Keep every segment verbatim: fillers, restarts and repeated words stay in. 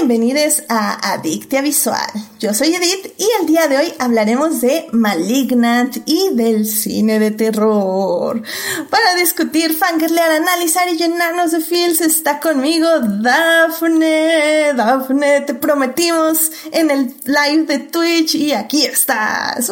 bienvenidos a Adictia Visual. Yo soy Edith y el día de hoy hablaremos de Malignant y del cine de terror. Para discutir, fangirlear, analizar y llenarnos de feels está conmigo Dafne. Dafne, te prometimos en el live de Twitch y aquí estás.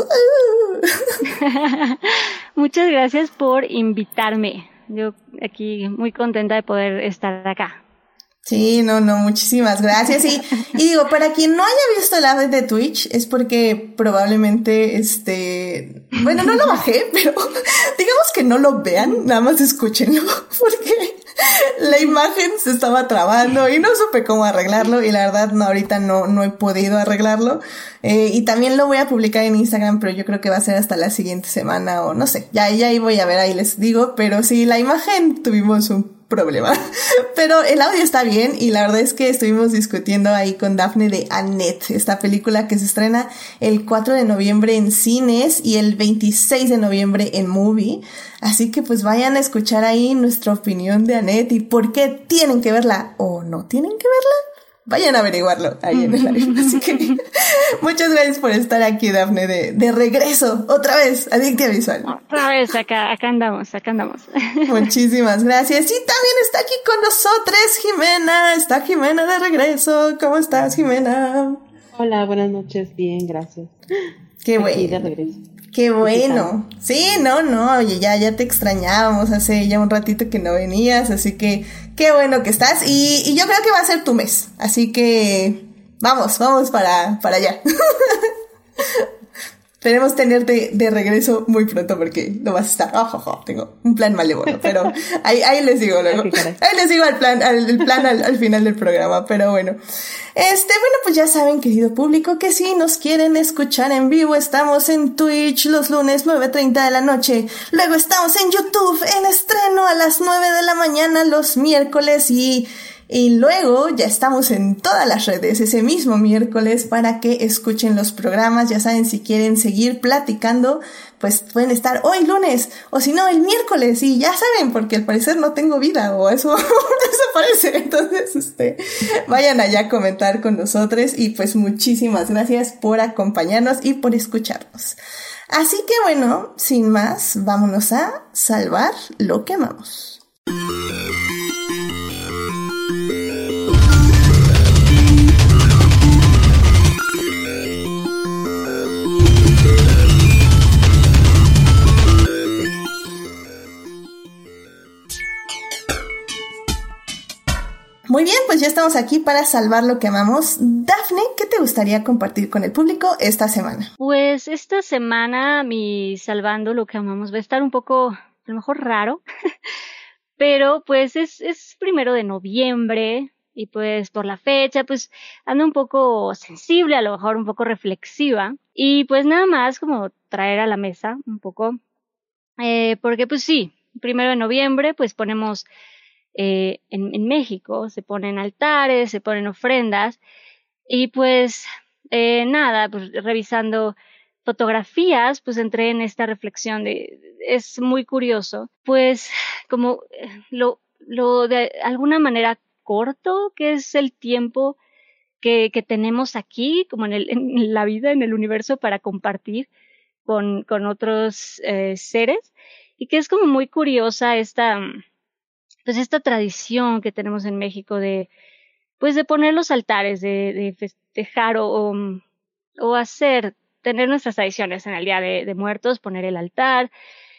Muchas gracias por invitarme. Yo aquí muy contenta de poder estar acá. Sí, no, no, muchísimas gracias. Y, y digo, para quien no haya visto el live de Twitch, es porque probablemente, este, bueno, no lo bajé, pero digamos que no lo vean, nada más escúchenlo, porque la imagen se estaba trabando y no supe cómo arreglarlo y la verdad, no, ahorita no, no he podido arreglarlo. Eh, y también lo voy a publicar en Instagram, pero yo creo que va a ser hasta la siguiente semana o no sé, ya, ya ahí voy a ver, ahí les digo, pero sí, la imagen tuvimos un problema, pero el audio está bien y la verdad es que estuvimos discutiendo ahí con Dafne de Annette, esta película que se estrena el cuatro de noviembre en cines y el veintiséis de noviembre en Movie, así que pues vayan a escuchar ahí nuestra opinión de Annette y por qué tienen que verla o no tienen que verla. Vayan a averiguarlo ahí en el live. Así que muchas gracias por estar aquí, Dafne, de, de regreso, otra vez, Adictia Visual. Otra vez, acá, acá andamos, acá andamos. Muchísimas gracias. Y también está aquí con nosotros Jimena, está Jimena de regreso. ¿Cómo estás, Jimena? Hola, buenas noches, bien, gracias. Qué bueno. Aquí de regreso. Qué bueno. Sí, no, no, oye, ya, ya te extrañábamos hace ya un ratito que no venías, así que qué bueno que estás y, y yo creo que va a ser tu mes, así que vamos, vamos para, para allá. Esperemos tenerte de regreso muy pronto porque no vas a estar, oh, oh, oh, tengo un plan malévolo, pero ahí, ahí les digo luego, ahí les digo el plan, al, el plan al, al final del programa, pero bueno. Este, bueno, pues ya saben, querido público, que si nos quieren escuchar en vivo, estamos en Twitch los lunes nueve treinta de la noche, luego estamos en YouTube en estreno a las nueve de la mañana los miércoles y Y luego ya estamos en todas las redes ese mismo miércoles para que escuchen los programas. Ya saben, si quieren seguir platicando, pues pueden estar hoy lunes o si no el miércoles. Y ya saben, porque al parecer no tengo vida o eso, eso parece. Entonces, este, vayan allá a comentar con nosotros y pues muchísimas gracias por acompañarnos y por escucharnos. Así que bueno, sin más, vámonos a salvar lo que amamos. Muy bien, pues ya estamos aquí para salvar lo que amamos. Dafne, ¿qué te gustaría compartir con el público esta semana? Pues esta semana mi salvando lo que amamos va a estar un poco, a lo mejor raro, pero pues es, es primero de noviembre y pues por la fecha pues ando un poco sensible, a lo mejor un poco reflexiva y pues nada más como traer a la mesa un poco, eh, porque pues sí, primero de noviembre pues ponemos Eh, en, en México se ponen altares, se ponen ofrendas y pues eh, nada, pues revisando fotografías, pues entré en esta reflexión de, es muy curioso, pues como lo, lo de alguna manera corto que es el tiempo que, que tenemos aquí, como en, el, en la vida, en el universo para compartir con, con otros eh, seres y que es como muy curiosa esta pues esta tradición que tenemos en México de, pues de poner los altares, de, de festejar o, o, o hacer, tener nuestras tradiciones en el Día de, de Muertos, poner el altar.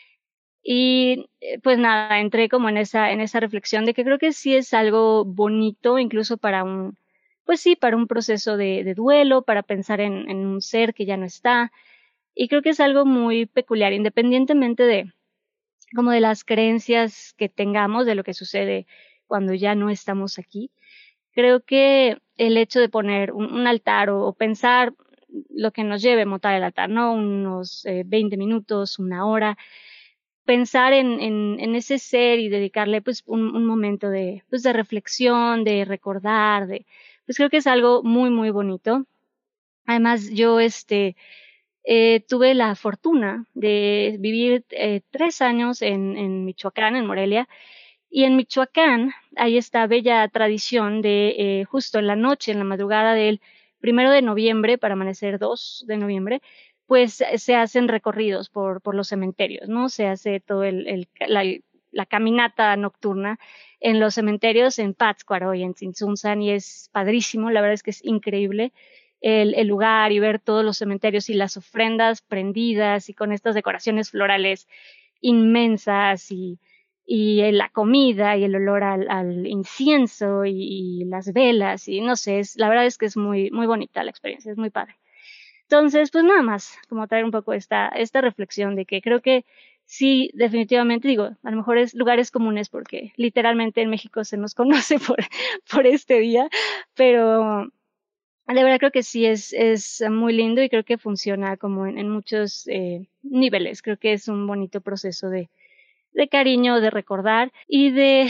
Y pues nada, entré como en esa, en esa reflexión de que creo que sí es algo bonito, incluso para un, pues sí, para un proceso de, de duelo, para pensar en, en un ser que ya no está. Y creo que es algo muy peculiar, independientemente de, como de las creencias que tengamos de lo que sucede cuando ya no estamos aquí. Creo que el hecho de poner un, un altar o, o pensar lo que nos lleve a montar el altar, ¿no? Unos eh, veinte minutos, una hora, pensar en, en, en ese ser y dedicarle pues un, un momento de, pues, de reflexión, de recordar, de, pues creo que es algo muy, muy bonito. Además, yo este Eh, tuve la fortuna de vivir eh, tres años en, en Michoacán, en Morelia, Y en Michoacán hay esta bella tradición de eh, justo en la noche, en la madrugada del primero de noviembre, para amanecer dos de noviembre, pues se hacen recorridos por, por los cementerios, ¿no? Se hace todo el, el la, la caminata nocturna en los cementerios en Pátzcuaro y en Tzintzuntzan, y es padrísimo, la verdad es que es increíble el, el lugar y ver todos los cementerios y las ofrendas prendidas y con estas decoraciones florales inmensas y y la comida y el olor al, al incienso y, y las velas y no sé, es, la verdad es que es muy, muy bonita la experiencia, es muy padre. Entonces, pues nada más, como traer un poco esta, esta reflexión de que creo que sí, definitivamente, digo, a lo mejor es lugares comunes porque literalmente en México se nos conoce por, por este día, pero de verdad creo que sí es, es muy lindo y creo que funciona como en, en muchos eh, niveles, creo que es un bonito proceso de de cariño, de recordar y de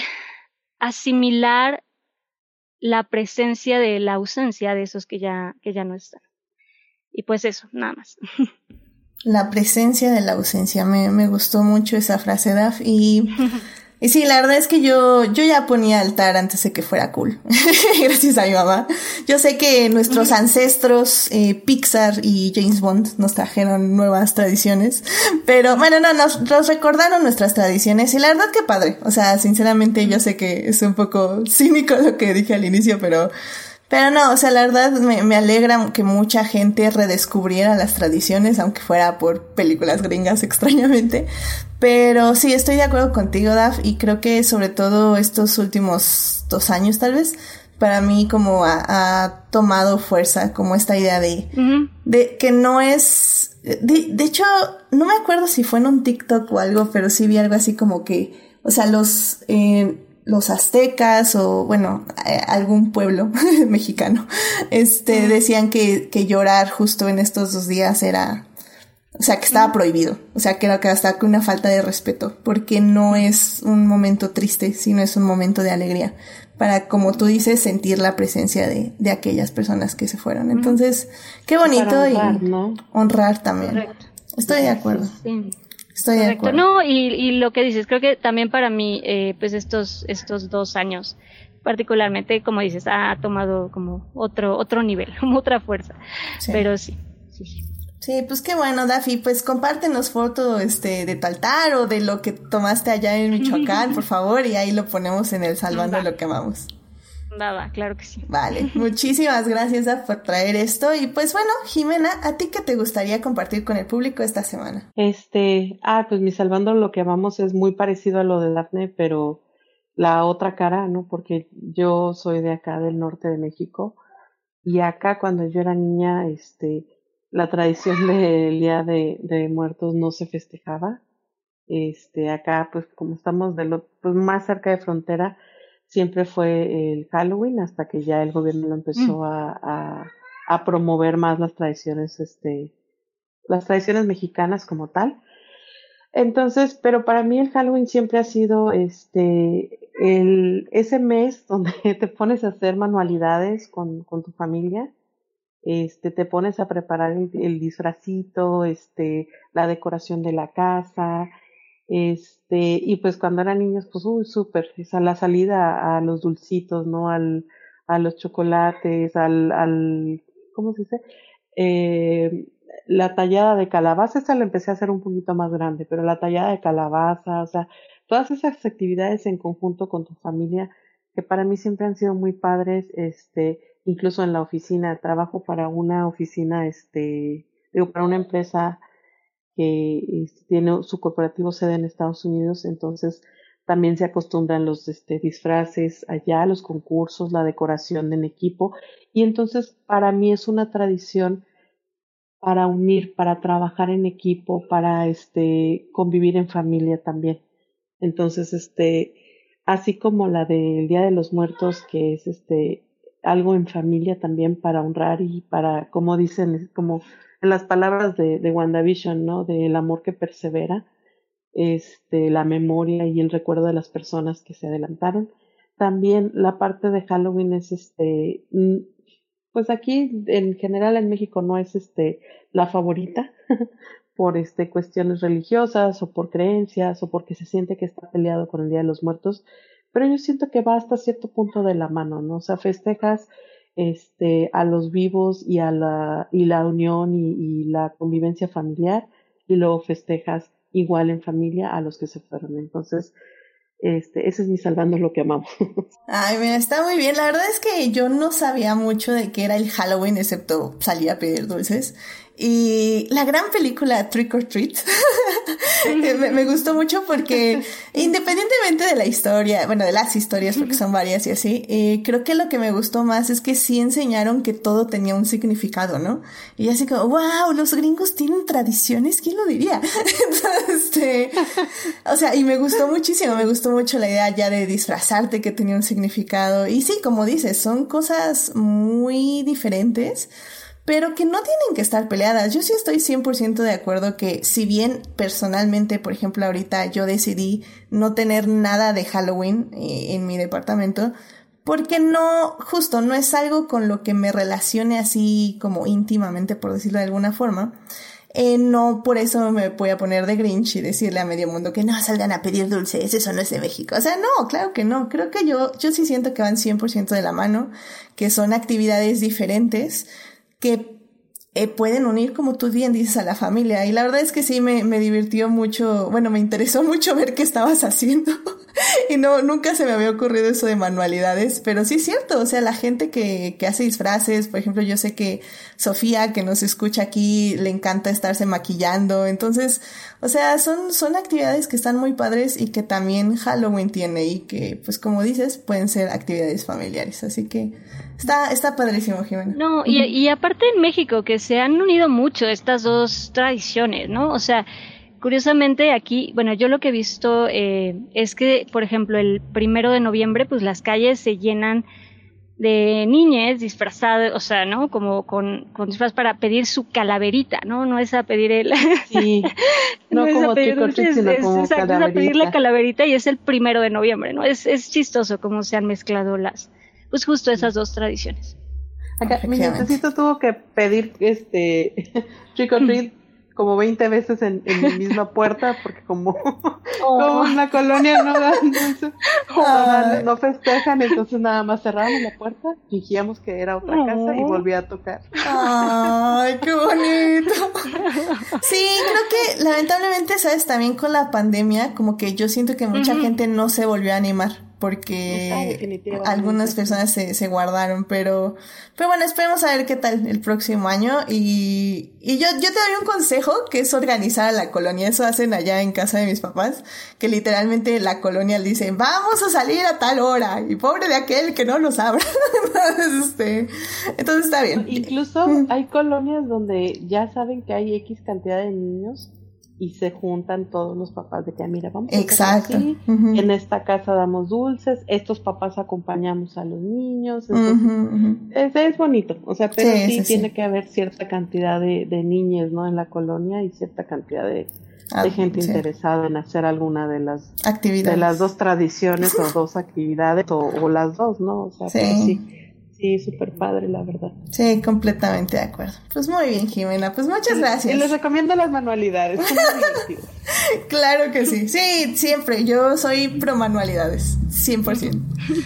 asimilar la presencia de la ausencia de esos que ya, que ya no están. Y pues eso, nada más. La presencia de la ausencia, me, me gustó mucho esa frase, Daf, y, y sí, la verdad es que yo, yo ya ponía altar antes de que fuera cool, gracias a mi mamá. Yo sé que nuestros ancestros, eh, Pixar y James Bond nos trajeron nuevas tradiciones, pero bueno, no, nos, nos recordaron nuestras tradiciones, y la verdad que padre, o sea, sinceramente yo sé que es un poco cínico lo que dije al inicio, pero Pero no, o sea, la verdad me, me alegra que mucha gente redescubriera las tradiciones, aunque fuera por películas gringas extrañamente. Pero sí, estoy de acuerdo contigo, Daf, y creo que sobre todo estos últimos dos años tal vez, para mí como ha, ha tomado fuerza como esta idea de, uh-huh. de que no es... De, de hecho, no me acuerdo si fue en un TikTok o algo, pero sí vi algo así como que, o sea, los... Eh, los aztecas o, bueno, eh, algún pueblo mexicano, este, decían que, que llorar justo en estos dos días era, o sea, que estaba prohibido, o sea, que era que hasta que una falta de respeto, porque no es un momento triste, sino es un momento de alegría, para, como tú dices, sentir la presencia de, de aquellas personas que se fueron. Entonces, qué bonito. Para honrar, y ¿no? Honrar también. Correcto. Estoy de acuerdo. Sí. Estoy de acuerdo. No, y, y lo que dices, creo que también para mí, eh, pues estos, estos dos años, particularmente, como dices, ha tomado como otro, otro nivel, como otra fuerza. Sí. Pero sí, sí. Sí, pues qué bueno, Dafi, pues compártenos foto, este, de tu altar o de lo que tomaste allá en Michoacán, por favor, y ahí lo ponemos en el Salvando Va. Lo que amamos. Va, va, claro que sí. Vale, muchísimas gracias, Daf, por traer esto. Y pues bueno, Jimena, ¿a ti qué te gustaría compartir con el público esta semana? Este, ah, pues mi Salvando lo que amamos es muy parecido a lo de Dafne, pero la otra cara, ¿no? Porque yo soy de acá, del norte de México, y acá cuando yo era niña, este, la tradición del Día de, de Muertos no se festejaba. Este, acá, pues como estamos de lo, pues más cerca de frontera, siempre fue el Halloween hasta que ya el gobierno lo empezó mm. a, a, a promover más las tradiciones, este, las tradiciones mexicanas como tal. Entonces, pero para mí el Halloween siempre ha sido este, el, ese mes donde te pones a hacer manualidades con, con tu familia, este, te pones a preparar el, el disfracito, este, la decoración de la casa. Este, y pues cuando eran niños, pues, uy, súper, a la salida a, a los dulcitos, ¿no? Al, a los chocolates, al, al, ¿cómo se dice? Eh, la tallada de calabaza, esa la empecé a hacer un poquito más grande, pero la tallada de calabaza, o sea, todas esas actividades en conjunto con tu familia, que para mí siempre han sido muy padres, este, incluso en la oficina, trabajo para una oficina, este, digo, para una empresa que tiene su corporativo sede en Estados Unidos, entonces también se acostumbran los este, disfraces allá, los concursos, la decoración en equipo, y entonces para mí es una tradición para unir, para trabajar en equipo, para este convivir en familia también. Entonces, este, así como la del Día de los Muertos, que es este algo en familia también para honrar y para, como dicen, como en las palabras de, de WandaVision, ¿no? Del amor que persevera, este, la memoria y el recuerdo de las personas que se adelantaron. También la parte de Halloween es, este, pues aquí en general en México no es, este, la favorita por, este, cuestiones religiosas o por creencias o porque se siente que está peleado con el Día de los Muertos, pero yo siento que va hasta cierto punto de la mano, ¿no? O sea, festejas este, a los vivos y a la, y la unión y, y la convivencia familiar, y luego festejas igual en familia a los que se fueron. Entonces, este, ese es mi salvando lo que amamos. Ay, mira, está muy bien. La verdad es que yo no sabía mucho de qué era el Halloween, excepto salir a pedir dulces. Y la gran película Trick or Treat me, me gustó mucho porque independientemente de la historia, bueno, de las historias, porque son varias y así, eh, creo que lo que me gustó más es que sí enseñaron que todo tenía un significado, ¿no? Y así como, wow, los gringos tienen tradiciones, ¿quién lo diría? Entonces, este, o sea, y me gustó muchísimo, me gustó mucho la idea ya de disfrazarte, que tenía un significado. Y sí, como dices, son cosas muy diferentes, pero que no tienen que estar peleadas. Yo sí estoy cien por ciento de acuerdo que si bien personalmente, por ejemplo, ahorita yo decidí no tener nada de Halloween eh, en mi departamento, porque no, justo, no es algo con lo que me relacione así como íntimamente, por decirlo de alguna forma. Eh, no por eso me voy a poner de Grinch y decirle a medio mundo que no salgan a pedir dulces, eso no es de México. O sea, no, claro que no. Creo que yo, yo sí siento que van cien por ciento de la mano, que son actividades diferentes, que eh, pueden unir, como tú bien dices, a la familia. Y la verdad es que sí me, me divirtió mucho, bueno, me interesó mucho ver qué estabas haciendo. Y no, nunca se me había ocurrido eso de manualidades, pero sí es cierto, o sea, la gente que, que hace disfraces, por ejemplo, yo sé que Sofía, que nos escucha aquí, le encanta estarse maquillando, entonces, o sea, son, son actividades que están muy padres y que también Halloween tiene y que, pues como dices, pueden ser actividades familiares, así que está, está padrísimo, Jimena. No, y, y aparte en México, que se han unido mucho estas dos tradiciones, ¿no? O sea, curiosamente aquí, bueno, yo lo que he visto eh, es que, por ejemplo, el primero de noviembre, pues las calles se llenan de niñes disfrazadas, o sea, ¿no? Como con, con disfraz para pedir su calaverita, ¿no? No es a pedir el... Sí, no, no como trick or treat, sino es, como exacto, calaverita. Es a pedir la calaverita y es el primero de noviembre, ¿no? Es, es chistoso cómo se han mezclado las, pues justo esas dos tradiciones. Acá, mi nietecito tuvo que pedir este trick or treat como veinte veces en, en mi misma puerta, porque como, oh. como en la colonia no dan dulce, no, no festejan, entonces nada más cerrábamos la puerta, fingíamos que era otra oh. casa y volvía a tocar. ¡Ay, qué bonito! Sí, creo que lamentablemente, ¿sabes? También con la pandemia, como que yo siento que mucha uh-huh. gente no se volvió a animar, porque algunas personas se, se guardaron, pero, pero bueno, esperemos a ver qué tal el próximo año, y, y yo, yo te doy un consejo, que es organizar a la colonia. Eso hacen allá en casa de mis papás, que literalmente la colonia le dicen, vamos a salir a tal hora, y pobre de aquel que no nos abra. entonces, este, entonces está bien. Incluso hay colonias donde ya saben que hay X cantidad de niños, y se juntan todos los papás de que, mira, vamos a Exacto. Aquí, uh-huh. en esta casa damos dulces, estos papás acompañamos a los niños, entonces, uh-huh. es, es bonito, o sea, pero sí, sí, sí tiene sí. que haber cierta cantidad de, de niños, ¿no? En la colonia, y cierta cantidad de, ah, de gente sí. interesada en hacer alguna de las actividades, de las dos tradiciones o dos actividades, o, o las dos, ¿no? O sea, sí. Pero sí. Sí, súper padre, la verdad. Sí, completamente de acuerdo. Pues muy bien, Jimena, pues muchas gracias. Y les recomiendo las manualidades, son muy divertidas. Claro que sí, sí, siempre, yo soy pro manualidades, cien por ciento.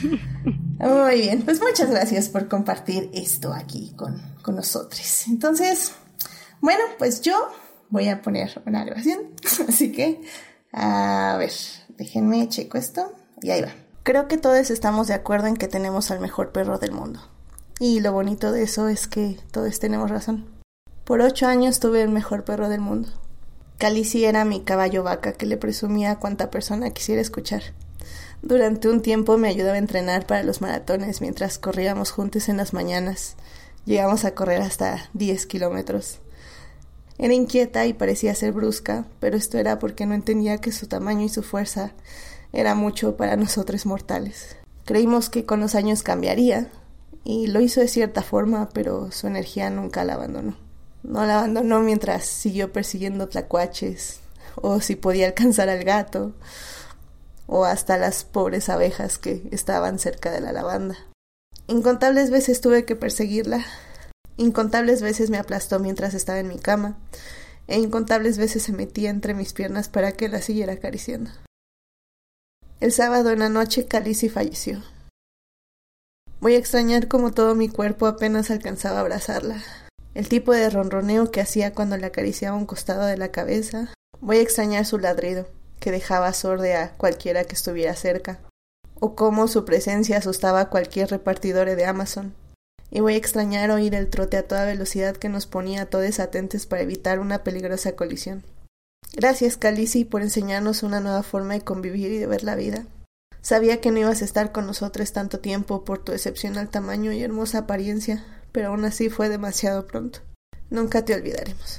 Muy bien, pues muchas gracias por compartir esto aquí con, con nosotros. Entonces, bueno, pues yo voy a poner una grabación, así que, a ver, déjenme checo esto, y ahí va. Creo que todos estamos de acuerdo en que tenemos al mejor perro del mundo. Y lo bonito de eso es que todos tenemos razón. Por ocho años tuve el mejor perro del mundo. Calici era mi caballo vaca que le presumía a cuanta persona quisiera escuchar. Durante un tiempo me ayudaba a entrenar para los maratones mientras corríamos juntos en las mañanas. Llegamos a correr hasta diez kilómetros. Era inquieta y parecía ser brusca, pero esto era porque no entendía que su tamaño y su fuerza era mucho para nosotros mortales. Creímos que con los años cambiaría, y lo hizo de cierta forma, pero su energía nunca la abandonó. No la abandonó mientras siguió persiguiendo tlacuaches, o si podía alcanzar al gato, o hasta las pobres abejas que estaban cerca de la lavanda. Incontables veces tuve que perseguirla, incontables veces me aplastó mientras estaba en mi cama, e incontables veces se metía entre mis piernas para que la siguiera acariciando. El sábado en la noche Khaleesi falleció. Voy a extrañar como todo mi cuerpo apenas alcanzaba a abrazarla. El tipo de ronroneo que hacía cuando le acariciaba un costado de la cabeza. Voy a extrañar su ladrido, que dejaba sorda a cualquiera que estuviera cerca. O cómo su presencia asustaba a cualquier repartidor de Amazon. Y voy a extrañar oír el trote a toda velocidad que nos ponía a todos atentos para evitar una peligrosa colisión. Gracias, Khaleesi, por enseñarnos una nueva forma de convivir y de ver la vida. Sabía que no ibas a estar con nosotros tanto tiempo por tu excepcional tamaño y hermosa apariencia, pero aún así fue demasiado pronto. Nunca te olvidaremos.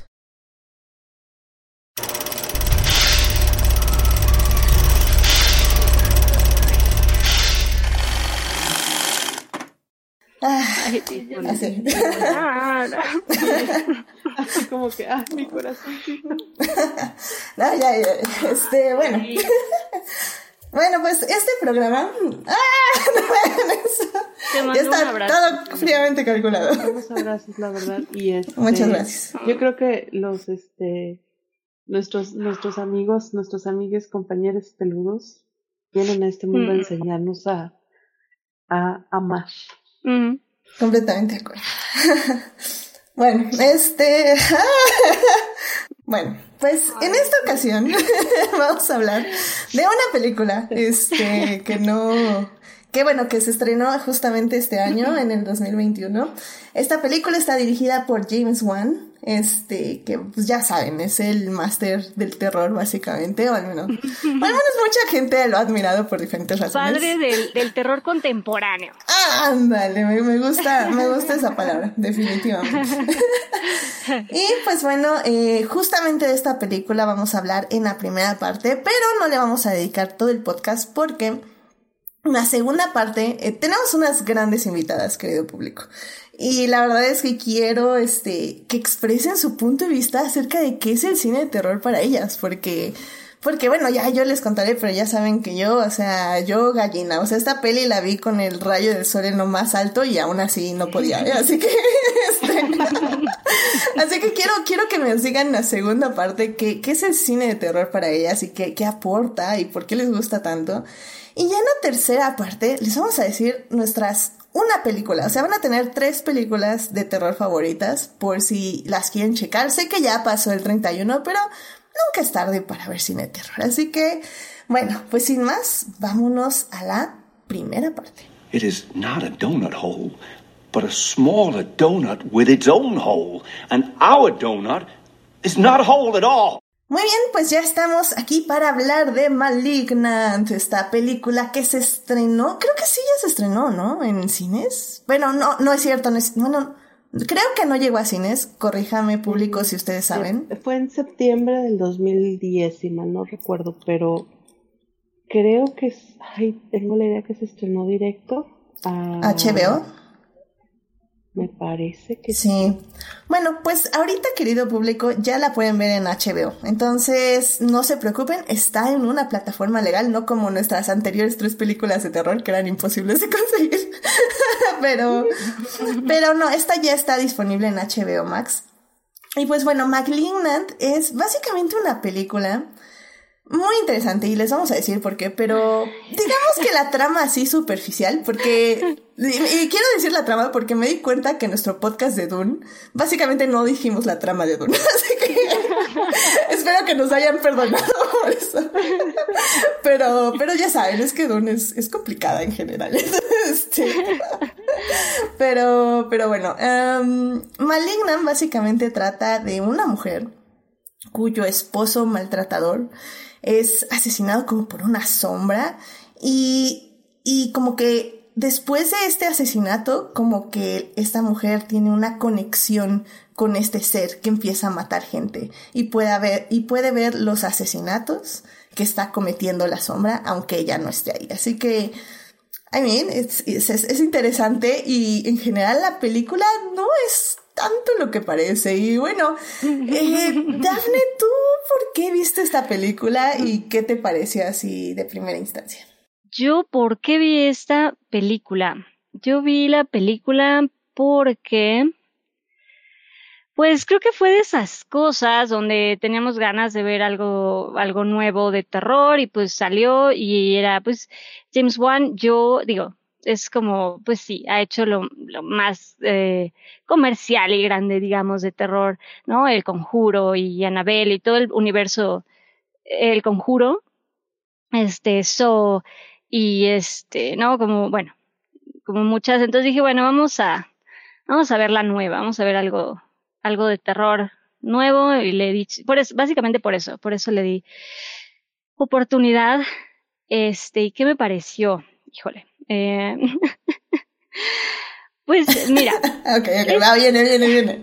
Ah, Ay, así. Así como que, ah, mi corazón. No, ya, ya, este, bueno. Bueno, pues este programa... ¡Ah! No vean eso. Te mando Ya está un abrazo. todo fríamente calculado. Muchos abrazos, la verdad. Y este, Muchas gracias. Yo creo que los, este, nuestros, nuestros amigos, nuestros amigues, compañeros peludos, vienen a este mundo a Mm. enseñarnos a, a amar. Mm. Completamente de acuerdo. Bueno, este... Bueno, pues en esta ocasión vamos a hablar de una película, este, que no... Que bueno, que se estrenó justamente este año, en el dos mil veintiuno. Esta película está dirigida por James Wan, este, que pues ya saben, es el máster del terror básicamente, o al menos, o al menos mucha gente lo ha admirado por diferentes razones. Padre del, del terror contemporáneo. Ah, ándale, me, me gusta, me gusta esa palabra, definitivamente. Y pues bueno, eh, justamente de esta película vamos a hablar en la primera parte, pero no le vamos a dedicar todo el podcast porque en la segunda parte eh, tenemos unas grandes invitadas, querido público. Y la verdad es que quiero este que expresen su punto de vista acerca de qué es el cine de terror para ellas, porque... Porque bueno, ya yo les contaré, pero ya saben que yo, o sea, yo gallina, o sea, esta peli la vi con el rayo del sol en lo más alto y aún así no podía, ¿eh? Así que, este, así que quiero, quiero que me digan en la segunda parte qué, qué es el cine de terror para ellas y qué, qué aporta y por qué les gusta tanto. Y ya en la tercera parte les vamos a decir nuestras, una película, o sea, van a tener tres películas de terror favoritas por si las quieren checar. Sé que ya pasó el treinta y uno, pero nunca es tarde para ver cine de terror. Así que, bueno, pues sin más, vámonos a la primera parte. It is not a donut hole, but a smaller donut with its own hole. And our donut is not a hole at all. Muy bien, pues ya estamos aquí para hablar de Malignant, esta película que se estrenó, creo que sí ya se estrenó, ¿no? En cines. Bueno, no, no es cierto, no es, bueno, creo que no llegó a cines, corríjame público si ustedes saben. Fue en septiembre del dos mil diez, si mal no recuerdo, pero creo que, ay, tengo la idea que se estrenó directo a H B O. Me parece que sí. sí. Bueno, pues ahorita, querido público, ya la pueden ver en H B O. Entonces, no se preocupen, está en una plataforma legal, no como nuestras anteriores tres películas de terror que eran imposibles de conseguir. pero, pero no, esta ya está disponible en H B O Max. Y pues bueno, Malignant es básicamente una película muy interesante y les vamos a decir por qué, pero digamos que la trama así superficial, porque, y, y quiero decir la trama porque me di cuenta que en nuestro podcast de Dune, básicamente no dijimos la trama de Dune, así que espero que nos hayan perdonado por eso. Pero, pero ya saben, es que Dune es, es complicada en general. Este, pero, pero bueno, um, Malignant básicamente trata de una mujer cuyo esposo maltratador es asesinado como por una sombra y, y como que después de este asesinato, como que esta mujer tiene una conexión con este ser que empieza a matar gente y puede ver, y puede ver los asesinatos que está cometiendo la sombra, aunque ella no esté ahí. Así que, I mean, es, es, es interesante y en general la película no es tanto lo que parece. Y bueno, eh, Dafne, ¿tú por qué viste esta película y qué te pareció así de primera instancia? Yo, ¿por qué vi esta película? Yo vi la película porque, Pues creo que fue de esas cosas donde teníamos ganas de ver algo, algo nuevo de terror y pues salió y era pues James Wan, yo digo, es como, pues sí, ha hecho lo, lo más eh, comercial y grande, digamos, de terror, ¿no? El Conjuro y Annabelle y todo el universo, El Conjuro, este, So y este, ¿no? Como, bueno, como muchas, entonces dije, bueno, vamos a, vamos a ver la nueva, vamos a ver algo algo de terror nuevo y le di, por eso, básicamente por eso, por eso le di oportunidad. Este, ¿y qué me pareció? Híjole. Eh, pues mira. ok, ok, es, va, viene, viene, viene.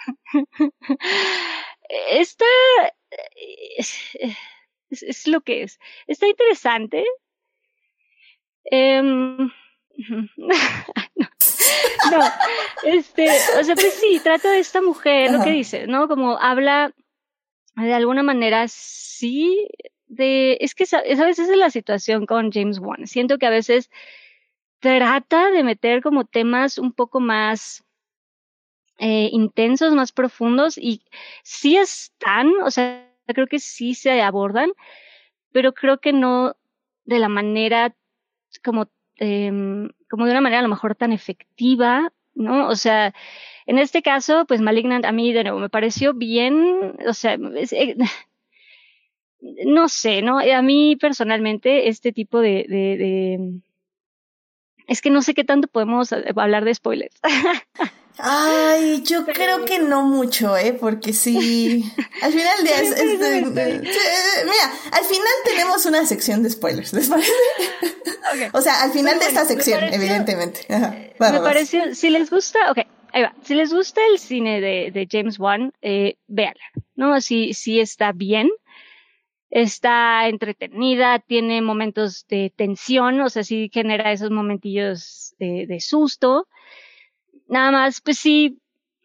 Esta es, es, es lo que es. Está interesante. Eh, no. No, este, o sea, pues sí, trata de esta mujer, Ajá. Lo que dice, ¿no? Como habla de alguna manera, sí, de, es que sabes, esa es la situación con James Wan. Siento que a veces trata de meter como temas un poco más eh, intensos, más profundos, y sí están, o sea, creo que sí se abordan, pero creo que no de la manera como Eh, como de una manera a lo mejor tan efectiva, ¿no? O sea, en este caso, pues Malignant a mí de nuevo me pareció bien, o sea, es, eh, no sé, ¿no? A mí personalmente este tipo de, de, de es que no sé qué tanto podemos hablar de spoilers. Ay, yo Pero... creo que no mucho, ¿eh? Porque sí, al final del día es, es de, de, de, mira, al final tenemos una sección de spoilers, ¿les parece? Okay. O sea, al final bueno, de esta bueno, sección, pareció, evidentemente. Ajá, va, me va, pareció, va. Si les gusta, ok, ahí va. Si les gusta el cine de, de James Wan, eh, véanla, ¿no? Sí, sí está bien. Está entretenida, tiene momentos de tensión, o sea, sí genera esos momentillos de, de susto. Nada más, pues sí,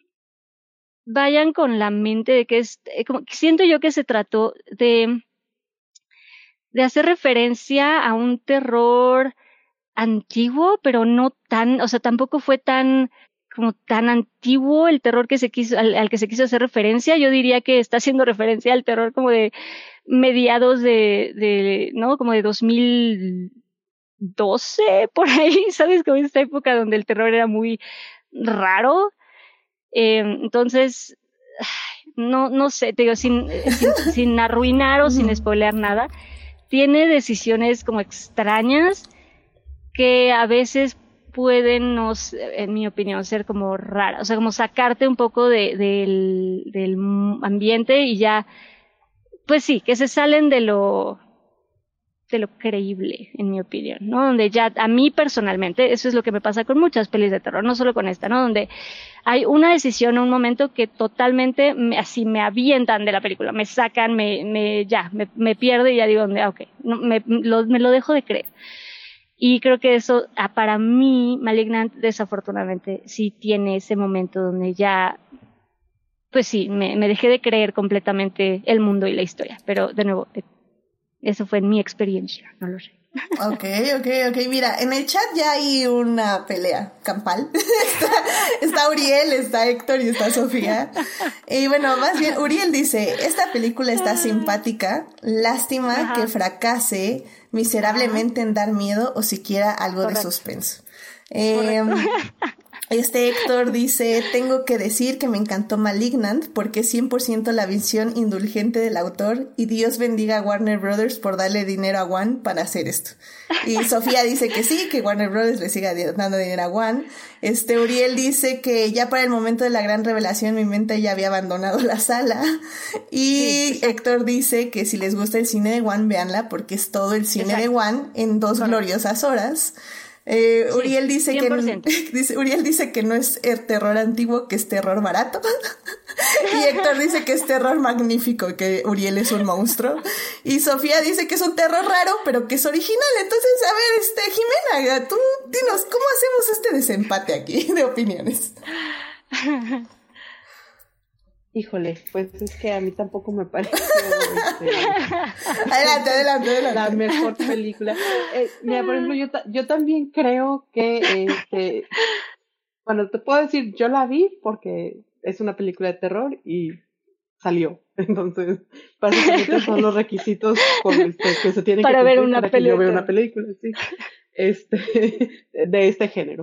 vayan con la mente de que es, como siento yo que se trató de, de hacer referencia a un terror antiguo, pero no tan, o sea, tampoco fue tan, como tan antiguo el terror que se quiso, al, al que se quiso hacer referencia. Yo diría que está haciendo referencia al terror como de mediados de, de, ¿no? Como de dos mil doce, por ahí, ¿sabes? Como esta época donde el terror era muy raro. Eh, entonces, no, no sé, te digo, sin, sin, sin arruinar o sin spoilear nada, tiene decisiones como extrañas que a veces pueden, no, en mi opinión, ser como raras, o sea, como sacarte un poco de, del, del ambiente y ya, pues sí, que se salen de lo de lo creíble, en mi opinión, ¿no? Donde ya, a mí personalmente, eso es lo que me pasa con muchas pelis de terror, no solo con esta, ¿no? Donde hay una decisión o un momento que totalmente me, así me avientan de la película, me sacan, me, me ya, me, me pierde y ya digo, ah, ok, no, me, lo, me lo dejo de creer. Y creo que eso, para mí, Malignant, desafortunadamente, sí tiene ese momento donde ya, pues sí, me, me dejé de creer completamente el mundo y la historia, pero de nuevo, eso fue mi experiencia, no lo sé. Ok, ok, ok. Mira, en el chat ya hay una pelea campal. está, está Uriel, está Héctor y está Sofía. Y bueno, más bien, Uriel dice, esta película está simpática, lástima Ajá. que fracase miserablemente Ajá. en dar miedo o siquiera algo Correcto. de suspenso. Eh, Este Héctor dice, tengo que decir que me encantó Malignant porque es cien por ciento la visión indulgente del autor y Dios bendiga a Warner Brothers por darle dinero a Wan para hacer esto. Y Sofía dice que sí, que Warner Brothers le siga dando dinero a Wan. Este Uriel dice que ya para el momento de la gran revelación mi mente ya había abandonado la sala. Y sí. Héctor dice que si les gusta el cine de Wan, véanla porque es todo el cine Exacto. de Wan en dos Correcto. gloriosas horas. Eh, sí, Uriel dice cien por ciento. que dice, Uriel dice que no es el terror antiguo, que es terror barato. Y Héctor dice que es terror magnífico, que Uriel es un monstruo. Y Sofía dice que es un terror raro, pero que es original. Entonces, a ver, este, Jimena, tú dinos, ¿cómo hacemos este desempate aquí de opiniones? Híjole, pues es que a mí tampoco me parece este, adelante, adelante, adelante. la mejor película. Eh, mira, por ejemplo, yo, ta- yo también creo que, este, bueno, te puedo decir, yo la vi porque es una película de terror y salió. Entonces, básicamente son los requisitos con este, que se tienen para que ver cumplir una para que yo vea una película. película, sí. Este, de este género.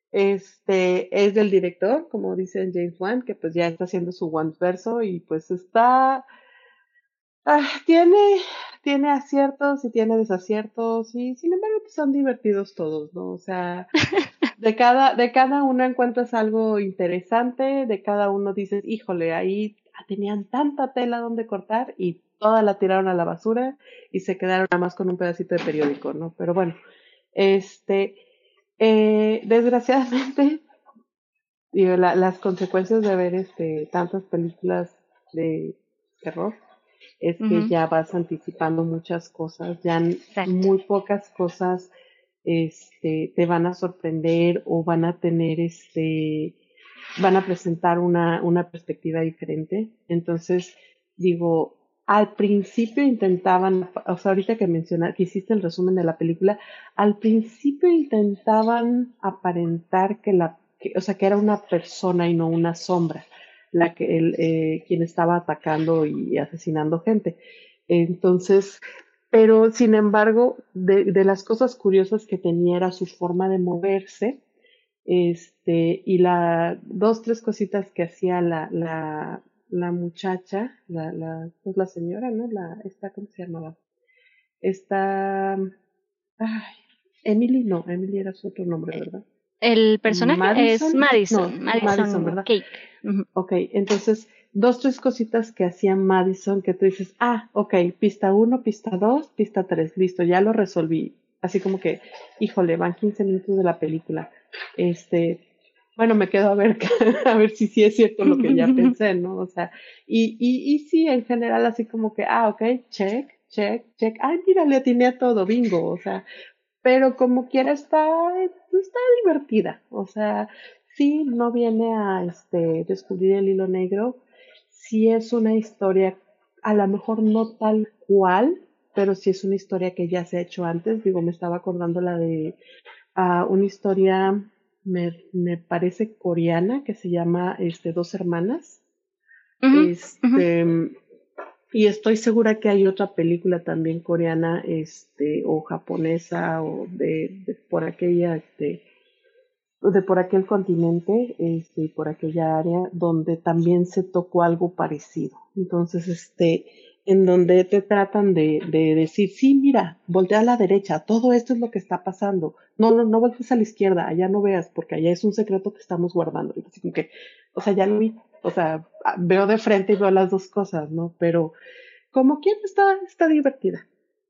Este, es del director, como dice James Wan, que pues ya está haciendo su Wan verso y pues está, ah, tiene, tiene aciertos y tiene desaciertos y sin embargo pues son divertidos todos, ¿no? O sea, de cada, de cada uno encuentras algo interesante, de cada uno dices, híjole, ahí tenían tanta tela donde cortar y toda la tiraron a la basura y se quedaron nada más con un pedacito de periódico, ¿no? Pero bueno, este, eh, desgraciadamente, digo, la, las consecuencias de ver este, tantas películas de terror es que Ujú, ya vas anticipando muchas cosas, ya n- exacto. muy pocas cosas este, te van a sorprender o van a tener este, van a presentar una, una perspectiva diferente. Entonces, digo, al principio intentaban, o sea, ahorita que mencionaste, que hiciste el resumen de la película, al principio intentaban aparentar que la, que, o sea, que era una persona y no una sombra, la que él, eh, quien estaba atacando y asesinando gente. Entonces, pero sin embargo, de, de las cosas curiosas que tenía era su forma de moverse, este, y la, dos, tres cositas que hacía la, la, la muchacha, la, la, pues la señora, ¿no? La, esta, ¿cómo se llamaba? Esta, ay, Emily, no, Emily era su otro nombre, ¿verdad? El personaje es Madison, no, Madison, Madison, Madison ¿verdad? Cake. Ujú. Ok, entonces, dos, tres cositas que hacía Madison que tú dices, ah, ok, pista uno, pista dos, pista tres, listo, ya lo resolví. Así como que, híjole, van quince minutos de la película. Este, bueno, me quedo a ver, a ver si sí es cierto lo que ya pensé, ¿no? O sea, y, y, y sí, en general, así como que, ah, ok, check, check, check, ay, mira, le atiné a todo, bingo, o sea, pero como quiera está, está divertida, o sea, sí, no viene a este, descubrir el hilo negro, sí es una historia, a lo mejor no tal cual, pero sí es una historia que ya se ha hecho antes, digo, me estaba acordando la de ah, una historia, me, me parece coreana, que se llama este, Dos Hermanas, Ujú, ujú. este, y estoy segura que hay otra película también coreana, este, o japonesa, o de, de por aquella, este, de por aquel continente, este, y por aquella área, donde también se tocó algo parecido. Entonces, este, en donde te tratan de, de decir, sí, mira, voltea a la derecha, todo esto es lo que está pasando. No, no, no voltees a la izquierda, allá no veas, porque allá es un secreto que estamos guardando. Y así como que, o sea, ya lo vi, o sea, veo de frente y veo las dos cosas, ¿no? Pero como quien está, está divertida.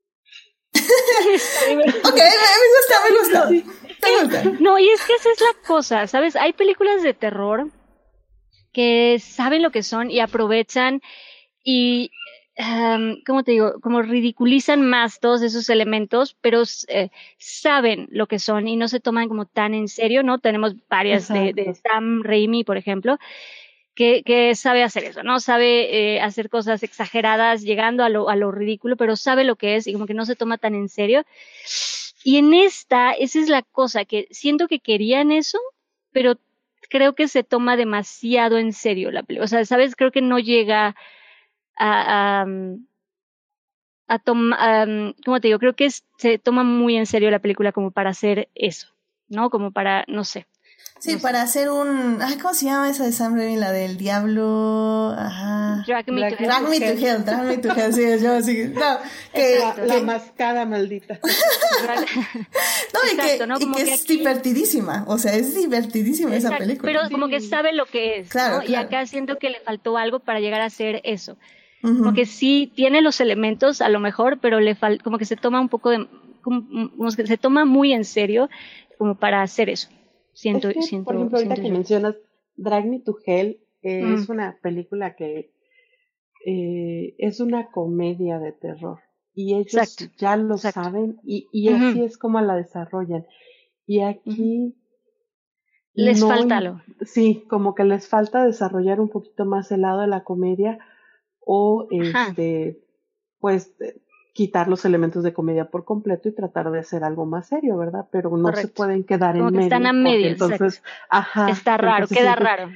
Está Ok, divertido. me, me gusta, me Sí, gusta. sí. Me gusta. No, y es que esa es la cosa, ¿sabes? Hay películas de terror que saben lo que son y aprovechan y, em, ¿cómo te digo? Como ridiculizan más todos esos elementos, pero eh, saben lo que son y no se toman como tan en serio, ¿no? Tenemos varias de, de Exacto. Sam Raimi, por ejemplo, que, que sabe hacer eso, ¿no? Sabe eh, hacer cosas exageradas, llegando a lo, a lo ridículo, pero sabe lo que es y como que no se toma tan en serio. Y en esta, esa es la cosa, que siento que querían eso, pero creo que se toma demasiado en serio la película. O sea, ¿sabes? Creo que no llega a, a, a tomar, ¿cómo te digo? Creo que es- se toma muy en serio la película como para hacer eso, ¿no? Como para, no sé, Sí, no sé. para hacer un... Ay, ¿cómo se llama esa de Sam Raimi? La del diablo... Ajá. Drag Me to Drag Me Hell. Drag to Me to Hell. Hell, Drag Me to Hell, sí, yo así... No, que... La, Exacto, la ¿no? que mascada maldita. Drag- no, y Exacto, que, ¿no? y Como que que es aquí, divertidísima. O sea, es divertidísima esa exacto, pero película. como que Sí, sabe lo que es, Claro, ¿no? Y claro. acá siento que le faltó algo para llegar a hacer eso. Como Ujú. que sí tiene los elementos a lo mejor, pero le falta, como que se toma un poco de, como, como que se toma muy en serio como para hacer eso. es Siento, que, por siento, ejemplo, ahorita siento que yo. mencionas Drag Me to Hell, eh, Mm, es una película que eh, es una comedia de terror. Y exacto, ellos ya lo exacto. saben y, y Ujú, así es como la desarrollan. Y ujú. aquí Les no, falta in- algo. sí, como que les falta desarrollar un poquito más el lado de la comedia o Ajá, este, pues eh, quitar los elementos de comedia por completo y tratar de hacer algo más serio, ¿verdad? Pero no se correcto. pueden quedar Como en que están a medio porque medio, exacto. entonces, ajá, Está raro, entonces queda sientes, raro.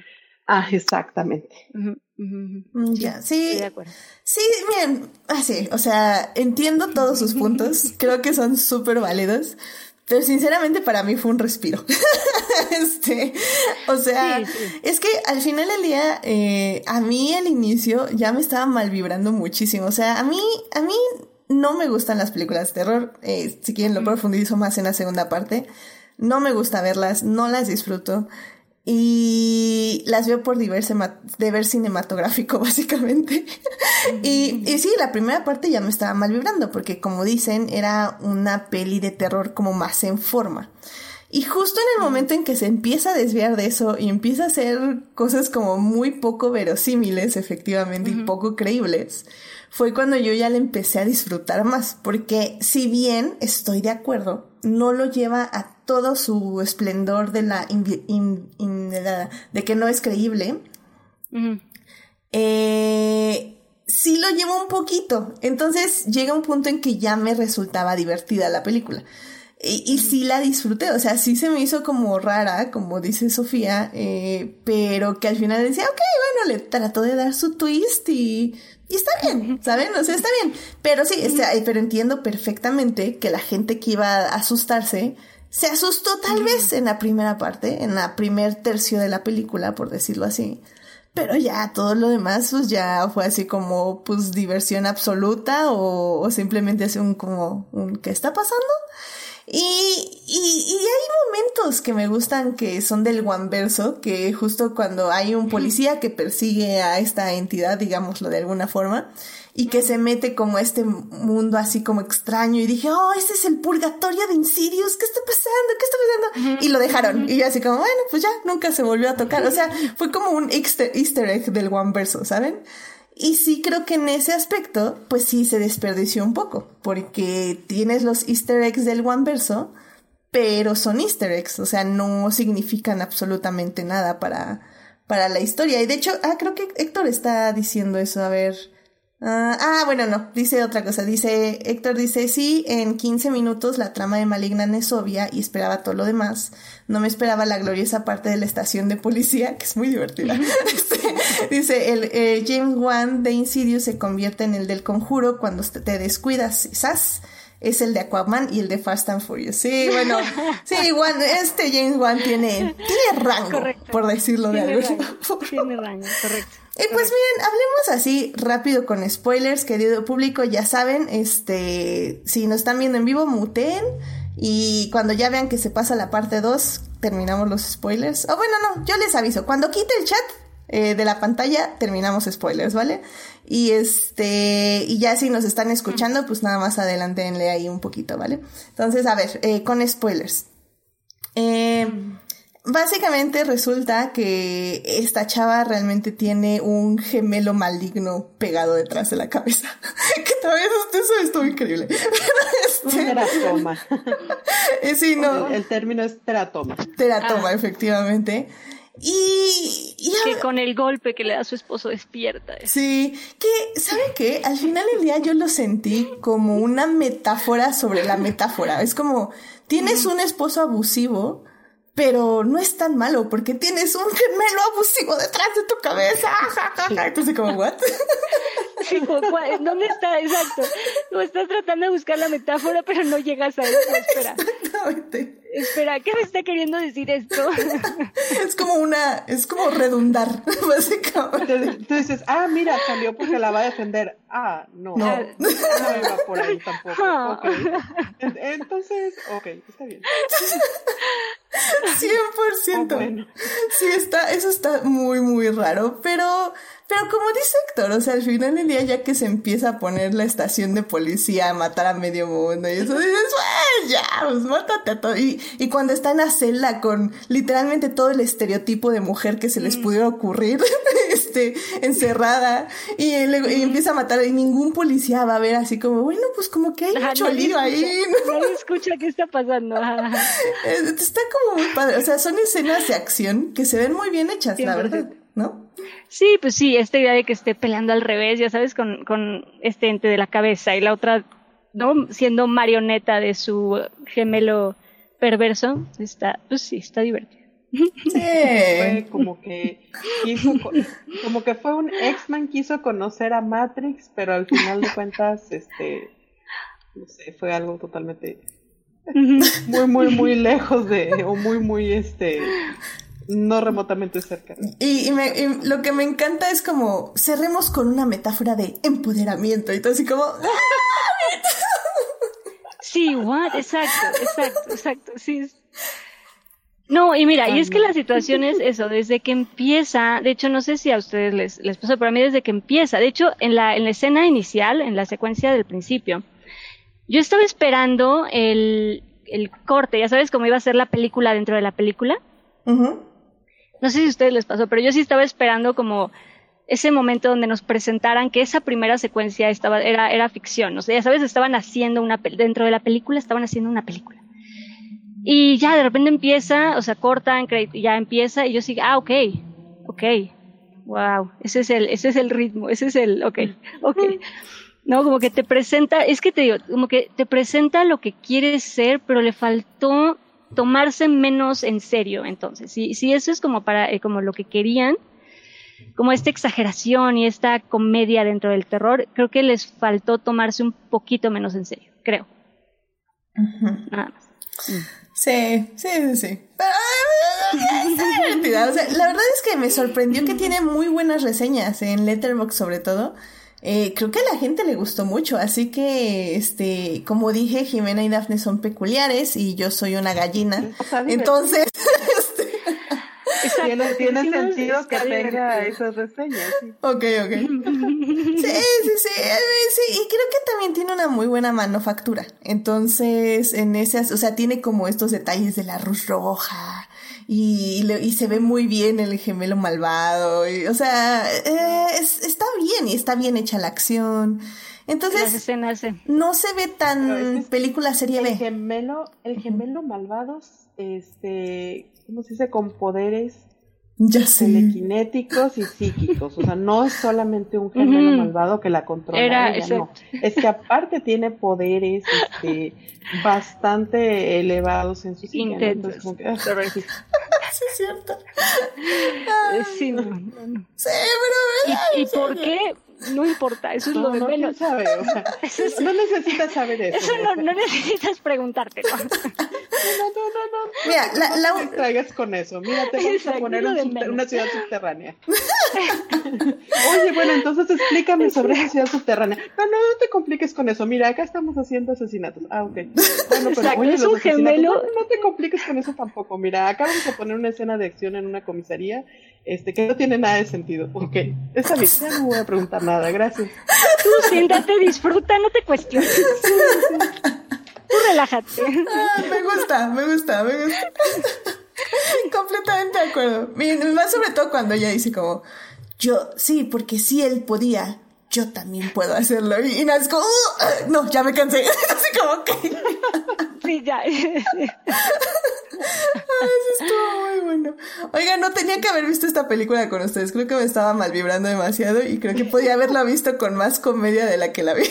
Ah, exactamente. Uh-huh, uh-huh. Ya, sí. Estoy de acuerdo. Sí, miren, así, o sea, entiendo todos sus puntos, creo que son súper válidos, pero sinceramente para mí fue un respiro. este, o sea, sí, sí. Es que al final del día, eh, a mí al inicio ya me estaba mal vibrando muchísimo, o sea, a mí, a mí no me gustan las películas de terror, eh, si quieren lo mm. profundizo más en la segunda parte, no me gusta verlas, no las disfruto. Y las veo por deber, deber cinematográfico, básicamente. Mm-hmm. y, y sí, la primera parte ya me estaba mal vibrando, porque como dicen, era una peli de terror como más en forma. Y justo en el momento en que se empieza a desviar de eso y empieza a hacer cosas como muy poco verosímiles, efectivamente, mm-hmm. y poco creíbles, fue cuando yo ya le empecé a disfrutar más. Porque si bien estoy de acuerdo, no lo lleva a todo su esplendor de la, in, in, in, de, la de que no es creíble, uh-huh. eh, sí lo llevo un poquito. Entonces llega un punto en que ya me resultaba divertida la película. Y, y uh-huh. sí la disfruté, o sea, sí se me hizo como rara, como dice Sofía, eh, pero que al final decía, ok, bueno, le trató de dar su twist y... Y está bien, ¿saben? O sea, está bien. Pero sí, está, pero entiendo perfectamente que la gente que iba a asustarse se asustó tal mm. vez en la primera parte, en la primer tercio de la película, por decirlo así. Pero ya todo lo demás, pues ya fue así como, pues, diversión absoluta o, o simplemente así un como, un ¿qué está pasando? Y, y, y hay momentos que me gustan que son del Guanverso, que justo cuando hay un policía que persigue a esta entidad, digámoslo de alguna forma, y que se mete como a este mundo así como extraño, y dije, oh, ese es el purgatorio de Insidious, ¿qué está pasando? ¿Qué está pasando? Uh-huh. Y lo dejaron, y yo así como, bueno, pues ya, nunca se volvió a tocar, o sea, fue como un easter, easter egg del Guanverso, ¿saben? Y sí creo que en ese aspecto, pues sí se desperdició un poco, porque tienes los easter eggs del Guanverso, pero son easter eggs, o sea, no significan absolutamente nada para, para la historia. Y de hecho, ah, creo que Héctor está diciendo eso, a ver... Uh, ah, bueno, no, dice otra cosa, dice, Héctor dice, sí, en quince minutos la trama de Malignant es obvia y esperaba todo lo demás, no me esperaba la gloriosa parte de la estación de policía, que es muy divertida. este, dice, el eh, James Wan de Insidious se convierte en el del Conjuro cuando te, te descuidas, ¿sabes? Es el de Aquaman y el de Fast and Furious. Sí, bueno, sí, Wan, este James Wan tiene, tiene rango, correcto. Por decirlo tiene de alguna forma. Tiene rango, correcto. Y pues bien, hablemos así rápido con spoilers, querido público, ya saben, este, si nos están viendo en vivo, muteen, y cuando ya vean que se pasa la parte dos, terminamos los spoilers. Oh, bueno, no, yo les aviso, cuando quite el chat eh, de la pantalla, terminamos spoilers, ¿vale? Y este, y ya si nos están escuchando, pues nada más adelántenle ahí un poquito, ¿vale? Entonces, a ver, eh, con spoilers. Eh... Básicamente resulta que esta chava realmente tiene un gemelo maligno pegado detrás de la cabeza. Que todavía eso estuvo increíble. Este... Un teratoma. Sí, no. El, el término es teratoma. Teratoma, ah. efectivamente. Y, y que a... con el golpe que le da a su esposo despierta. Sí, que, ¿saben qué? Al final del día yo lo sentí como una metáfora sobre la metáfora. Es como, tienes un esposo abusivo, pero no es tan malo porque tienes un gemelo abusivo detrás de tu cabeza. Entonces, como, ¿what? Sí, ¿dónde está? Exacto. Tú estás tratando de buscar la metáfora, pero no llegas a eso. Espera. Exactamente. Espera, ¿qué me está queriendo decir esto? Es como una, es como redundar, básicamente. Tú dices, ah, mira, salió porque la va a defender. Ah, no. No, no iba por ahí tampoco. Okay. Entonces, ok, está bien. cien por ciento. Oh, bueno. Sí, está, eso está muy, muy raro, pero... Pero como dice Héctor, o sea, al final del día ya que se empieza a poner la estación de policía a matar a medio mundo y eso, dices, ¡eh, ya, pues mátate a todo! Y, y cuando está en la celda con literalmente todo el estereotipo de mujer que se les pudiera ocurrir, este, encerrada, y, y empieza a matar y ningún policía va a ver así como, bueno, pues como que hay Ajá, mucho lío ahí, ¿no? Nadie escucha qué está pasando. Ajá. Está como muy padre, o sea, son escenas de acción que se ven muy bien hechas, cien por ciento. La verdad, ¿no? Sí, pues sí, esta idea de que esté peleando al revés, ya sabes, con, con este ente de la cabeza y la otra, ¿no? Siendo marioneta de su gemelo perverso, está, pues sí, está divertido. Sí. Fue como que quiso, como que fue un X-Men, quiso conocer a Matrix, pero al final de cuentas, este, no sé, fue algo totalmente muy, muy, muy lejos de, o muy, muy, este, no remotamente cerca. Y, y, me, y lo que me encanta es como, cerremos con una metáfora de empoderamiento, y todo así como... Sí, what, exacto, exacto, exacto, sí. No, y mira, y es que la situación es eso, desde que empieza, de hecho no sé si a ustedes les, les pasó, pero a mí desde que empieza, de hecho en la, en la escena inicial, en la secuencia del principio, yo estaba esperando el, el corte, ya sabes cómo iba a ser la película dentro de la película. Uh-huh. No sé si a ustedes les pasó, pero yo sí estaba esperando como ese momento donde nos presentaran que esa primera secuencia estaba, era, era ficción, o sea, ya sabes, estaban haciendo una, dentro de la película estaban haciendo una película. Y ya de repente empieza, o sea, cortan, y ya empieza, y yo sigo, ah, ok, ok, wow, ese es el, ese es el ritmo, ese es el, ok, ok. No, como que te presenta, es que te digo, como que te presenta lo que quiere ser, pero le faltó tomarse menos en serio, entonces. Si, si eso es como para, eh, como lo que querían, como esta exageración y esta comedia dentro del terror, creo que les faltó tomarse un poquito menos en serio, creo. Uh-huh. Nada más. Sí, sí, sí, sí. Pero, está divertida. O sea, la verdad es que me sorprendió que tiene muy buenas reseñas en Letterboxd, sobre todo. Eh, creo que a la gente le gustó mucho, así que, este, como dije, Jimena y Dafne son peculiares y yo soy una gallina. Entonces, este... Tiene, tiene sentido que tenga esas reseñas. Sí. Ok, ok. Sí, sí, sí, sí, y creo que también tiene una muy buena manufactura. Entonces, en esas, o sea, tiene como estos detalles de la luz roja y, y, y se ve muy bien el gemelo malvado. Y, o sea, eh, es, está bien y está bien hecha la acción. Entonces, las escenas, sí. No se ve tan es película serie B. El gemelo, el gemelo malvado, este, ¿cómo se dice? Con poderes ya sé. telequinéticos y psíquicos. O sea, no es solamente un gemelo uh-huh. malvado que la controla. Era, ella, no. Es que aparte tiene poderes este, bastante elevados en su psique. Entonces, como que, ah, sí, es cierto. Sí, no, no, no. Sí, pero... ¿Y, y por qué? No importa, eso es no, lo de no, menos. Sabe, o sea, es, no necesitas saber eso. Eso no, no necesitas preguntártelo. No, no, no, no. Mira, no, la, no la... te distraigas con eso. Mira, te vamos a poner un subter- una ciudad subterránea. Oye, bueno, entonces explícame sobre esa ciudad subterránea. No, no, no te compliques con eso. Mira, acá estamos haciendo asesinatos. Ah, ok. Bueno, pero exacto, oye, es los un gemelo. No, no te compliques con eso tampoco. Mira, acá vamos a poner una escena de acción en una comisaría este, que no tiene nada de sentido. Ok, está bien, ya no voy a preguntar nada, gracias. Tú siéntate, disfruta, no te cuestiones. Tú relájate. Ah, me gusta, me gusta, me gusta. Completamente de acuerdo. Más sobre todo cuando ella dice como, yo, sí, porque si él podía, yo también puedo hacerlo. Y, y Nazco, uh, no, ya me cansé. Así como que... Sí, ya. Ay, eso estuvo muy bueno. Oiga, no tenía que haber visto esta película con ustedes. Creo que me estaba mal vibrando demasiado y creo que podía haberla visto con más comedia de la que la vi.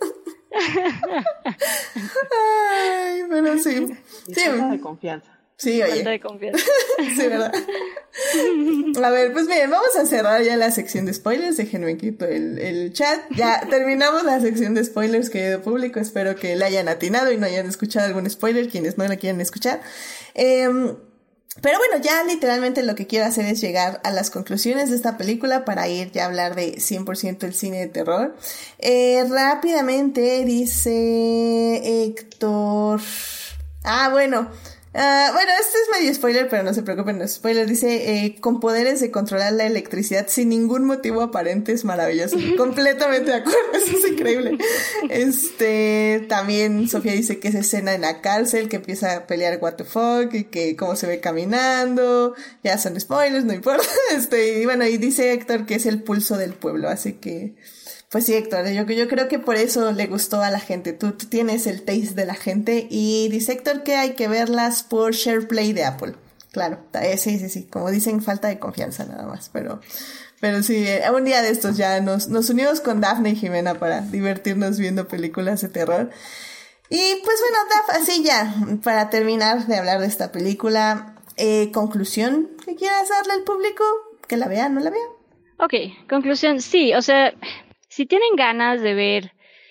Ay, pero sí. Sí. Falta de confianza. Sí, oye. Falta de confianza. Sí, ¿verdad? A ver, pues miren, vamos a cerrar ya la sección de spoilers. Déjenme quito el, el chat. Ya terminamos la sección de spoilers, querido público. Espero que le hayan atinado y no hayan escuchado algún spoiler, quienes no la quieran escuchar. Eh, pero bueno, ya literalmente lo que quiero hacer es llegar a las conclusiones de esta película para ir ya a hablar de cien por ciento el cine de terror. Eh, rápidamente dice Héctor... Ah, bueno... Uh, bueno, este es medio spoiler, pero no se preocupen, no es spoiler. Dice, eh, con poderes de controlar la electricidad sin ningún motivo aparente, es maravilloso. Completamente de acuerdo, eso es increíble. Este, también Sofía dice que esa escena en la cárcel, que empieza a pelear what the fuck, y que cómo se ve caminando, ya son spoilers, no importa. Este, y bueno, y dice Héctor que es el pulso del pueblo, así que... Pues sí, Héctor, yo, yo creo que por eso le gustó a la gente. Tú, tú tienes el taste de la gente. Y dice Héctor que hay que verlas por SharePlay de Apple. Claro, eh, sí, sí, sí. Como dicen, falta de confianza nada más. Pero, pero sí, eh, un día de estos ya nos, nos unimos con Dafne y Jimena para divertirnos viendo películas de terror. Y pues bueno, Daf, así ya, para terminar de hablar de esta película... eh, conclusión que quieras darle al público, que la vea, no la vea. Ok, conclusión, sí, o sea, si tienen ganas de ver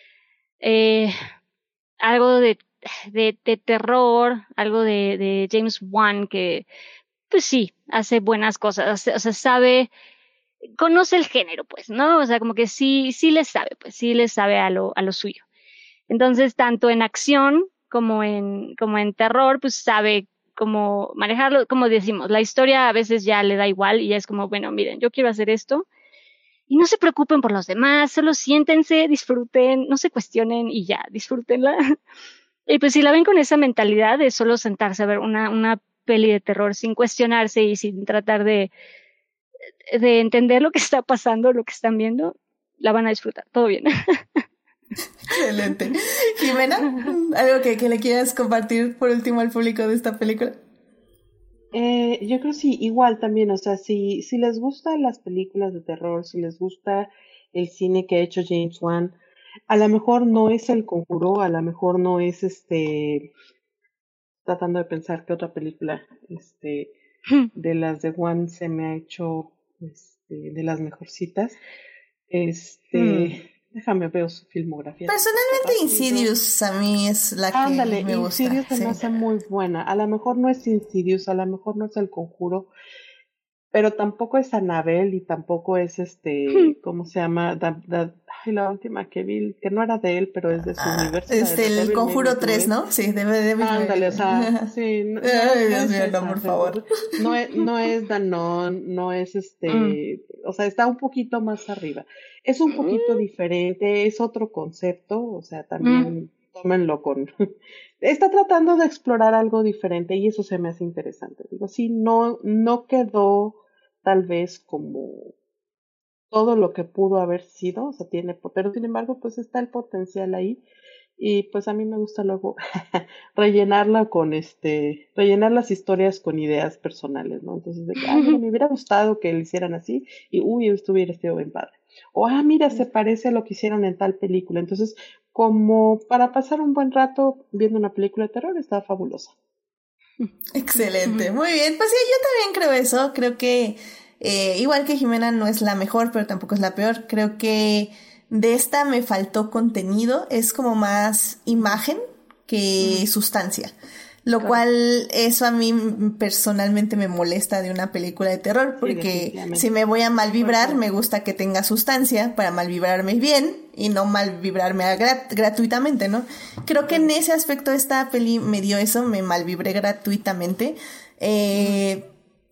eh, algo de, de, de terror, algo de, de James Wan, que pues sí, hace buenas cosas, hace, o sea, sabe, conoce el género, pues, ¿no? O sea, como que sí, sí le sabe, pues, sí le sabe a lo, a lo suyo. Entonces, tanto en acción como en, como en terror, pues sabe cómo manejarlo, como decimos, la historia a veces ya le da igual y ya es como, bueno, miren, yo quiero hacer esto y no se preocupen por los demás, solo siéntense, disfruten, no se cuestionen y ya, disfrútenla. Y pues si la ven con esa mentalidad de solo sentarse a ver una, una peli de terror sin cuestionarse y sin tratar de, de entender lo que está pasando, lo que están viendo, la van a disfrutar, todo bien. Excelente. Jimena, ¿algo que, que le quieras compartir por último al público de esta película? Eh, yo creo sí, igual también, o sea, si, si les gustan las películas de terror, si les gusta el cine que ha hecho James Wan, a lo mejor no es El Conjuro, a lo mejor no es este, tratando de pensar qué otra película, este, de las de Wan se me ha hecho, este, de las mejorcitas, este, mm. déjame ver su filmografía. Personalmente Insidious a mí es la que Ándale, me gusta. Insidious se me hace muy buena. A lo mejor no es Insidious, a lo mejor no es El Conjuro, pero tampoco es Annabelle y tampoco es este, ¿cómo se llama? Da, da, ay, la última que vi, que no era de él, pero es de su ah, universo. Este, el Devil Conjuro tres, ¿no? Sí, debe de Devil Ándale, o sea, sí. No, ay, no Dios es mío, esa, no, por favor. No es, no es Danon, no es este, mm. o sea, está un poquito más arriba. Es un poquito mm. diferente, es otro concepto, o sea, también mm. tómenlo con... Está tratando de explorar algo diferente y eso se me hace interesante. Digo, sí, no, no quedó tal vez como todo lo que pudo haber sido, o sea, tiene, pero sin embargo, pues está el potencial ahí y pues a mí me gusta luego rellenarla con este, rellenar las historias con ideas personales, ¿no? Entonces, de que, ah, mira, me hubiera gustado que lo hicieran así y, uy, estuviera este bien padre. O, ah, mira, se parece a lo que hicieron en tal película. Entonces, como para pasar un buen rato viendo una película de terror, está fabulosa. Excelente, muy bien. Pues sí, yo también creo eso. Creo que eh, igual que Jimena no es la mejor, pero tampoco es la peor. Creo que de esta me faltó contenido. Es como más imagen que mm. sustancia. Lo claro. cual eso a mí personalmente me molesta de una película de terror, porque sí, si me voy a mal vibrar, me gusta que tenga sustancia para mal vibrarme bien y no mal vibrarme grat- gratuitamente, ¿no? Creo que en ese aspecto esta peli me dio eso, me mal vibré gratuitamente, eh,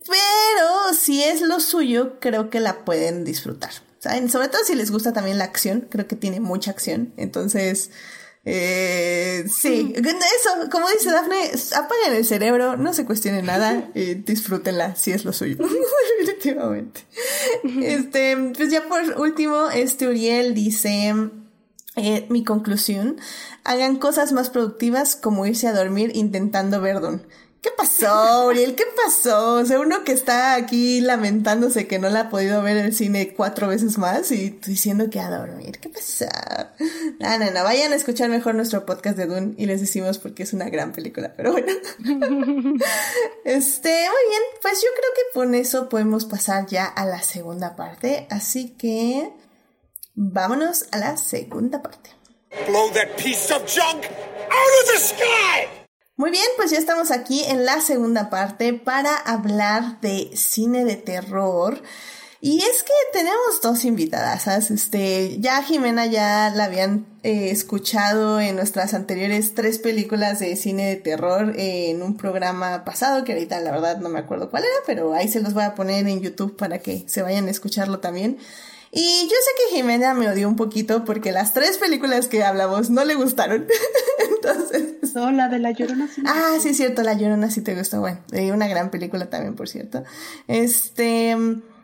pero si es lo suyo, creo que la pueden disfrutar, ¿saben? Sobre todo si les gusta también la acción, creo que tiene mucha acción, entonces... Eh, sí, eso, como dice Dafne, apaguen el cerebro, no se cuestionen nada y disfrútenla si es lo suyo. Definitivamente. Este, pues ya por último, este Uriel dice, eh, mi conclusión, hagan cosas más productivas como irse a dormir intentando ver Dune. ¿Qué pasó, Uriel? ¿Qué pasó? O sea, uno que está aquí lamentándose que no la ha podido ver en el cine cuatro veces más y diciendo que a dormir. ¿Qué pasó? No, no, no. Vayan a escuchar mejor nuestro podcast de Dune y les decimos porque es una gran película, pero bueno. Este, muy bien. Pues yo creo que con eso podemos pasar ya a la segunda parte. Así que vámonos a la segunda parte. Blow that piece of junk out of the sky! Muy bien, pues ya estamos aquí en la segunda parte para hablar de cine de terror. Y es que tenemos dos invitadas, ¿sabes? Este, ya Jimena ya la habían eh, escuchado en nuestras anteriores tres películas de cine de terror eh, en un programa pasado, que ahorita la verdad no me acuerdo cuál era, pero ahí se los voy a poner en YouTube para que se vayan a escucharlo también. Y yo sé que Jimena me odió un poquito porque las tres películas que hablamos no le gustaron. Entonces... No, la de La Llorona sí. Ah, sí, es cierto, La Llorona sí te gustó. Bueno, eh, una gran película también, por cierto. Este...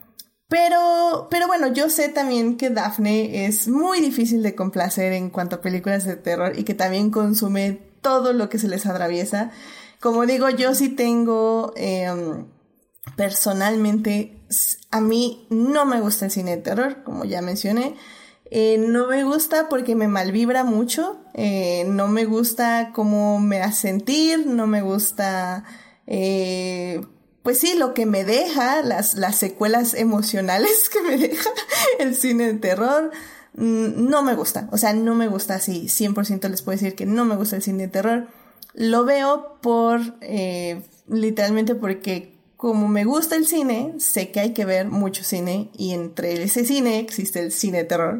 Pero, pero bueno, yo sé también que Dafne es muy difícil de complacer en cuanto a películas de terror y que también consume todo lo que se les atraviesa. Como digo, yo sí tengo... Eh, personalmente, a mí no me gusta el cine de terror, como ya mencioné. Eh, no me gusta porque me malvibra mucho. Eh, no me gusta cómo me hace sentir. No me gusta... Eh, pues sí, lo que me deja, las, las secuelas emocionales que me deja el cine de terror, no me gusta. O sea, no me gusta así. cien por ciento les puedo decir que no me gusta el cine de terror. Lo veo por, eh, literalmente porque como me gusta el cine, sé que hay que ver mucho cine y entre ese cine existe el cine de terror.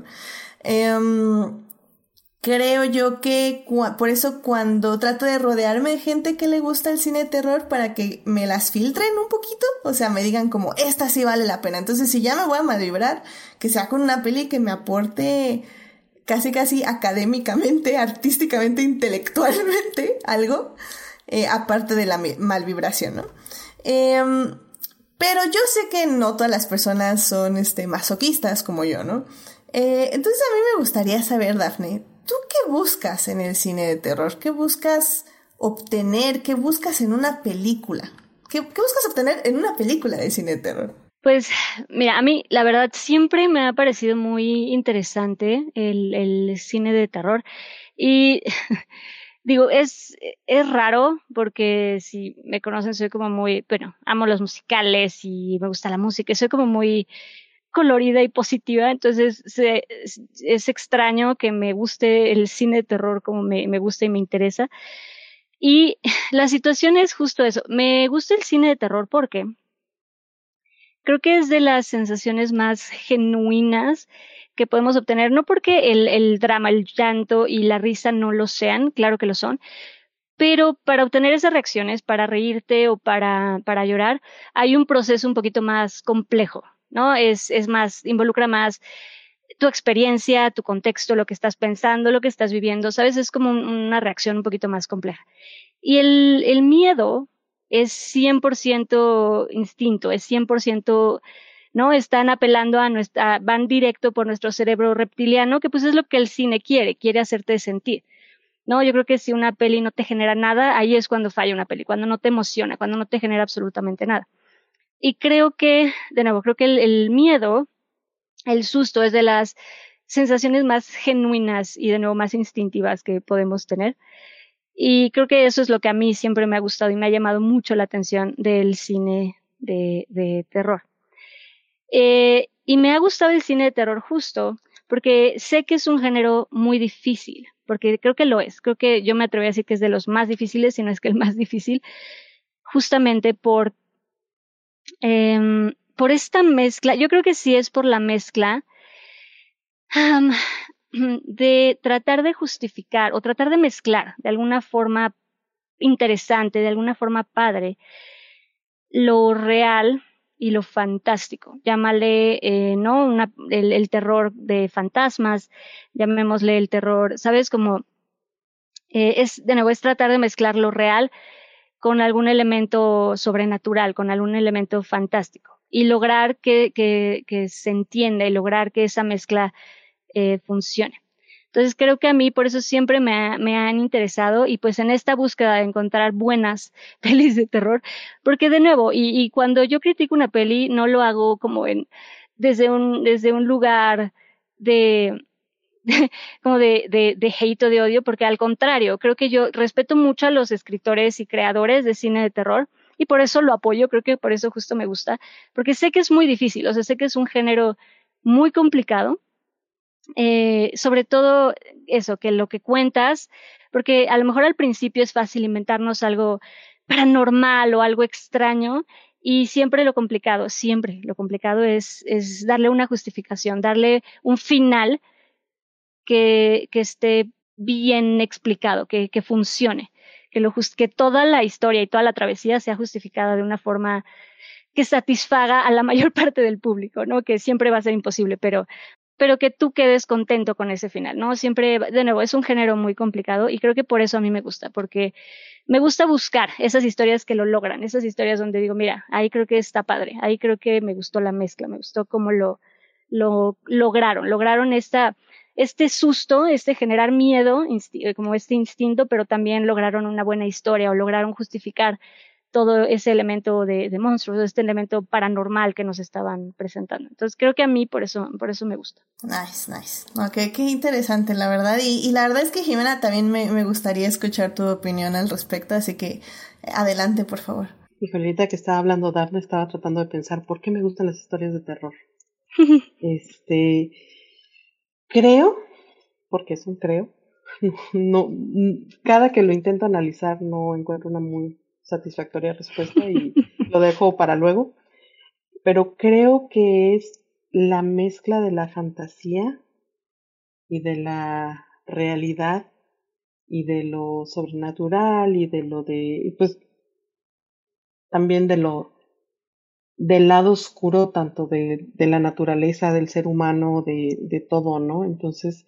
Um, creo yo que cu- por eso cuando trato de rodearme de gente que le gusta el cine de terror para que me las filtren un poquito, o sea, me digan como, esta sí vale la pena. Entonces, si ya me voy a malvibrar, que sea con una peli que me aporte casi casi académicamente, artísticamente, intelectualmente algo, eh, aparte de la malvibración, ¿no? Eh, pero yo sé que no todas las personas son este, masoquistas como yo, ¿no? Eh, entonces a mí me gustaría saber, Dafne, ¿tú qué buscas en el cine de terror? ¿Qué buscas obtener? ¿Qué buscas en una película? ¿Qué, qué buscas obtener en una película de cine de terror? Pues mira, a mí la verdad siempre me ha parecido muy interesante el, el cine de terror y digo, es, es raro porque si me conocen soy como muy, bueno, amo los musicales y me gusta la música, soy como muy colorida y positiva, entonces se, es, es extraño que me guste el cine de terror como me, me gusta y me interesa. Y la situación es justo eso, me gusta el cine de terror porque creo que es de las sensaciones más genuinas que podemos obtener, no porque el, el drama, el llanto y la risa no lo sean, claro que lo son, pero para obtener esas reacciones, para reírte o para, para llorar, hay un proceso un poquito más complejo, ¿no? Es, es más, involucra más tu experiencia, tu contexto, lo que estás pensando, lo que estás viviendo, ¿sabes? Es como un, una reacción un poquito más compleja. Y el, el miedo es cien por ciento instinto, es cien por ciento, ¿no? Están apelando a nuestra, van directo por nuestro cerebro reptiliano, que pues es lo que el cine quiere, quiere hacerte sentir. No, yo creo que si una peli no te genera nada, ahí es cuando falla una peli, cuando no te emociona, cuando no te genera absolutamente nada. Y creo que, de nuevo, creo que el, el miedo, el susto es de las sensaciones más genuinas y de nuevo más instintivas que podemos tener. Y creo que eso es lo que a mí siempre me ha gustado y me ha llamado mucho la atención del cine de, de terror. Eh, y me ha gustado el cine de terror justo porque sé que es un género muy difícil, porque creo que lo es. Creo que yo me atrevo a decir que es de los más difíciles, si no es que el más difícil, justamente por, eh, por esta mezcla. Yo creo que sí es por la mezcla um, de tratar de justificar o tratar de mezclar de alguna forma interesante, de alguna forma padre, lo real y lo fantástico. Llámale, eh, ¿no? Una, el, el terror de fantasmas, llamémosle el terror, ¿sabes? Como eh, es, de nuevo, es tratar de mezclar lo real con algún elemento sobrenatural, con algún elemento fantástico y lograr que, que, que se entienda y lograr que esa mezcla eh, funcione. Entonces creo que a mí por eso siempre me, ha, me han interesado y pues en esta búsqueda de encontrar buenas pelis de terror, porque de nuevo, y, y cuando yo critico una peli no lo hago como en, desde un, desde un lugar de, de como de, de, de hate o de odio, porque al contrario, creo que yo respeto mucho a los escritores y creadores de cine de terror y por eso lo apoyo, creo que por eso justo me gusta, porque sé que es muy difícil, o sea, sé que es un género muy complicado. Eh, sobre todo eso, que lo que cuentas, porque a lo mejor al principio es fácil inventarnos algo paranormal o algo extraño y siempre lo complicado, siempre lo complicado es, es darle una justificación, darle un final que, que esté bien explicado, que, que funcione, que, lo just, que toda la historia y toda la travesía sea justificada de una forma que satisfaga a la mayor parte del público, ¿no? Que siempre va a ser imposible, pero pero que tú quedes contento con ese final, ¿no? Siempre, de nuevo, es un género muy complicado y creo que por eso a mí me gusta, porque me gusta buscar esas historias que lo logran, esas historias donde digo, mira, ahí creo que está padre, ahí creo que me gustó la mezcla, me gustó cómo lo, lo lograron, lograron esta, este susto, este generar miedo, como este instinto, pero también lograron una buena historia o lograron justificar todo ese elemento de, de monstruos, este elemento paranormal que nos estaban presentando. Entonces creo que a mí por eso, por eso me gusta. Nice, nice. Ok, qué interesante, la verdad. Y, y la verdad es que, Jimena, también me, me gustaría escuchar tu opinión al respecto, así que adelante, por favor. Híjole, ahorita que estaba hablando Daphne, estaba tratando de pensar por qué me gustan las historias de terror. Este, creo, porque es un creo, no, n- cada que lo intento analizar no encuentro una muy satisfactoria respuesta y lo dejo para luego, pero creo que es la mezcla de la fantasía y de la realidad y de lo sobrenatural y de lo de, y pues también de lo del lado oscuro tanto de, de la naturaleza, del ser humano, de, de todo, ¿no? Entonces,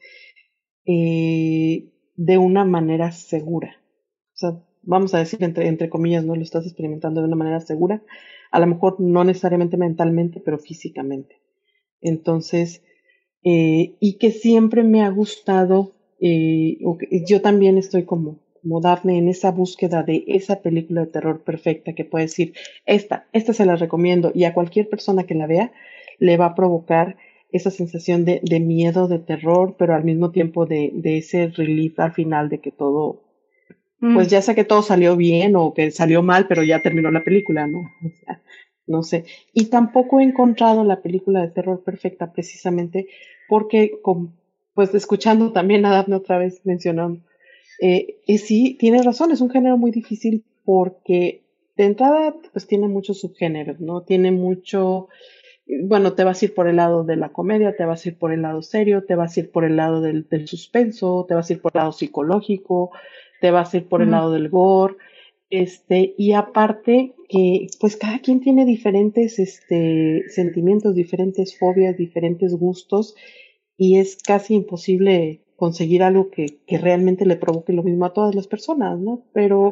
eh, de una manera segura. O sea, vamos a decir entre, entre comillas, ¿no? Lo estás experimentando de una manera segura. A lo mejor no necesariamente mentalmente, pero físicamente. Entonces, eh, y que siempre me ha gustado, eh, o que yo también estoy como, como Daphne en esa búsqueda de esa película de terror perfecta que puede decir, esta, esta se la recomiendo y a cualquier persona que la vea le va a provocar esa sensación de, de miedo, de terror, pero al mismo tiempo de, de ese relief al final de que todo, pues Mm, ya sea que todo salió bien o que salió mal, pero ya terminó la película, ¿no? O sea, no sé. Y tampoco he encontrado la película de terror perfecta precisamente porque, con, pues escuchando también a Daphne otra vez mencionando, eh, y sí, tienes razón, es un género muy difícil porque de entrada, pues tiene muchos subgéneros, ¿no? Tiene mucho, bueno, te vas a ir por el lado de la comedia, te vas a ir por el lado serio, te vas a ir por el lado del, del suspenso, te vas a ir por el lado psicológico, te vas a ir por el ujú, lado del gore, este, y aparte que pues cada quien tiene diferentes este, sentimientos, diferentes fobias, diferentes gustos, y es casi imposible conseguir algo que, que realmente le provoque lo mismo a todas las personas, ¿no? Pero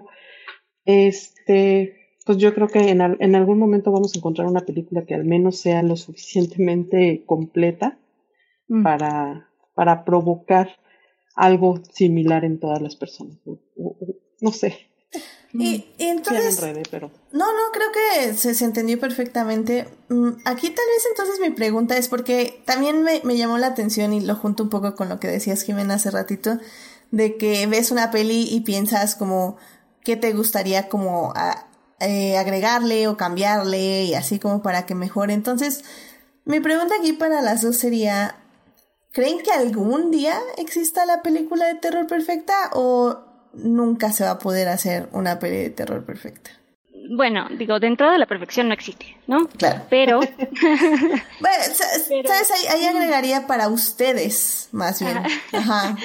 este, pues yo creo que en, al- en algún momento vamos a encontrar una película que al menos sea lo suficientemente completa mm. para, para provocar algo similar en todas las personas. O- o- o- no sé, Mm. Y, y ya me entonces, enredé, pero no, no, creo que se, se entendió perfectamente. Mm, Aquí tal vez entonces mi pregunta es porque también me, me llamó la atención y lo junto un poco con lo que decías, Jimena, hace ratito, de que ves una peli y piensas como qué te gustaría como a- eh, agregarle o cambiarle y así como para que mejore. Entonces, mi pregunta aquí para las dos sería, ¿creen que algún día exista la película de terror perfecta o nunca se va a poder hacer una peli de terror perfecta? Bueno, digo, de entrada la perfección no existe, ¿no? Claro. Pero, Bueno, sa- pero, ¿sabes? Ahí, ahí agregaría para ustedes, más ajá. bien. Ajá.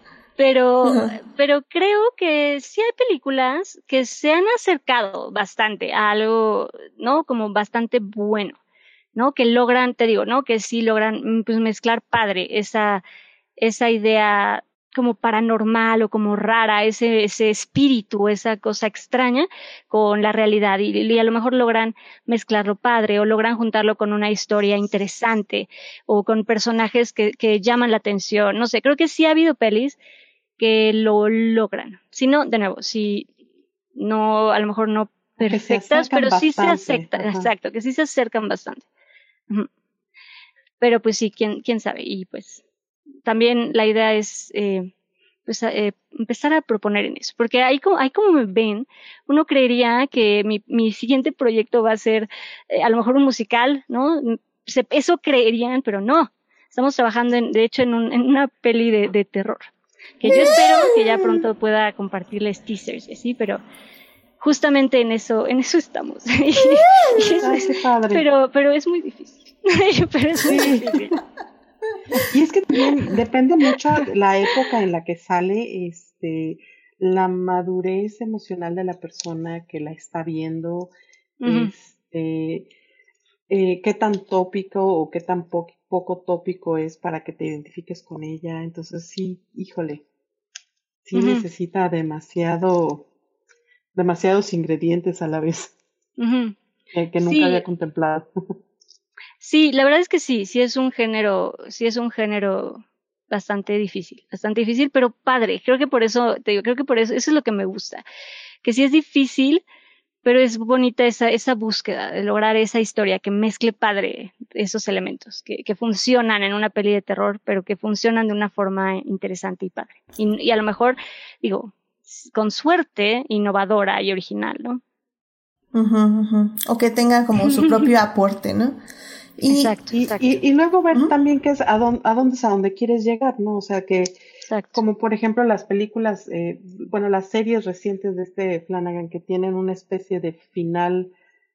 pero, Ajá. pero creo que sí hay películas que se han acercado bastante a algo, ¿no? Como bastante bueno, ¿no? Que logran, te digo, ¿no? Que sí logran, mm, pues mezclar padre esa, esa idea como paranormal o como rara, ese, ese espíritu, esa cosa extraña con la realidad y, y a lo mejor logran mezclarlo padre o logran juntarlo con una historia interesante o con personajes que, que llaman la atención. No sé, creo que sí ha habido pelis que lo logran. Si no, de nuevo, si no, a lo mejor no o que se perfectas, acercan pero sí se bastante, acepta, ajá. exacto, que sí se acercan bastante. Ujú. Pero pues sí, quién, quién sabe. Y pues también la idea es eh, pues, eh, empezar a proponer en eso, porque ahí como, ahí como me ven, uno creería que mi, mi siguiente proyecto va a ser eh, a lo mejor un musical, ¿no? Se- eso creerían, pero no. Estamos trabajando, en, de hecho, en, un, en una peli de, de terror, que yo espero que ya pronto pueda compartirles teasers, ¿sí? Pero justamente en eso, en eso estamos. Y- y es- Ay, qué padre. pero, pero es muy difícil. Pero es muy Sí, difícil. y es que también depende mucho de la época en la que sale, este, la madurez emocional de la persona que la está viendo, Ujú, este, eh, qué tan tópico o qué tan po- poco tópico es para que te identifiques con ella. Entonces sí, híjole, sí ujú, necesita demasiado, demasiados ingredientes a la vez ujú. que, que nunca Sí, había contemplado. sí, la verdad es que sí, sí es un género, sí es un género bastante difícil, bastante difícil, pero padre. Creo que por eso, te digo, creo que por eso, eso es lo que me gusta. Que sí es difícil, pero es bonita esa, esa búsqueda de lograr esa historia que mezcle padre esos elementos, que, que funcionan en una peli de terror, pero que funcionan de una forma interesante y padre. Y, y a lo mejor, digo, con suerte, innovadora y original, ¿no? Uh-huh, uh-huh. O que tenga como su propio aporte, ¿no? Y, exacto, y, exacto. Y, y luego ver uh-huh. también qué es a dónde, a dónde es a dónde quieres llegar, ¿no? O sea que, exacto. Como por ejemplo las películas, eh, bueno, las series recientes de este Flanagan que tienen una especie de final,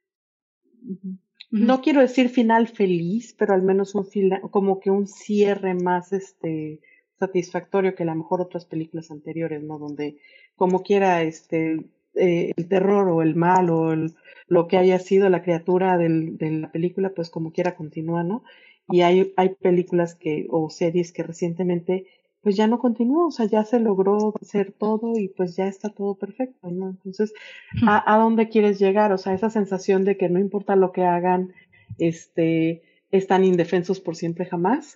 uh-huh. no quiero decir final feliz, pero al menos un final, como que un cierre más este satisfactorio que a lo mejor otras películas anteriores, ¿no? Donde como quiera este eh, el terror o el mal o el, lo que haya sido la criatura del, de la película, pues como quiera continúa, ¿no? Y hay, hay películas que o series que recientemente pues ya no continúa, o sea, ya se logró hacer todo y pues ya está todo perfecto, ¿no? Entonces, ¿a, a dónde quieres llegar? O sea, esa sensación de que no importa lo que hagan, este, están indefensos por siempre jamás,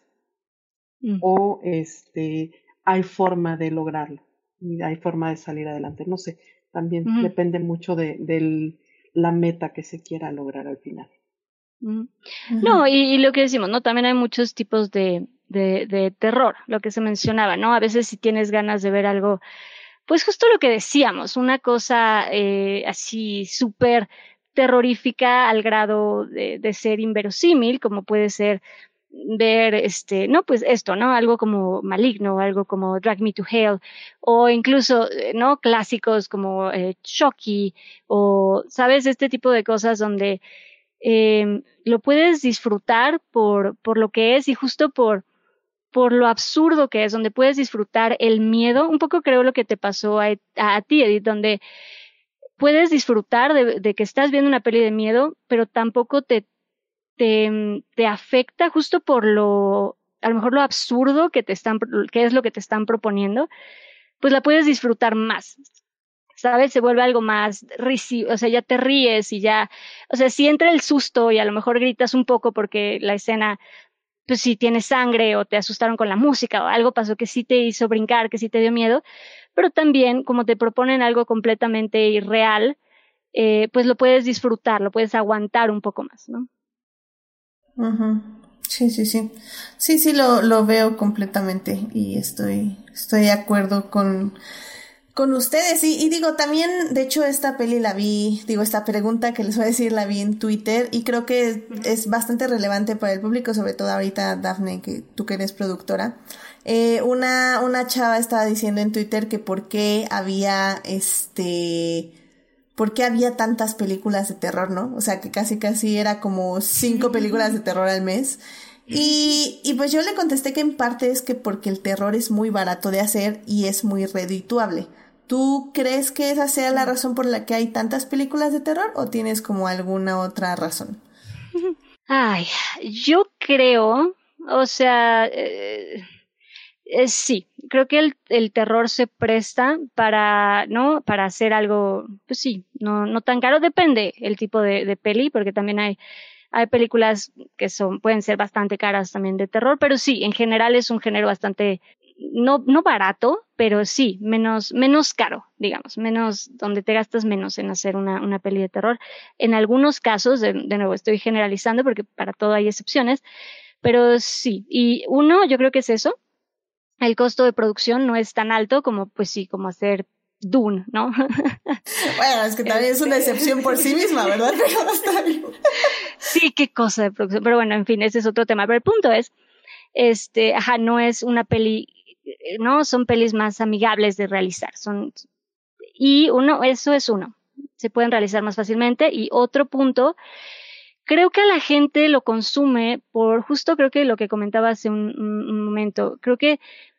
mm. o este, hay forma de lograrlo, y hay forma de salir adelante, no sé, también mm. depende mucho de, de la meta que se quiera lograr al final. Mm. No, y, y lo que decimos, ¿no? También hay muchos tipos de De, de terror, lo que se mencionaba, ¿no? A veces si tienes ganas de ver algo, pues justo lo que decíamos, una cosa eh, así súper terrorífica al grado de, de ser inverosímil, como puede ser ver, este, no, pues esto, ¿no? Algo como Maligno, algo como Drag Me to Hell, o incluso, ¿no? Clásicos como eh, Chucky, o, ¿sabes? Este tipo de cosas donde eh, lo puedes disfrutar por, por lo que es y justo por por lo absurdo que es, donde puedes disfrutar el miedo, un poco creo lo que te pasó a, a, a ti, Edith, donde puedes disfrutar de, de que estás viendo una peli de miedo, pero tampoco te, te, te afecta justo por lo, a lo mejor lo absurdo que te están, que es lo que te están proponiendo, pues la puedes disfrutar más, ¿sabes? Se vuelve algo más risi, o sea, ya te ríes y ya, o sea, si entra el susto y a lo mejor gritas un poco porque la escena pues si tienes sangre o te asustaron con la música o algo pasó que sí te hizo brincar, que sí te dio miedo, pero también como te proponen algo completamente irreal, eh, pues lo puedes disfrutar, lo puedes aguantar un poco más, ¿no? Uh-huh. Sí, sí, sí. Sí, sí, lo, lo veo completamente y estoy, estoy de acuerdo con... Con ustedes, y, y digo, también, de hecho, esta peli la vi, digo, esta pregunta que les voy a decir la vi en Twitter y creo que es bastante relevante para el público, sobre todo ahorita, Dafne, que tú que eres productora. Eh, una, una chava estaba diciendo en Twitter que por qué había, este, por qué había tantas películas de terror, ¿no? O sea, que casi casi era como cinco películas de terror al mes. Y, y pues yo le contesté que en parte es que porque el terror es muy barato de hacer y es muy redituable. ¿Tú crees que esa sea la razón por la que hay tantas películas de terror o tienes como alguna otra razón? Ay, yo creo, o sea, eh, eh, sí, creo que el, el terror se presta para, ¿no? Para hacer algo, pues sí, no, no tan caro, depende el tipo de, de peli, porque también hay Hay películas que son, pueden ser bastante caras también de terror, pero sí, en general es un género bastante, no, no barato, pero sí, menos, menos caro, digamos, menos, donde te gastas menos en hacer una, una peli de terror. En algunos casos, de, de nuevo, estoy generalizando porque para todo hay excepciones, pero sí, y uno, yo creo que es eso, el costo de producción no es tan alto como, pues sí, como hacer Dune, ¿no? Bueno, es que también este... es una excepción por sí misma, ¿verdad? Pero está bien. Sí, qué cosa de producción. Pero bueno, en fin, ese es otro tema. Pero el punto es, este, ajá, no es una peli, no, son pelis más amigables de realizar. Son, y uno, eso es uno. Se pueden realizar más fácilmente. Y otro punto, creo que a la gente lo consume por, justo creo que lo que comentaba hace un, un, un momento, creo que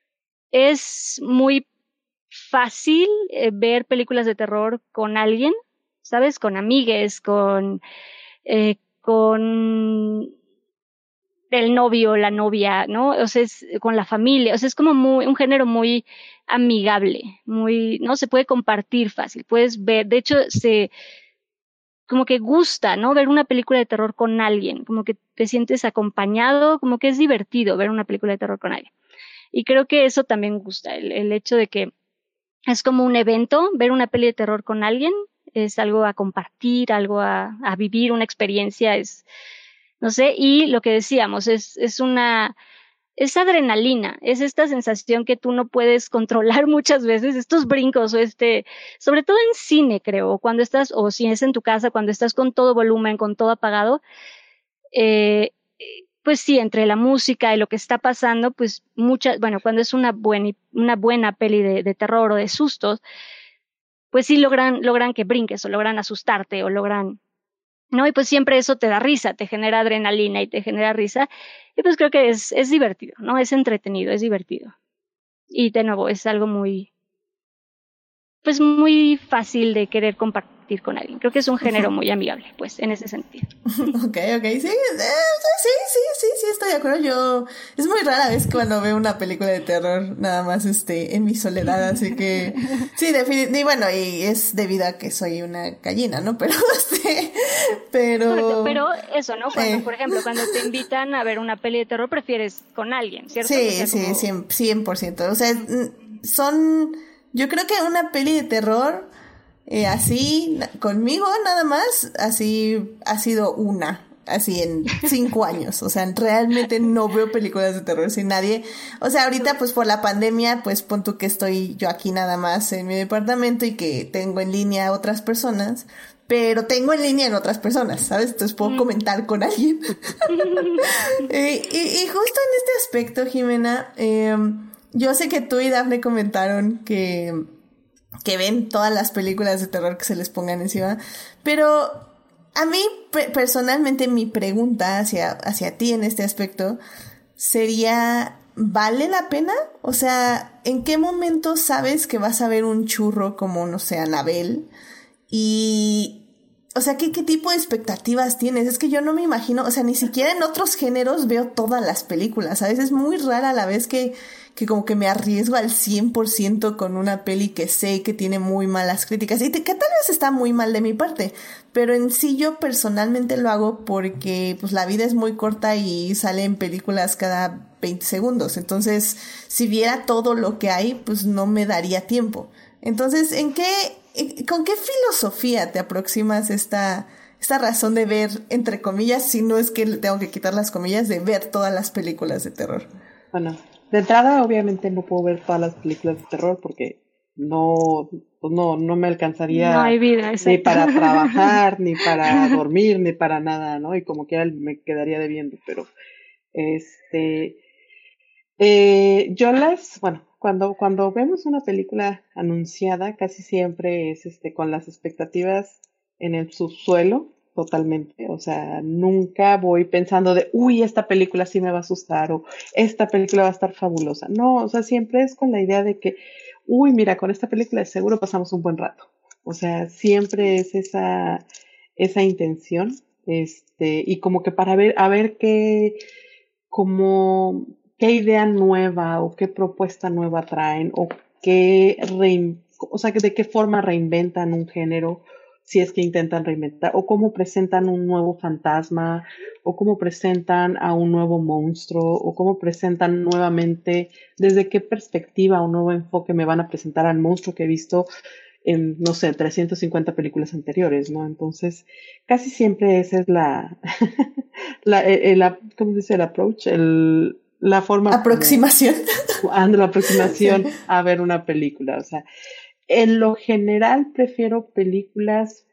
es muy fácil eh, ver películas de terror con alguien, ¿sabes? Con amigues, con, eh, con el novio, la novia, ¿no? O sea, es con la familia, o sea, es como muy, un género muy amigable, muy, ¿no? Se puede compartir fácil, puedes ver, de hecho, se, como que gusta, ¿no? Ver una película de terror con alguien, como que te sientes acompañado, como que es divertido ver una película de terror con alguien. Y creo que eso también gusta, el, el hecho de que es como un evento, ver una peli de terror con alguien, es algo a compartir, algo a, a vivir, una experiencia, es, no sé, y lo que decíamos, es, es una, es adrenalina, es esta sensación que tú no puedes controlar muchas veces, estos brincos o este, sobre todo en cine creo, o cuando estás, o si es en tu casa, cuando estás con todo volumen, con todo apagado, eh, pues sí, entre la música y lo que está pasando, pues muchas, bueno, cuando es una buena, una buena peli de, de terror o de sustos, pues sí logran, logran que brinques o logran asustarte o logran, ¿no? Y pues siempre eso te da risa, te genera adrenalina y te genera risa. Y pues creo que es, es divertido, ¿no? Es entretenido, es divertido. Y de nuevo, es algo muy, pues muy fácil de querer compartir con alguien. Creo que es un género muy amigable, pues, en ese sentido. Ok, ok, sí, eh, sí, sí, sí, sí, estoy de acuerdo. Yo, es muy rara vez cuando veo una película de terror, nada más, este, en mi soledad, así que, sí, definitivamente, y bueno, y es debido a que soy una gallina, ¿no? Pero, este, pero... Correcto, pero eso, ¿no? Cuando, eh. por ejemplo, cuando te invitan a ver una peli de terror, prefieres con alguien, ¿cierto? Sí, o sea, sí, como... cien por ciento. O sea, son, yo creo que una peli de terror, eh, así, conmigo nada más, así ha sido una, así en cinco años. O sea, realmente no veo películas de terror sin nadie. O sea, ahorita pues por la pandemia, pues pon tú que estoy yo aquí nada más en mi departamento y que tengo en línea a otras personas. Pero tengo en línea en otras personas, ¿sabes? Entonces puedo mm. comentar con alguien. eh, y, y justo en este aspecto, Jimena, eh, yo sé que tú y Dafne comentaron que, que ven todas las películas de terror que se les pongan encima, pero a mí pe- personalmente mi pregunta hacia, hacia ti en este aspecto sería, ¿vale la pena? O sea, ¿en qué momento sabes que vas a ver un churro como, no sé, Annabelle? Y, o sea, ¿qué, qué tipo de expectativas tienes? Es que yo no me imagino, o sea, ni siquiera en otros géneros veo todas las películas. A veces es muy rara la vez que, que como que me arriesgo al cien por ciento con una peli que sé que tiene muy malas críticas y te, que tal vez está muy mal de mi parte. Pero en sí yo personalmente lo hago porque pues la vida es muy corta y salen películas cada veinte segundos. Entonces, si viera todo lo que hay, pues no me daría tiempo. Entonces, ¿en qué... ¿con qué filosofía te aproximas esta, esta razón de ver, entre comillas, si no es que le tengo que quitar las comillas, de ver todas las películas de terror? Bueno, de entrada obviamente no puedo ver todas las películas de terror porque no, no, no me alcanzaría no hay vida, ni para trabajar, ni para dormir, ni para nada, ¿no? Y como quiera me quedaría debiendo, pero este... Eh, yo las, bueno, cuando, cuando vemos una película anunciada, casi siempre es este con las expectativas en el subsuelo, totalmente. O sea, nunca voy pensando de, uy, esta película sí me va a asustar o esta película va a estar fabulosa. No, o sea, siempre es con la idea de que, uy, mira, con esta película de seguro pasamos un buen rato. O sea, siempre es esa, esa intención, este, y como que para ver, a ver qué, como qué idea nueva o qué propuesta nueva traen o qué rein, o sea, de qué forma reinventan un género, si es que intentan reinventar, o cómo presentan un nuevo fantasma, o cómo presentan a un nuevo monstruo, o cómo presentan nuevamente, desde qué perspectiva o nuevo enfoque me van a presentar al monstruo que he visto en, no sé, trescientas cincuenta películas anteriores, ¿no? Entonces, casi siempre esa es la, la, el, el, ¿cómo se dice? El approach, el, la forma... Aproximación. Como, la aproximación sí. A ver una película, o sea, en lo general prefiero películas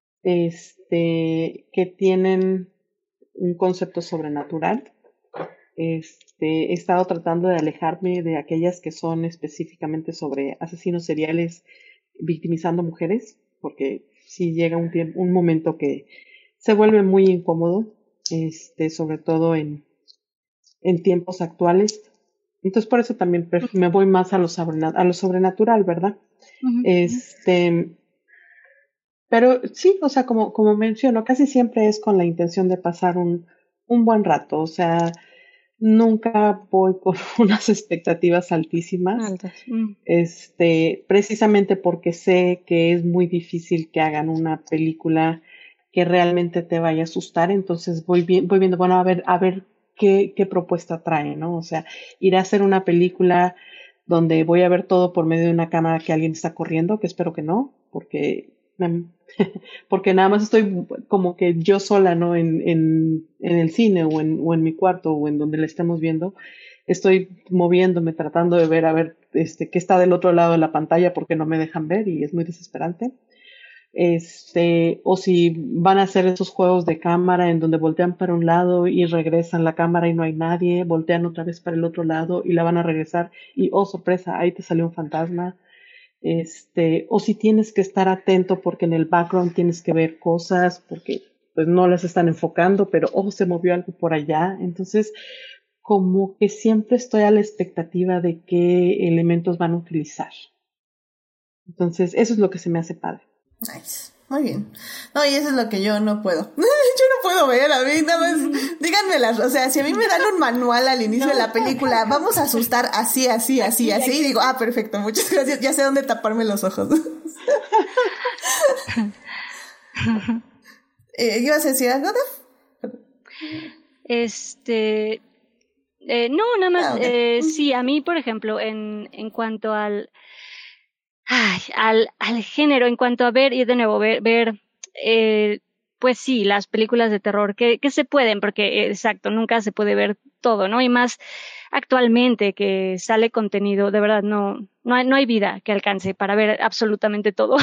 este, que tienen un concepto sobrenatural. Este, he estado tratando de alejarme de aquellas que son específicamente sobre asesinos seriales victimizando mujeres, porque sí llega un tiempo, un momento que se vuelve muy incómodo, este, sobre todo en, en tiempos actuales. Entonces por eso también me voy más a lo, sobrenat- a lo sobrenatural, ¿verdad? Uh-huh. Este, pero sí, o sea, como, como menciono, casi siempre es con la intención de pasar un, un buen rato, o sea, nunca voy con unas expectativas altísimas, Altas. Mm. este, precisamente porque sé que es muy difícil que hagan una película que realmente te vaya a asustar, entonces voy, vi- voy viendo, bueno, a ver, a ver qué, qué propuesta trae, ¿no? O sea, ir a hacer una película donde voy a ver todo por medio de una cámara que alguien está corriendo, que espero que no, porque porque nada más estoy como que yo sola, ¿no? En, en, en el cine o en, o en mi cuarto o en donde la estemos viendo. estoy moviéndome, tratando de ver a ver este qué está del otro lado de la pantalla porque no me dejan ver y es muy desesperante. Este, o si van a hacer esos juegos de cámara en donde voltean para un lado y regresan la cámara y no hay nadie, voltean otra vez para el otro lado y la van a regresar y oh sorpresa, ahí te salió un fantasma. Este, o si tienes que estar atento porque en el background tienes que ver cosas porque pues no las están enfocando, pero oh se movió algo por allá. Entonces como que siempre estoy a la expectativa de qué elementos van a utilizar. Entonces eso es lo que se me hace padre. Nice, muy bien. No, y eso es lo que yo no puedo. Yo no puedo ver, a mí nada más, díganmelas, o sea, si a mí me dan un manual al inicio de la película, vamos a asustar así, así, así, así, y digo, ah, perfecto, muchas gracias, ya sé dónde taparme los ojos. eh, ¿Ibas a decir algo, Daf? Este, eh, no, nada más, Ah, okay. eh, sí, a mí, por ejemplo, en, en cuanto al, ay, al, al género, en cuanto a ver, y de nuevo, ver, ver, eh, pues sí, las películas de terror, que, que se pueden, porque, eh, exacto, nunca se puede ver todo, ¿no? Y más actualmente que sale contenido, de verdad, no, no hay, no hay vida que alcance para ver absolutamente todo.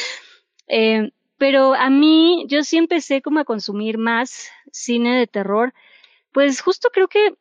eh, pero a mí, yo sí empecé como a consumir más cine de terror, pues justo creo que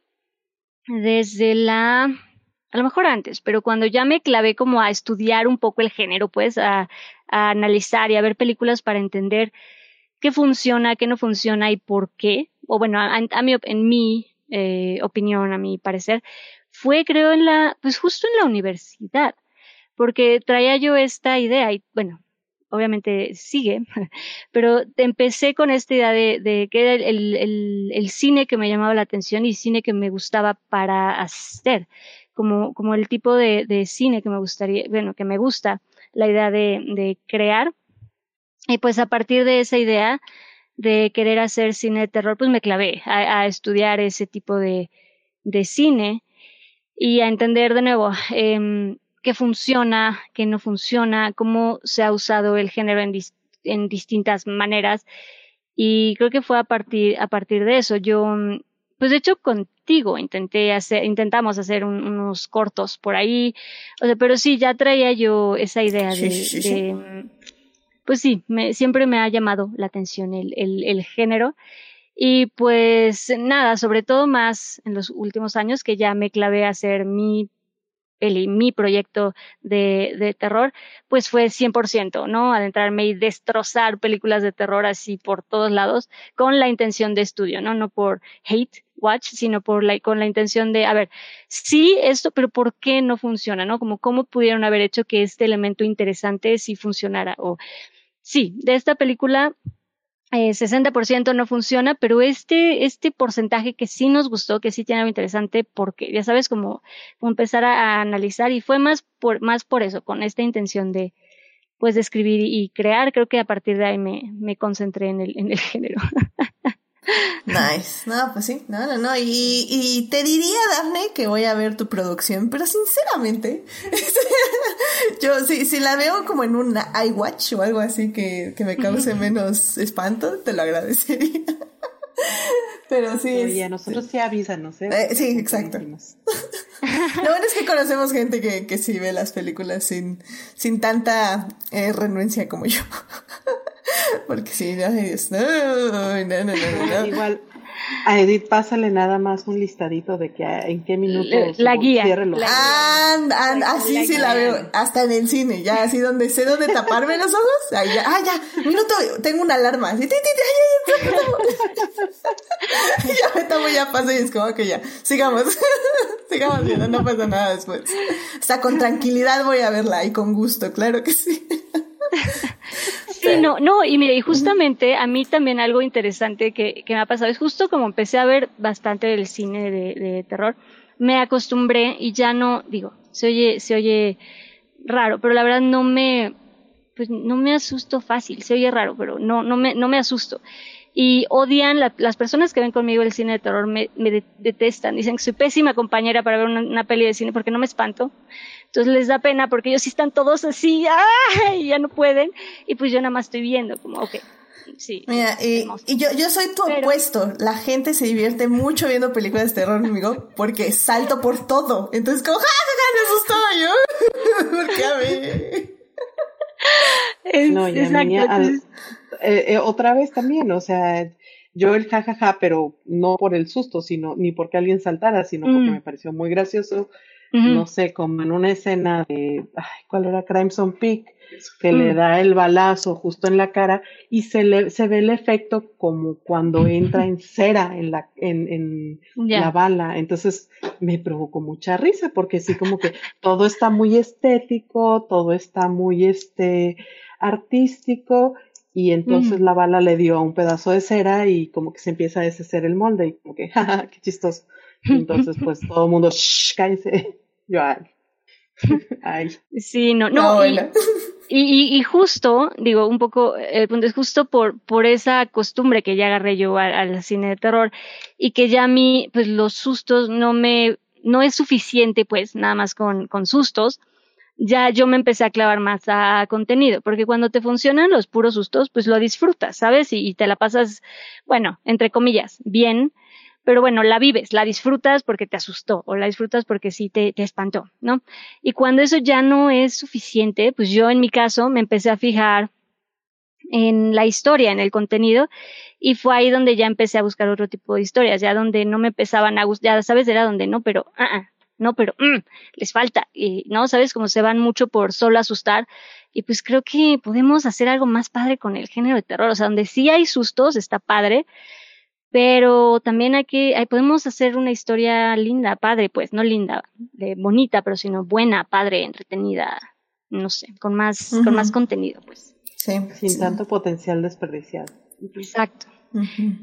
desde la, a lo mejor antes, pero cuando ya me clavé como a estudiar un poco el género, pues a, a analizar y a ver películas para entender qué funciona, qué no funciona y por qué, o bueno, a, a mi, en mi eh, opinión, a mi parecer, fue creo en la, pues justo en la universidad, porque traía yo esta idea y bueno, obviamente sigue, pero empecé con esta idea de, de que era el, el, el cine que me llamaba la atención y cine que me gustaba para hacer, como, como el tipo de, de cine que me gustaría, bueno, que me gusta, la idea de, de crear. Y pues a partir de esa idea de querer hacer cine de terror, pues me clavé a, a estudiar ese tipo de, de cine y a entender de nuevo eh, qué funciona, qué no funciona, cómo se ha usado el género en, dis, en distintas maneras. Y creo que fue a partir, a partir de eso. Yo, pues de hecho contigo intenté hacer, intentamos hacer un, unos cortos por ahí, o sea, pero sí, ya traía yo esa idea de, Sí, sí, sí. de pues sí, me, siempre me ha llamado la atención el, el, el género. Y pues nada, sobre todo más en los últimos años que ya me clavé a hacer mi peli, mi proyecto de, de terror, pues fue cien por ciento, ¿no? Adentrarme y destrozar películas de terror así por todos lados con la intención de estudio, ¿no? No por hate watch, sino por la, con la intención de, a ver, sí esto, pero ¿por qué no funciona, no? Como cómo pudieron haber hecho que este elemento interesante sí funcionara o sí, de esta película eh, sesenta por ciento no funciona, pero este, este porcentaje que sí nos gustó, que sí tiene algo interesante, porque ya sabes, como, como empezar a, a analizar y fue más por, más por eso, con esta intención de, pues, de escribir y, y crear, creo que a partir de ahí me, me concentré en el, en el género. Nice, no, pues sí, no, no, no, y, y te diría, Dafne, que voy a ver tu producción, pero sinceramente, yo si, si la veo como en un iWatch o algo así que, que me cause menos espanto, te lo agradecería. Pero sí. Oye, a nosotros sí avísanos, ¿eh? eh sí, exacto. Lo bueno es que conocemos gente que, que sí ve las películas sin, sin tanta eh, renuencia como yo. Porque si no, Dios, no, no, no, no, no. Igual, a Edith pásale nada más un listadito de que en qué minutos la guía. And, and, así la sí guía. La veo, hasta en el cine, ya así donde sé dónde taparme los ojos, ahí ya, ah, ya, minuto, tengo una alarma, así, ti, ti, ti, ya, ya, ya, ya me tomo, ya paso y es como que ya, sigamos, sigamos viendo, no pasa nada después. Hasta con tranquilidad voy a verla y con gusto, claro que sí. Sí, no, no, y mire, y justamente a mí también algo interesante que, que me ha pasado es justo como empecé a ver bastante del cine de, de terror, me acostumbré y ya no, digo, se oye, se oye raro, pero la verdad no me, pues no me asusto fácil, se oye raro, pero no, no me, no me asusto. Y odian, la, las personas que ven conmigo el cine de terror me, me de, detestan, dicen que soy pésima compañera para ver una, una peli de cine porque no me espanto. Entonces les da pena porque ellos sí están todos así, ¡ay! Ya no pueden. Y pues yo nada más estoy viendo, como, ok. Sí. Mira, y, y yo, yo soy tu Pero... opuesto. La gente se divierte mucho viendo películas de terror conmigo porque salto por todo. Entonces, como, ¡ja, ja, ja! Me asustaba yo. ¿Por qué a ver? Es, no, ya venía al, eh, eh, otra vez también, o sea, yo el jajaja, ja, ja, pero no por el susto, sino ni porque alguien saltara, sino porque mm. me pareció muy gracioso. Uh-huh. No sé, como en una escena de, ay, ¿cuál era? Crimson Peak, que mm. le da el balazo justo en la cara y se le se ve el efecto como cuando entra en cera en la en, en yeah. la bala. Entonces me provocó mucha risa porque sí, como que todo está muy estético, todo está muy este artístico, y entonces mm. la bala le dio a un pedazo de cera y como que se empieza a deshacer el molde y como que, jaja, qué chistoso. Y entonces pues todo el mundo, shh, cállense. Yo, ay. ay. Sí, no, no, no y, bueno. y, y justo, digo, un poco, el punto es justo por, por esa costumbre que ya agarré yo al, al cine de terror, y que ya a mí, pues los sustos no me, no es suficiente, pues, nada más con, con sustos. Ya yo me empecé a clavar más a contenido, porque cuando te funcionan los puros sustos, pues lo disfrutas, ¿sabes? Y, y te la pasas, bueno, entre comillas, bien. Pero bueno, la vives, la disfrutas porque te asustó o la disfrutas porque sí te, te espantó, ¿no? Y cuando eso ya no es suficiente, pues yo en mi caso me empecé a fijar en la historia, en el contenido, y fue ahí donde ya empecé a buscar otro tipo de historias, ya donde no me empezaban a gustar, ya sabes, era donde no, pero, uh-uh, no, pero, mm, les falta, y no, sabes, como se van mucho por solo asustar, y pues creo que podemos hacer algo más padre con el género de terror, o sea, donde sí hay sustos, está padre, pero también aquí hay, podemos hacer una historia linda, padre, pues, no linda, de bonita, pero sino buena, padre, entretenida, no sé, con más, uh-huh. con más contenido, pues. Sí. Sin sí. tanto potencial desperdiciado. Exacto. Uh-huh.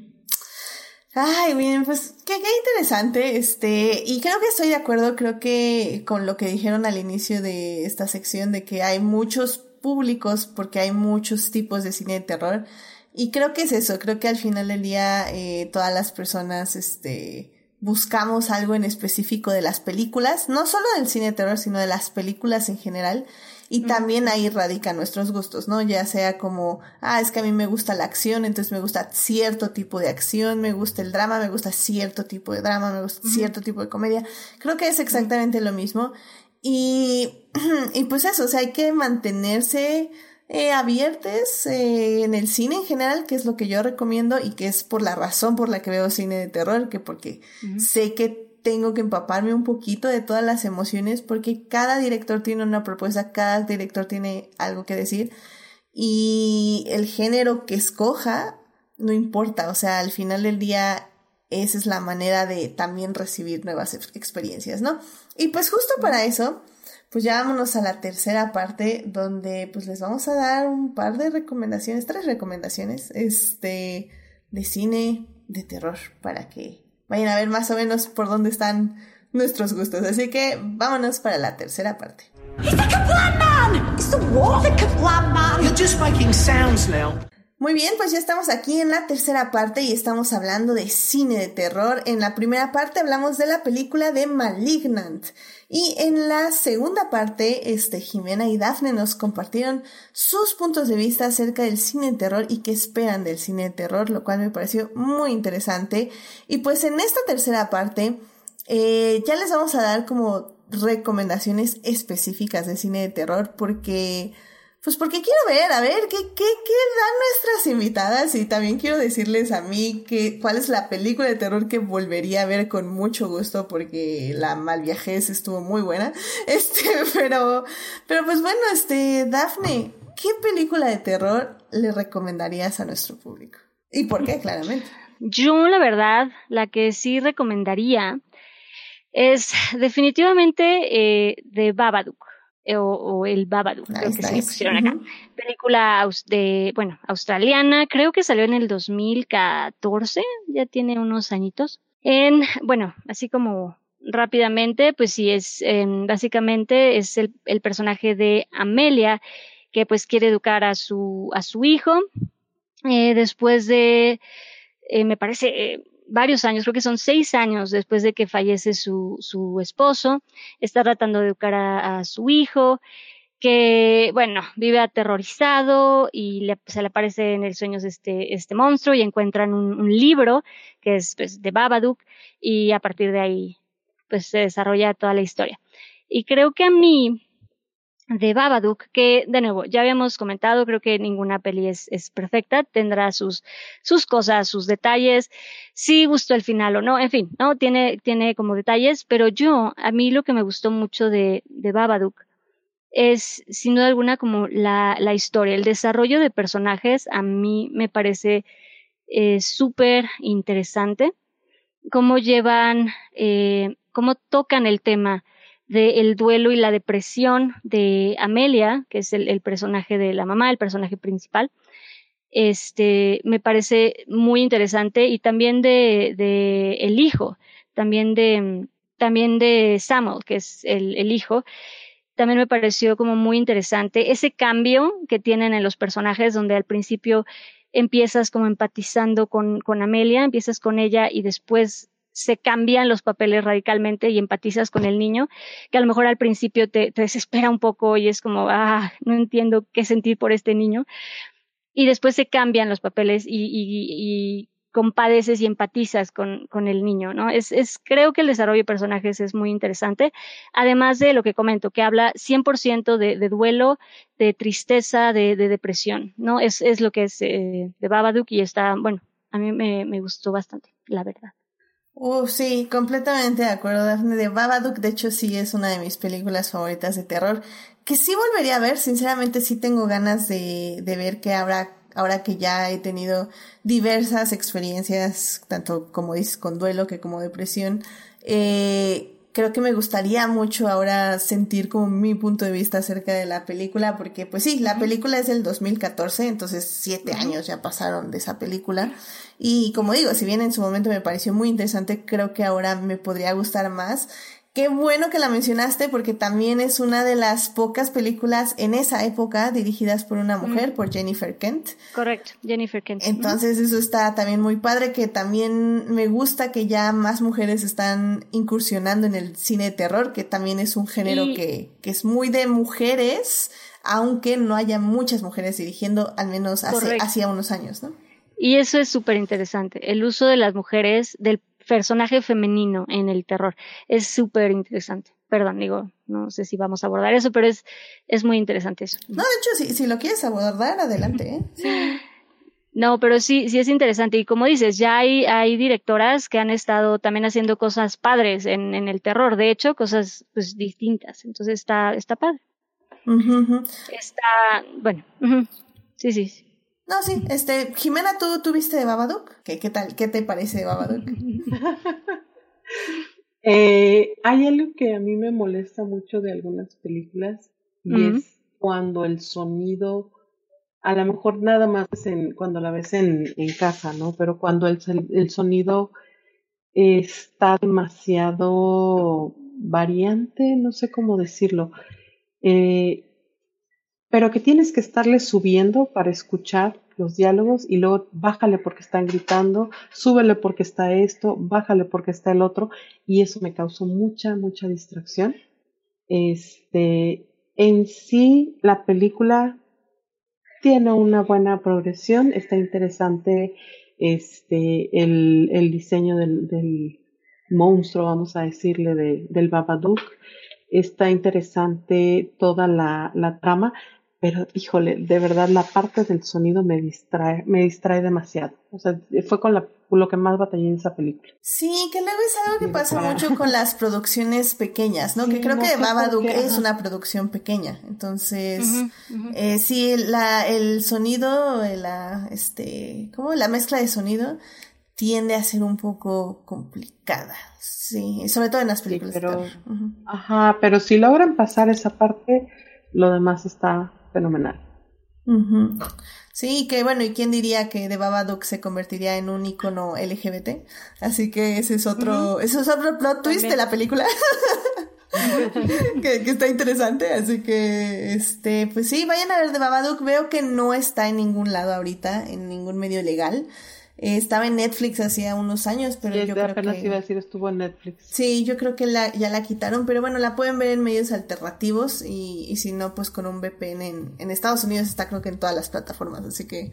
Ay, bien, pues, qué, qué interesante, este, y creo que estoy de acuerdo, creo que con lo que dijeron al inicio de esta sección, de que hay muchos públicos, porque hay muchos tipos de cine de terror. Y creo que es eso, creo que al final del día eh, todas las personas este buscamos algo en específico de las películas, no solo del cine de terror, sino de las películas en general, y mm. también ahí radican nuestros gustos, ¿no? Ya sea como, ah, es que a mí me gusta la acción, entonces me gusta cierto tipo de acción, me gusta el drama, me gusta cierto tipo de drama, me gusta mm. cierto tipo de comedia. Creo que es exactamente lo mismo. Y, y pues eso, o sea, hay que mantenerse Eh, abiertes eh, en el cine en general, que es lo que yo recomiendo y que es por la razón por la que veo cine de terror, que porque uh-huh. sé que tengo que empaparme un poquito de todas las emociones, porque cada director tiene una propuesta, cada director tiene algo que decir, y el género que escoja no importa, o sea, al final del día esa es la manera de también recibir nuevas experiencias, ¿no? Y pues justo uh-huh. para eso, pues ya vámonos a la tercera parte, donde pues les vamos a dar un par de recomendaciones, tres recomendaciones, este, de cine de terror, para que vayan a ver más o menos por dónde están nuestros gustos. Así que vámonos para la tercera parte. He's the Kablam Man! It's the what? The Kablam Man! You're just making sounds now. Muy bien, pues ya estamos aquí en la tercera parte y estamos hablando de cine de terror. En la primera parte hablamos de la película de Malignant. Y en la segunda parte, este, Jimena y Dafne nos compartieron sus puntos de vista acerca del cine de terror y qué esperan del cine de terror, lo cual me pareció muy interesante. Y pues en esta tercera parte, eh, ya les vamos a dar como recomendaciones específicas de cine de terror porque... Pues porque quiero ver, a ver, ¿qué, qué, qué dan nuestras invitadas? Y también quiero decirles a mí que, cuál es la película de terror que volvería a ver con mucho gusto porque la Malviajez estuvo muy buena. Este, pero, pero pues bueno, este, Dafne, ¿qué película de terror le recomendarías a nuestro público? ¿Y por qué, claramente? Yo, la verdad, la que sí recomendaría es definitivamente eh, The Babadook. O, o el Babadook, nice, creo que nice. Se le pusieron acá. Uh-huh. Película aus- de, bueno, australiana, creo que salió en el dos mil catorce, ya tiene unos añitos. En, bueno, así como rápidamente, pues sí es, eh, básicamente es el, el personaje de Amelia, que pues quiere educar a su, a su hijo, eh, después de, eh, me parece, eh, varios años, creo que son seis años después de que fallece su, su esposo, está tratando de educar a, a su hijo que, bueno, vive aterrorizado y le, se le aparece en el sueño este, este monstruo y encuentran un, un libro que es pues, de Babadook y a partir de ahí pues se desarrolla toda la historia. Y creo que a mí, de Babadook, que de nuevo, ya habíamos comentado, creo que ninguna peli es, es perfecta, tendrá sus, sus cosas, sus detalles, si gustó el final o no, en fin, ¿no? Tiene, tiene como detalles, pero yo, a mí lo que me gustó mucho de, de Babadook es, sin duda alguna, como la, la historia, el desarrollo de personajes, a mí me parece eh, súper interesante, cómo llevan, eh, cómo tocan el tema del duelo y la depresión de Amelia, que es el, el personaje de la mamá, el personaje principal. Este, me parece muy interesante, y también de, de el hijo, también de, también de Samuel, que es el, el hijo, también me pareció como muy interesante ese cambio que tienen en los personajes, donde al principio empiezas como empatizando con, con Amelia, empiezas con ella y después se cambian los papeles radicalmente y empatizas con el niño, que a lo mejor al principio te, te desespera un poco y es como, ah, no entiendo qué sentir por este niño, y después se cambian los papeles y, y, y compadeces y empatizas con, con el niño, ¿no? Es, es, creo que el desarrollo de personajes es muy interesante, además de lo que comento, que habla cien por ciento de, de duelo, de tristeza, de, de depresión, ¿no? Es, es lo que es eh, de Babadook, y está, bueno, a mí me, me gustó bastante, la verdad. Uh, sí, completamente de acuerdo, Dafne. De Babadook, de hecho, sí es una de mis películas favoritas de terror, que sí volvería a ver. Sinceramente, sí tengo ganas de, de ver que ahora, ahora que ya he tenido diversas experiencias, tanto como dices, con duelo que como depresión. Eh, creo que me gustaría mucho ahora sentir como mi punto de vista acerca de la película, porque pues sí, la película es del dos mil catorce, entonces siete años ya pasaron de esa película. Y como digo, si bien en su momento me pareció muy interesante, creo que ahora me podría gustar más. Qué bueno que la mencionaste, porque también es una de las pocas películas en esa época dirigidas por una mujer, mm. por Jennifer Kent. Correcto, Jennifer Kent. Entonces eso está también muy padre, que también me gusta que ya más mujeres están incursionando en el cine de terror, que también es un género y... que, que es muy de mujeres, aunque no haya muchas mujeres dirigiendo, al menos hace, hacía unos años, ¿no? Y eso es súper interesante, el uso de las mujeres, del personaje femenino en el terror, es súper interesante. Perdón, digo, no sé si vamos a abordar eso, pero es, es muy interesante eso. No, de hecho, si, si lo quieres abordar, adelante, ¿eh? Sí. No, pero sí, sí es interesante. Y como dices, ya hay, hay directoras que han estado también haciendo cosas padres en, en el terror, de hecho, cosas pues distintas. Entonces está, está padre. Uh-huh, uh-huh. Está, bueno, uh-huh. sí, sí, sí. No, sí, este, Jimena, ¿tú, tú viste de Babadook? ¿Qué, qué tal? ¿Qué te parece Babadook? eh, hay algo que a mí me molesta mucho de algunas películas, y uh-huh. es cuando el sonido, a lo mejor nada más es en, cuando la ves en, en casa, ¿no? Pero cuando el, el sonido está demasiado variante, no sé cómo decirlo, eh, pero que tienes que estarle subiendo para escuchar los diálogos, y luego bájale porque están gritando, súbele porque está esto, bájale porque está el otro, y eso me causó mucha, mucha distracción. Este, en sí, la película tiene una buena progresión, está interesante este, el, el diseño del, del monstruo, vamos a decirle, de, del Babadook, está interesante toda la, la trama, pero híjole, de verdad la parte del sonido me distrae, me distrae demasiado. O sea, fue con la, lo que más batallé en esa película. Sí, que luego es algo que sí, pasa para... mucho con las producciones pequeñas, ¿no? Sí, que creo no que Babadook porque, es ajá. una producción pequeña. Entonces, uh-huh, uh-huh. Eh, sí, la, el sonido, la, este, ¿cómo? La mezcla de sonido tiende a ser un poco complicada. Sí, sobre todo en las películas. Sí, pero, uh-huh. Ajá, pero si logran pasar esa parte, lo demás está fenomenal. Uh-huh. Sí, que bueno, y quién diría que The Babadook se convertiría en un icono L G B T, así que ese es otro, uh-huh. ese es otro plot twist También. de la película. que, que está interesante, así que este, pues sí, vayan a ver The Babadook. Veo que no está en ningún lado ahorita, en ningún medio legal. Eh, estaba en Netflix hacía unos años, pero sí, yo creo apenas que... iba a decir, estuvo en Netflix. Sí, yo creo que la, ya la quitaron, pero bueno, la pueden ver en medios alternativos y, y si no, pues con un V P N en, en Estados Unidos está creo que en todas las plataformas, así que,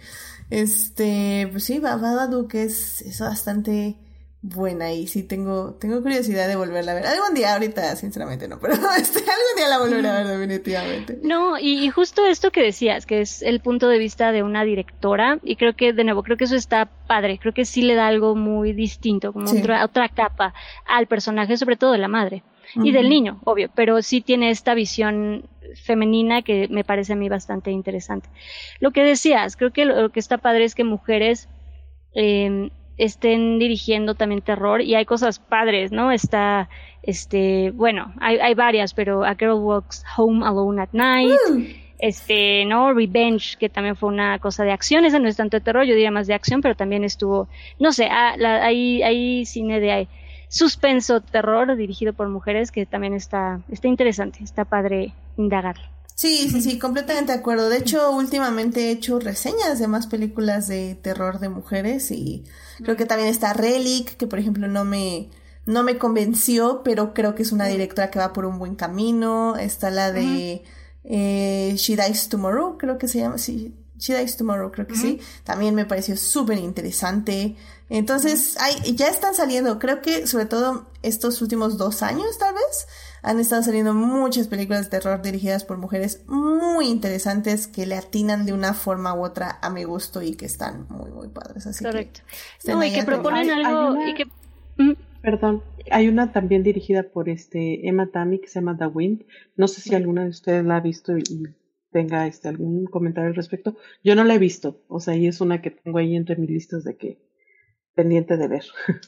este, pues sí, Babadook es, es bastante buena y sí tengo, tengo curiosidad de volverla a ver. Algún día, ahorita sinceramente no, pero este, algún día la volveré a ver definitivamente. No, y, y justo esto que decías, que es el punto de vista de una directora, y creo que, de nuevo, creo que eso está padre, creo que sí le da algo muy distinto, como Sí. otra, otra capa al personaje, sobre todo de la madre, uh-huh. y del niño, obvio, pero sí tiene esta visión femenina que me parece a mí bastante interesante. Lo que decías, creo que lo, lo que está padre es que mujeres eh, estén dirigiendo también terror, y hay cosas padres, ¿no? Está, este, bueno, hay, hay varias, pero A Girl Walks Home Alone at Night, uh. este, ¿no? Revenge, que también fue una cosa de acción, esa no es tanto de terror, yo diría más de acción, pero también estuvo, no sé, ah, la, hay, hay cine de hay, suspenso, terror, dirigido por mujeres, que también está, está interesante, está padre indagar. Sí, sí, sí, completamente de acuerdo. De hecho, últimamente he hecho reseñas de más películas de terror de mujeres y creo que también está Relic, que por ejemplo no me, no me convenció, pero creo que es una directora que va por un buen camino. Está la de uh-huh. eh, She Dies Tomorrow, creo que se llama, sí, She Dies Tomorrow, creo que uh-huh. sí. También me pareció súper interesante. Entonces, hay, ya están saliendo, creo que sobre todo estos últimos dos años tal vez, han estado saliendo muchas películas de terror dirigidas por mujeres muy interesantes que le atinan de una forma u otra a mi gusto y que están muy, muy padres. Así correcto. Que no, y que proponen hay, algo... Hay una, y que, perdón, hay una también dirigida por este Emma Tammy que se llama The Wind. No sé si sí. alguna de ustedes la ha visto y, y tenga este algún comentario al respecto. Yo no la he visto, o sea, y es una que tengo ahí entre mis listas de que pendiente de ver.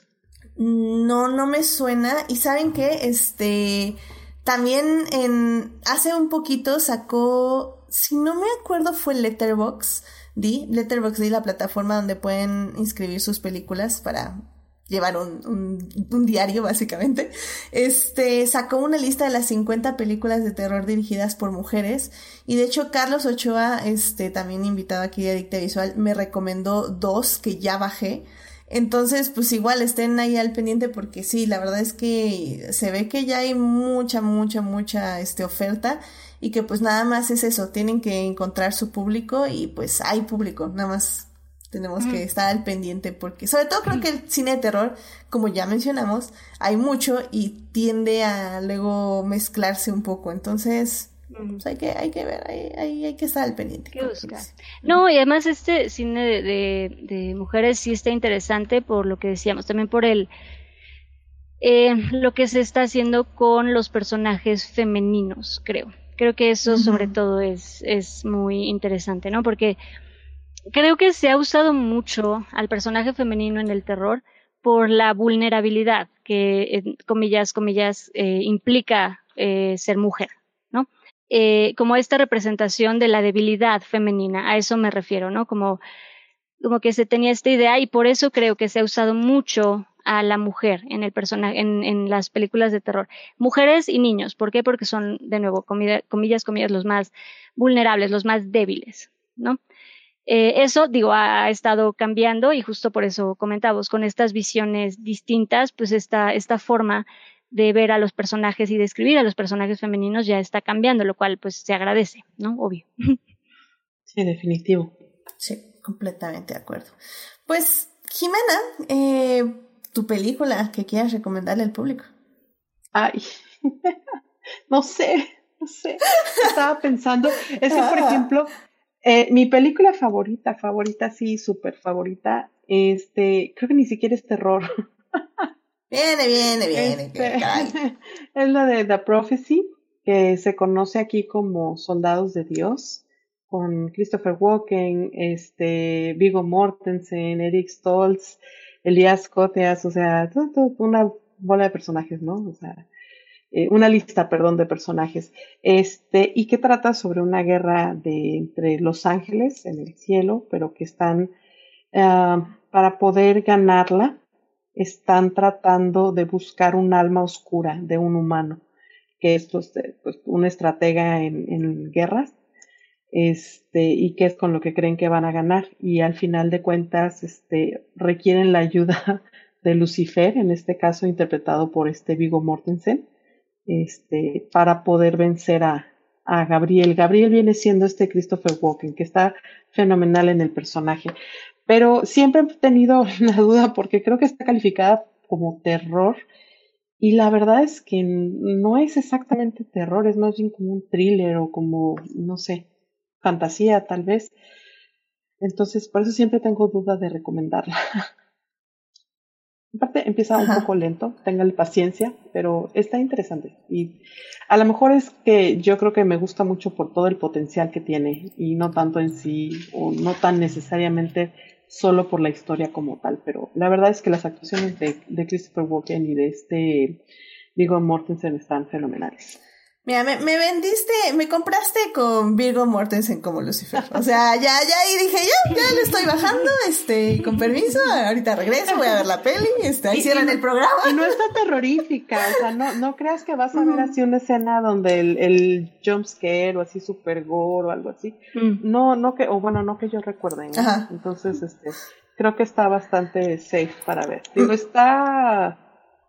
No, no me suena. Y ¿saben qué? Este, también en, hace un poquito sacó, si no me acuerdo fue Letterboxd, Letterboxd, la plataforma donde pueden inscribir sus películas para llevar un, un, un diario básicamente. Este, sacó una lista de las cincuenta películas de terror dirigidas por mujeres. Y de hecho Carlos Ochoa, este, también invitado aquí de Adicta Visual, me recomendó dos que ya bajé. Entonces, pues igual estén ahí al pendiente porque sí, la verdad es que se ve que ya hay mucha, mucha, mucha este oferta y que pues nada más es eso, tienen que encontrar su público y pues hay público, nada más tenemos mm. que estar al pendiente porque sobre todo creo que el cine de terror, como ya mencionamos, hay mucho y tiende a luego mezclarse un poco, entonces... Pues hay que, hay que ver, hay, hay, hay que estar al pendiente. No, y además este cine de, de, de mujeres sí está interesante por lo que decíamos, también por el eh, lo que se está haciendo con los personajes femeninos, creo. Creo que eso uh-huh. sobre todo es, es muy interesante, ¿no? Porque creo que se ha usado mucho al personaje femenino en el terror por la vulnerabilidad que, en comillas, comillas, eh, implica eh, ser mujer, ¿no? Eh, como esta representación de la debilidad femenina, a eso me refiero, ¿no? Como, como que se tenía esta idea y por eso creo que se ha usado mucho a la mujer en el personaje, en, en las películas de terror. Mujeres y niños, ¿por qué? Porque son, de nuevo, comida, comillas, comillas, los más vulnerables, los más débiles, ¿no? Eh, eso, digo, ha, ha estado cambiando y justo por eso comentamos, con estas visiones distintas, pues esta, esta forma de ver a los personajes y de escribir a los personajes femeninos ya está cambiando, lo cual pues se agradece, ¿no? Obvio. Sí, definitivo. Sí, completamente de acuerdo. Pues, Jimena, eh, tu película que quieras recomendarle al público. Ay, no sé, no sé. Estaba pensando, es que por ejemplo, eh, mi película favorita, favorita, sí, súper favorita, este, creo que ni siquiera es terror. Viene, viene, viene. Este, es la de The Prophecy, que se conoce aquí como Soldados de Dios, con Christopher Walken, este, Viggo Mortensen, Eric Stoltz, Elias Koteas, o sea, todo, todo, una bola de personajes, ¿no? O sea, eh, una lista, perdón, de personajes. Este, y que trata sobre una guerra de entre los ángeles en el cielo, pero que están, uh, para poder ganarla, están tratando de buscar un alma oscura de un humano, que es pues, pues, un estratega en, en guerras. este, y qué es con lo que creen que van a ganar. Y al final de cuentas, este, requieren la ayuda de Lucifer, en este caso interpretado por este Viggo Mortensen, este, para poder vencer a, a Gabriel. Gabriel viene siendo este Christopher Walken, que está fenomenal en el personaje. Pero siempre he tenido una duda porque creo que está calificada como terror y la verdad es que no es exactamente terror, es más bien como un thriller o como, no sé, fantasía tal vez. Entonces, por eso siempre tengo duda de recomendarla. Aparte, empieza Ajá. un poco lento, téngale paciencia, pero está interesante. Y a lo mejor es que yo creo que me gusta mucho por todo el potencial que tiene y no tanto en sí, o no tan necesariamente solo por la historia como tal, pero la verdad es que las actuaciones de, de Christopher Walken y de este Viggo Mortensen están fenomenales. Mira, me, me vendiste, me compraste con Viggo Mortensen como Lucifer. O sea, ya, ya, y dije, ya, ya lo estoy bajando, este, con permiso, ahorita regreso, voy a ver la peli, este, ahí cierran el programa. Y no está terrorífica, o sea, no, no creas que vas a ver así una escena donde el, el jump scare o así super gore o algo así. Mm. No, no que, o bueno, no que yo recuerde, ¿no? Ajá. Entonces, este, creo que está bastante safe para ver. Digo, está...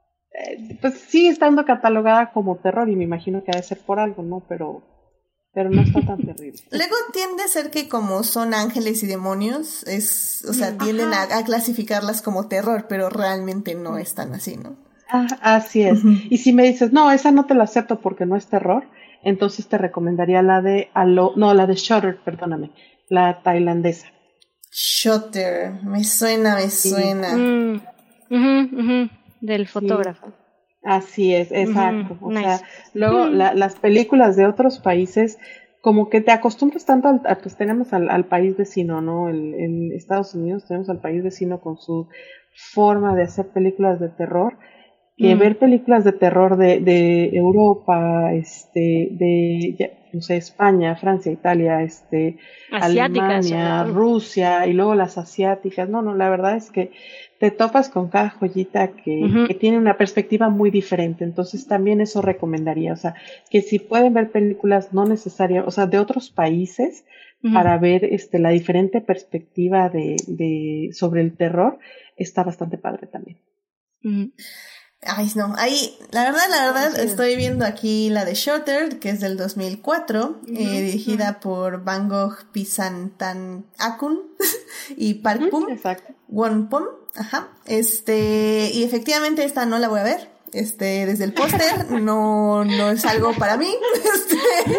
pues sigue estando catalogada como terror y me imagino que ha de ser por algo, ¿no? Pero, pero no está tan terrible. Luego tiende a ser que como son ángeles y demonios, es, o sea, tienden a, a clasificarlas como terror, pero realmente no es tan así, ¿no? Ah, así es. Uh-huh. Y si me dices, no, esa no te la acepto porque no es terror, entonces te recomendaría la de Alo, no, la de Shutter, perdóname, la tailandesa. Shutter, me suena, me suena. Sí. Mm. Uh-huh, uh-huh. Del fotógrafo. Sí. Así es, exacto. Uh-huh, o nice. sea, luego uh-huh. la, las películas de otros países, como que te acostumbras tanto al, a, pues tenemos al, al país vecino, ¿no? El, en Estados Unidos tenemos al país vecino con su forma de hacer películas de terror, que uh-huh. ver películas de terror de, de Europa, este, de, ya, no sé, España, Francia, Italia, este, asiáticas, Alemania, ¿no? Rusia, y luego las asiáticas. No, no, la verdad es que te topas con cada joyita que, uh-huh. que tiene una perspectiva muy diferente, entonces también eso recomendaría, o sea, que si pueden ver películas no necesarias, o sea, de otros países, uh-huh. para ver este la diferente perspectiva de, de sobre el terror, está bastante padre también. Uh-huh. Ay, no, ahí, la verdad, la verdad, sí. estoy viendo aquí la de Shutter, que es del dos mil cuatro, uh-huh. eh, dirigida uh-huh. por Bangkok Pisanthan-Akun y Parkpum uh-huh. Wonpom. Ajá, este, y efectivamente esta no la voy a ver, este, desde el póster, no, no es algo para mí, este,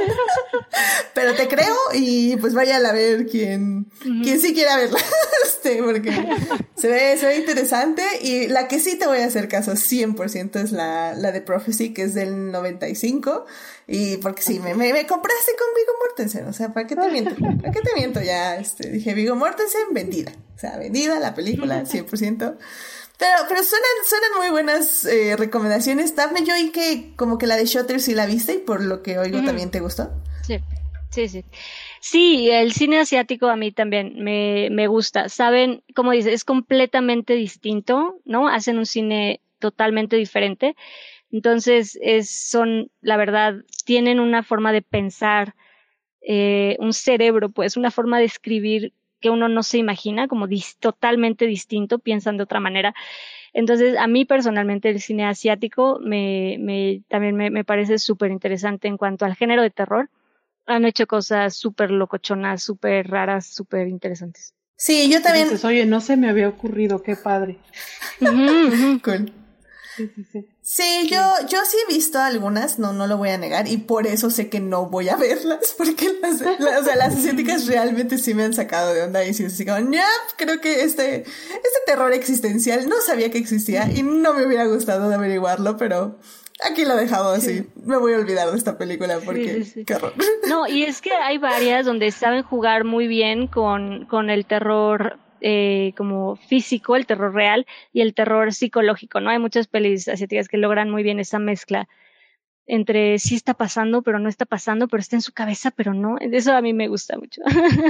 pero te creo y pues vayan a ver quien, uh-huh. quien sí quiera verla, este, porque se ve, se ve interesante y la que sí te voy a hacer caso cien por ciento es la, la de Prophecy, que es del noventa y cinco, y porque sí, me, me, me compraste con Viggo Mortensen, o sea, ¿para qué te miento? ¿Para qué te miento? Ya, este, dije Viggo Mortensen, vendida, o sea, vendida la película, cien por ciento. Pero, pero suenan, suenan muy buenas eh, recomendaciones. Daphne, yo oí que como que la de Shutter sí la viste y por lo que oigo uh-huh. también te gustó. Sí, sí, sí. Sí, el cine asiático a mí también me, me gusta. Saben, como dices, es completamente distinto, ¿no? Hacen un cine totalmente diferente. Entonces, es, son, la verdad, tienen una forma de pensar, eh, un cerebro, pues, una forma de escribir que uno no se imagina, como dis- totalmente distinto, piensan de otra manera. Entonces, a mí personalmente el cine asiático me, me también me, me parece súper interesante en cuanto al género de terror. Han hecho cosas súper locochonas, súper raras, súper interesantes. Sí, yo también. Dices, oye, no se me había ocurrido, qué padre. Uh-huh, uh-huh. Cool. Sí, sí, sí. Sí, yo, yo sí he visto algunas, no, no lo voy a negar, y por eso sé que no voy a verlas, porque las, las, o sea, las asiáticas realmente sí me han sacado de onda y sí, así como, ya, creo que este, este terror existencial no sabía que existía y no me hubiera gustado de averiguarlo, pero aquí lo he dejado así. Sí. Me voy a olvidar de esta película porque, sí, sí, sí. qué horror. No, y es que hay varias donde saben jugar muy bien con, con el terror Eh, como físico, el terror real y el terror psicológico, ¿no? Hay muchas pelis asiáticas que logran muy bien esa mezcla entre sí está pasando, pero no está pasando, pero está en su cabeza, pero no. Eso a mí me gusta mucho.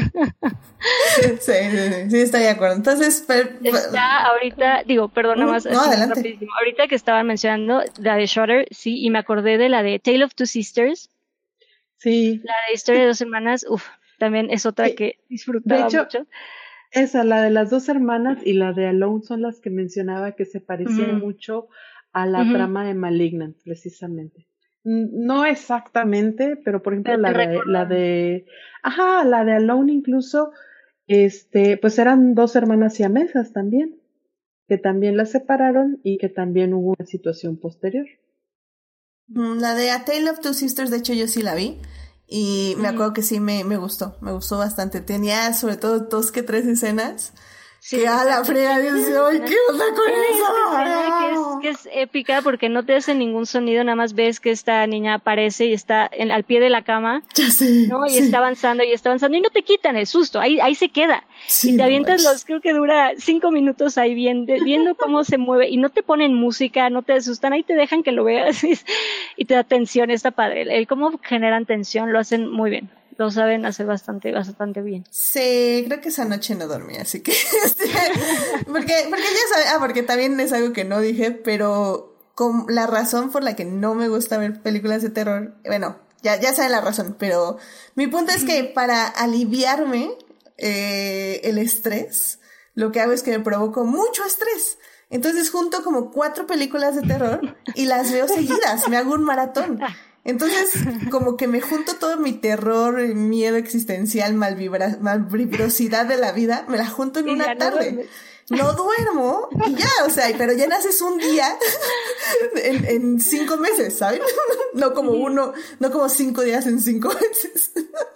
Sí, sí, sí, sí, estoy de acuerdo. Entonces, pero, está ahorita, digo, perdón, nada más. No, adelante. Rapidísimo. Ahorita que estaban mencionando la de Shutter, sí, y me acordé de la de Tale of Two Sisters. Sí. La de Historia de dos hermanas, uff, también es otra Sí. que disfrutaba De hecho, mucho. esa, la de las dos hermanas y la de Alone son las que mencionaba que se parecían Ujú. mucho a la Ujú. trama de Malignant, precisamente. N- No exactamente, pero por ejemplo Pero te la de, la recuerdan. de, ajá, la de Alone incluso, este, pues eran dos hermanas siamesas también, que también las separaron y que también hubo una situación posterior. Mm, La de A Tale of Two Sisters, de hecho yo sí la vi y me Ujú. acuerdo que sí me, me gustó, me gustó bastante. Tenía sobre todo dos que tres escenas Sí, que a la exacto. frega Dios mío, ay, ¿qué onda con Tiene esta escena que es, eso? que es épica porque no te hace ningún sonido, nada más ves que esta niña aparece y está en, al pie de la cama, Ya sé, ¿no? Y sí, está avanzando y está avanzando y no te quitan el susto, ahí, ahí se queda. sí, Y te no avientas los, manches. creo que dura cinco minutos ahí viendo, viendo cómo se mueve y no te ponen música, no te asustan, ahí te dejan que lo veas y, y te da tensión, está padre. El, el cómo generan tensión lo hacen muy bien, lo saben hacer bastante, bastante bien. Sí, creo que esa noche no dormí, así que este, porque, porque ya sabes, ah, porque también es algo que no dije, pero con la razón por la que no me gusta ver películas de terror, bueno, ya, ya saben la razón, pero mi punto es que para aliviarme eh, el estrés, lo que hago es que me provoco mucho estrés. Entonces junto como cuatro películas de terror y las veo seguidas, me hago un maratón. Entonces, como que me junto todo mi terror, miedo existencial, malvibra, malvibrosidad de la vida, me la junto en Y ya una no tarde. duermes. No duermo y ya, o sea, pero ya naces un día en, en cinco meses, ¿saben? No como uno, no como cinco días en cinco meses.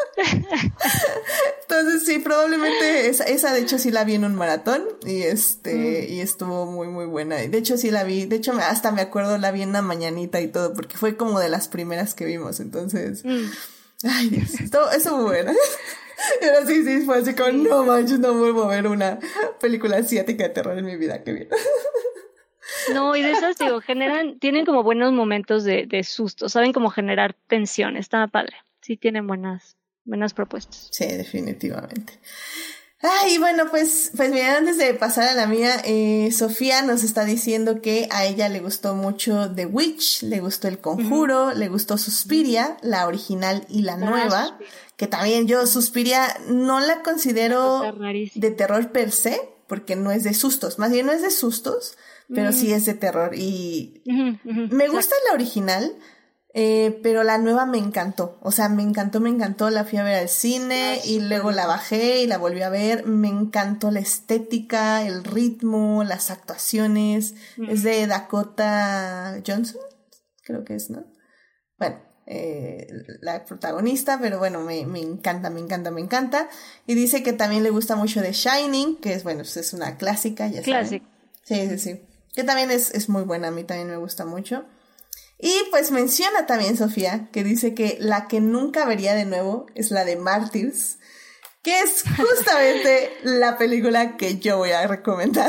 Entonces sí, probablemente esa, esa de hecho sí la vi en un maratón y este, y estuvo muy muy buena. De hecho sí la vi, de hecho me, hasta me acuerdo la vi en la mañanita y todo, porque fue como de las primeras que vimos, entonces, Mm. ay Dios, esto, eso muy buena. Y ahora sí, sí, fue así como, no manches, no vuelvo a ver una película asiática de terror en mi vida, qué bien. No, y de esas, digo, generan, tienen como buenos momentos de, de susto, saben cómo generar tensión, está padre. Sí, tienen buenas, buenas propuestas. Sí, definitivamente. Ay, bueno, pues, pues mira, antes de pasar a la mía, eh, Sofía nos está diciendo que a ella le gustó mucho The Witch, le gustó El Conjuro, uh-huh. le gustó Suspiria, la original y la nueva, ah, que también yo Suspiria no la considero de terror per se, porque no es de sustos, más bien no es de sustos, pero mm. sí es de terror y uh-huh, uh-huh, me gusta exacto. La original, Eh, pero la nueva me encantó, o sea, me encantó, me encantó, la fui a ver al cine y luego la bajé y la volví a ver, me encantó la estética, el ritmo, las actuaciones, mm. es de Dakota Johnson, creo que es, ¿no? Bueno, eh, la protagonista, pero bueno, me, me encanta, me encanta, me encanta, y dice que también le gusta mucho The Shining, que es, bueno, pues es una clásica, ya saben. Sí, sí, sí, que también es, es muy buena, a mí también me gusta mucho. Y pues menciona también Sofía, que dice que la que nunca vería de nuevo es la de Martyrs, que es justamente la película que yo voy a recomendar.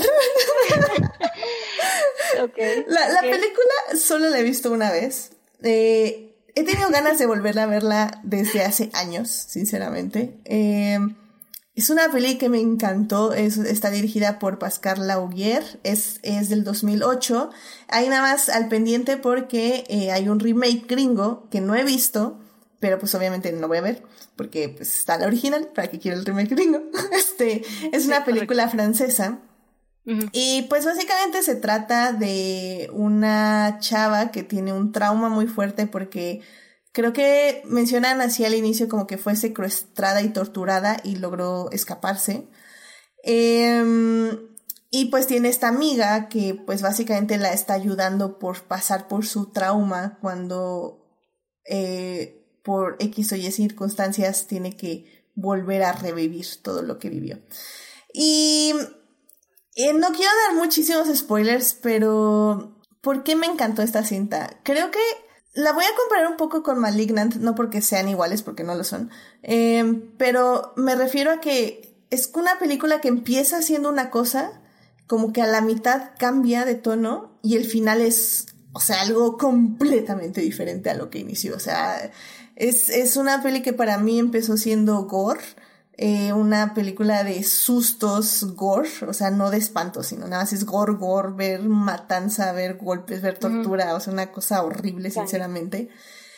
Okay, la, la okay. película solo la he visto una vez. Eh, he tenido ganas de volverla a verla desde hace años, sinceramente. Eh, es una peli que me encantó, es, está dirigida por Pascal Laugier, es, es del dos mil ocho. Hay nada más al pendiente porque eh, hay un remake gringo que no he visto, pero pues obviamente no voy a ver, porque pues está la original, ¿para qué quiero el remake gringo? Este, es una película francesa. Uh-huh. Y pues básicamente se trata de una chava que tiene un trauma muy fuerte porque creo que mencionan así al inicio como que fue secuestrada y torturada y logró escaparse. Eh, y pues tiene esta amiga que pues básicamente la está ayudando por pasar por su trauma cuando eh, por X o Y circunstancias tiene que volver a revivir todo lo que vivió. Y eh, no quiero dar muchísimos spoilers, pero ¿por qué me encantó esta cinta? Creo que la voy a comparar un poco con Malignant, no porque sean iguales, porque no lo son, eh, pero me refiero a que es una película que empieza siendo una cosa, como que a la mitad cambia de tono y el final es, o sea, algo completamente diferente a lo que inició. O sea, es, es una peli que para mí empezó siendo gore, eh, una película de sustos gore, o sea, no de espanto, sino nada más es gore, gore, ver matanza, ver golpes, ver tortura, mm. o sea, una cosa horrible, sinceramente.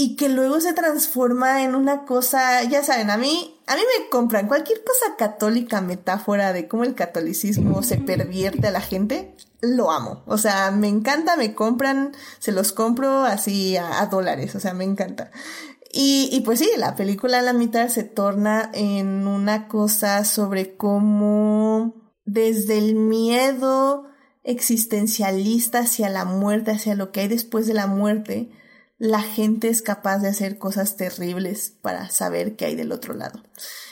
y que luego se transforma en una cosa, ya saben, a mí, a mí me compran cualquier cosa católica, metáfora de cómo el catolicismo se pervierte a la gente, lo amo. O sea, me encanta, me compran, se los compro así a, a dólares, o sea, me encanta. Y, y pues sí, la película a la mitad se torna en una cosa sobre cómo desde el miedo existencialista hacia la muerte, hacia lo que hay después de la muerte, la gente es capaz de hacer cosas terribles para saber qué hay del otro lado.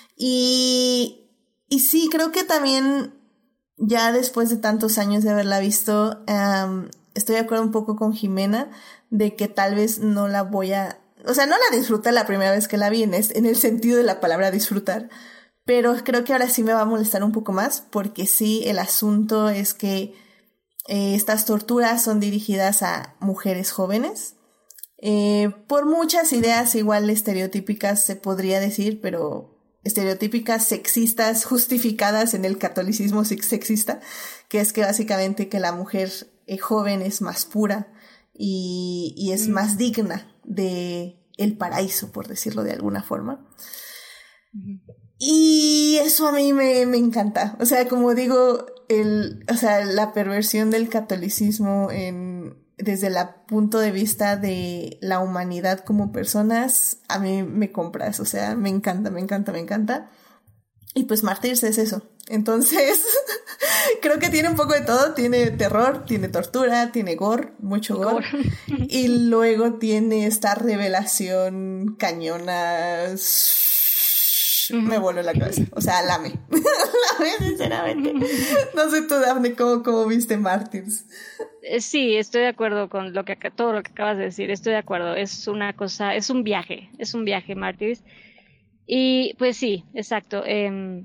Y, y sí, creo que también, ya después de tantos años de haberla visto, um, estoy de acuerdo un poco con Jimena de que tal vez no la voy a... O sea, no la disfruté la primera vez que la vi en, es, en el sentido de la palabra disfrutar, pero creo que ahora sí me va a molestar un poco más, porque sí, el asunto es que eh, estas torturas son dirigidas a mujeres jóvenes, eh, por muchas ideas igual estereotípicas se podría decir, pero estereotípicas sexistas justificadas en el catolicismo sexista, que es que básicamente que la mujer eh, joven es más pura y, y es mm. más digna de el paraíso, por decirlo de alguna forma. Mm. Y eso a mí me, me encanta. O sea, como digo, el, o sea, la perversión del catolicismo en, desde el punto de vista de la humanidad como personas, a mí me compras. O sea, me encanta, me encanta, me encanta. Y pues Martyrs es eso. Entonces, creo que tiene un poco de todo. Tiene terror, tiene tortura, tiene gore, mucho gore. gore. Y luego tiene esta revelación cañona. Uh-huh. Me voló la cabeza. O sea, lame. Lame, sinceramente. No sé tú, Dafne, ¿cómo, cómo viste Martyrs? Sí, estoy de acuerdo con lo que todo lo que acabas de decir. Estoy de acuerdo. Es una cosa, es un viaje. Es un viaje, Martyrs. Y pues sí, exacto. Eh,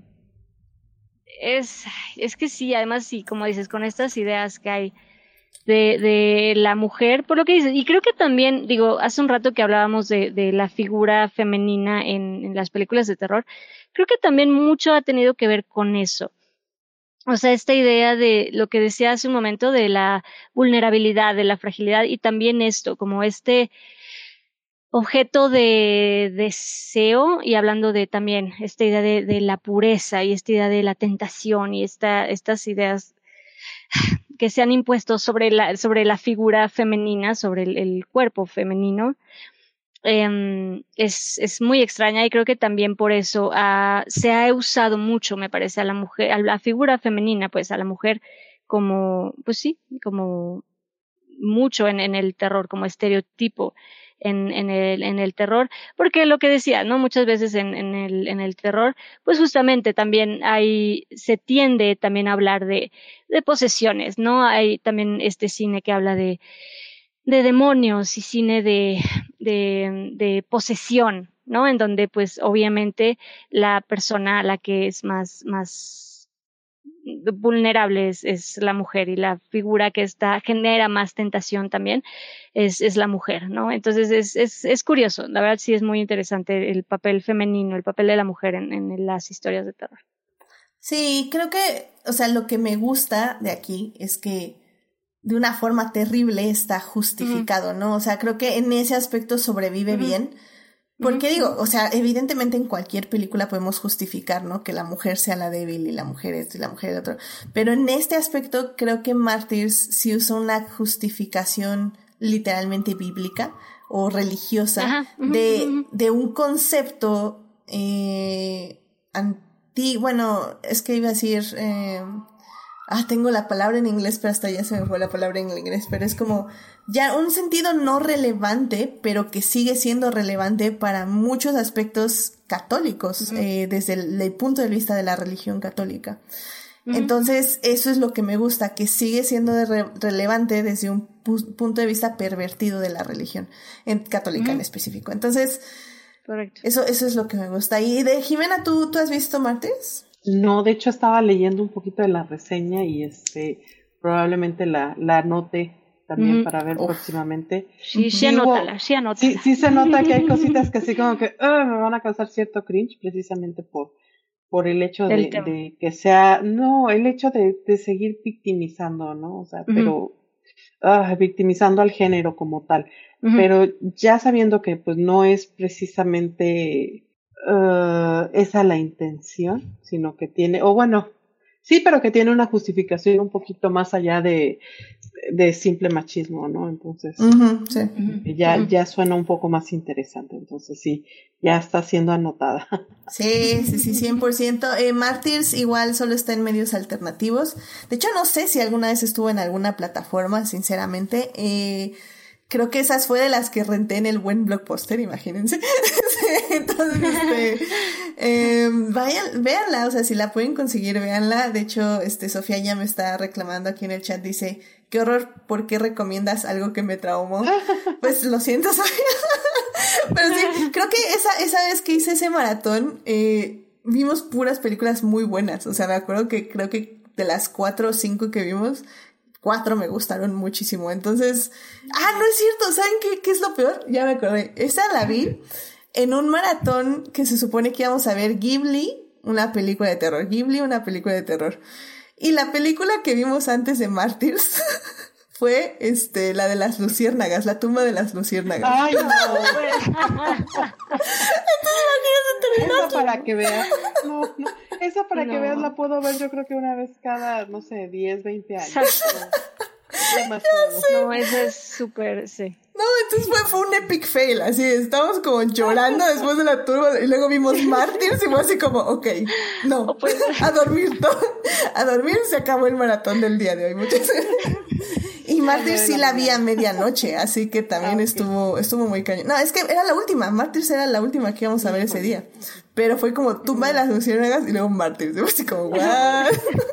es, es que sí, además sí, como dices, con estas ideas que hay de, de la mujer, por lo que dices, y creo que también, digo, hace un rato que hablábamos de, de la figura femenina en, en las películas de terror, creo que también mucho ha tenido que ver con eso. O sea, esta idea de lo que decía hace un momento de la vulnerabilidad, de la fragilidad, y también esto, como este objeto de deseo, y hablando de también esta idea de, de la pureza y esta idea de la tentación y esta, estas ideas que se han impuesto sobre la, sobre la figura femenina, sobre el, el cuerpo femenino, eh, es, es muy extraña, y creo que también por eso uh, se ha usado mucho, me parece, a la mujer, a la figura femenina, pues a la mujer como, pues sí, como mucho en, en el terror, como estereotipo. En, en, el, en el terror, porque lo que decía, ¿no? Muchas veces en, en, el, en el terror, pues justamente también hay, se tiende también a hablar de, de posesiones, ¿no? Hay también este cine que habla de, de demonios y cine de, de, de posesión, ¿no? En donde pues obviamente la persona a la que es más, más vulnerable es, es la mujer, y la figura que está, genera más tentación también es, es la mujer, ¿no? Entonces es, es, es curioso, la verdad sí es muy interesante el papel femenino, el papel de la mujer en, en las historias de terror. Sí, creo que, o sea, lo que me gusta de aquí es que de una forma terrible está justificado, uh-huh. ¿no? O sea, creo que en ese aspecto sobrevive uh-huh. bien. Porque digo, o sea, evidentemente en cualquier película podemos justificar, ¿no? Que la mujer sea la débil y la mujer esto y la mujer el otro. Pero en este aspecto creo que Martyrs sí usa una justificación literalmente bíblica o religiosa Ajá, uh-huh, de, uh-huh. de un concepto eh, antiguo, bueno, es que iba a decir... Eh, Ah, tengo la palabra en inglés, pero hasta ya se me fue la palabra en inglés, pero es como ya un sentido no relevante, pero que sigue siendo relevante para muchos aspectos católicos, uh-huh. eh, desde el, el punto de vista de la religión católica. Uh-huh. Entonces, eso es lo que me gusta, que sigue siendo de re- relevante desde un pu- punto de vista pervertido de la religión en, católica uh-huh. en específico. Entonces, Correcto. Eso, eso es lo que me gusta. Y de Jimena, ¿tú, tú has visto Martyrs? No, de hecho estaba leyendo un poquito de la reseña y este probablemente la, la anote también mm. para ver Uf. próximamente. Sí, sí anótala, sí anótala. Sí, sí se nota que hay cositas que así como que uh, me van a causar cierto cringe, precisamente por, por el hecho de, de que sea, no, el hecho de, de seguir victimizando, ¿no? O sea, uh-huh. pero uh, victimizando al género como tal. Uh-huh. Pero ya sabiendo que pues no es precisamente uh, esa la intención, sino que tiene, o bueno, sí, pero que tiene una justificación un poquito más allá de, de simple machismo, ¿no? Entonces, uh-huh, sí. ya, uh-huh. ya suena un poco más interesante. Entonces, sí, ya está siendo anotada. Sí, sí, sí, cien por ciento. Eh, Martyrs igual solo está en medios alternativos. De hecho, no sé si alguna vez estuvo en alguna plataforma, sinceramente. Eh, creo que esas fue de las que renté en el buen Blockbuster, imagínense. Entonces, este, eh, vayan, véanla, o sea, si la pueden conseguir, véanla. De hecho, este, Sofía ya me está reclamando aquí en el chat, dice, qué horror, ¿por qué recomiendas algo que me traumó? Pues lo siento, Sofía. Pero sí, creo que esa, esa vez que hice ese maratón, eh, vimos puras películas muy buenas. O sea, me acuerdo que creo que de las cuatro o cinco que vimos, cuatro me gustaron muchísimo. Entonces, ah, no es cierto, ¿saben qué, qué es lo peor? Ya me acordé. Esa la vi en un maratón que se supone que íbamos a ver Ghibli, una película de terror. Ghibli, una película de terror. Y la película que vimos antes de Martyrs fue este la de las luciérnagas, la tumba de las luciérnagas. Ay, no. Entonces imagínate terminar. Esa para que veas. No, no. Esa para no. que veas la puedo ver yo creo que una vez cada, no sé, diez, veinte años. No, demasiado. No, esa es súper, sí. No, entonces fue, fue un epic fail, así, estábamos como llorando después de la turba y luego vimos Martyrs y fue así como, ok, no, oh, pues. a dormir todo, a dormir, se acabó el maratón del día de hoy, muchas gracias. Y Martyrs sí la vi a medianoche, así que también ah, okay. estuvo estuvo muy cañón. No, es que era la última, Martyrs era la última que íbamos a ver ese día, pero fue como tumba de las luciérnagas y luego Martyrs, fue así como, what?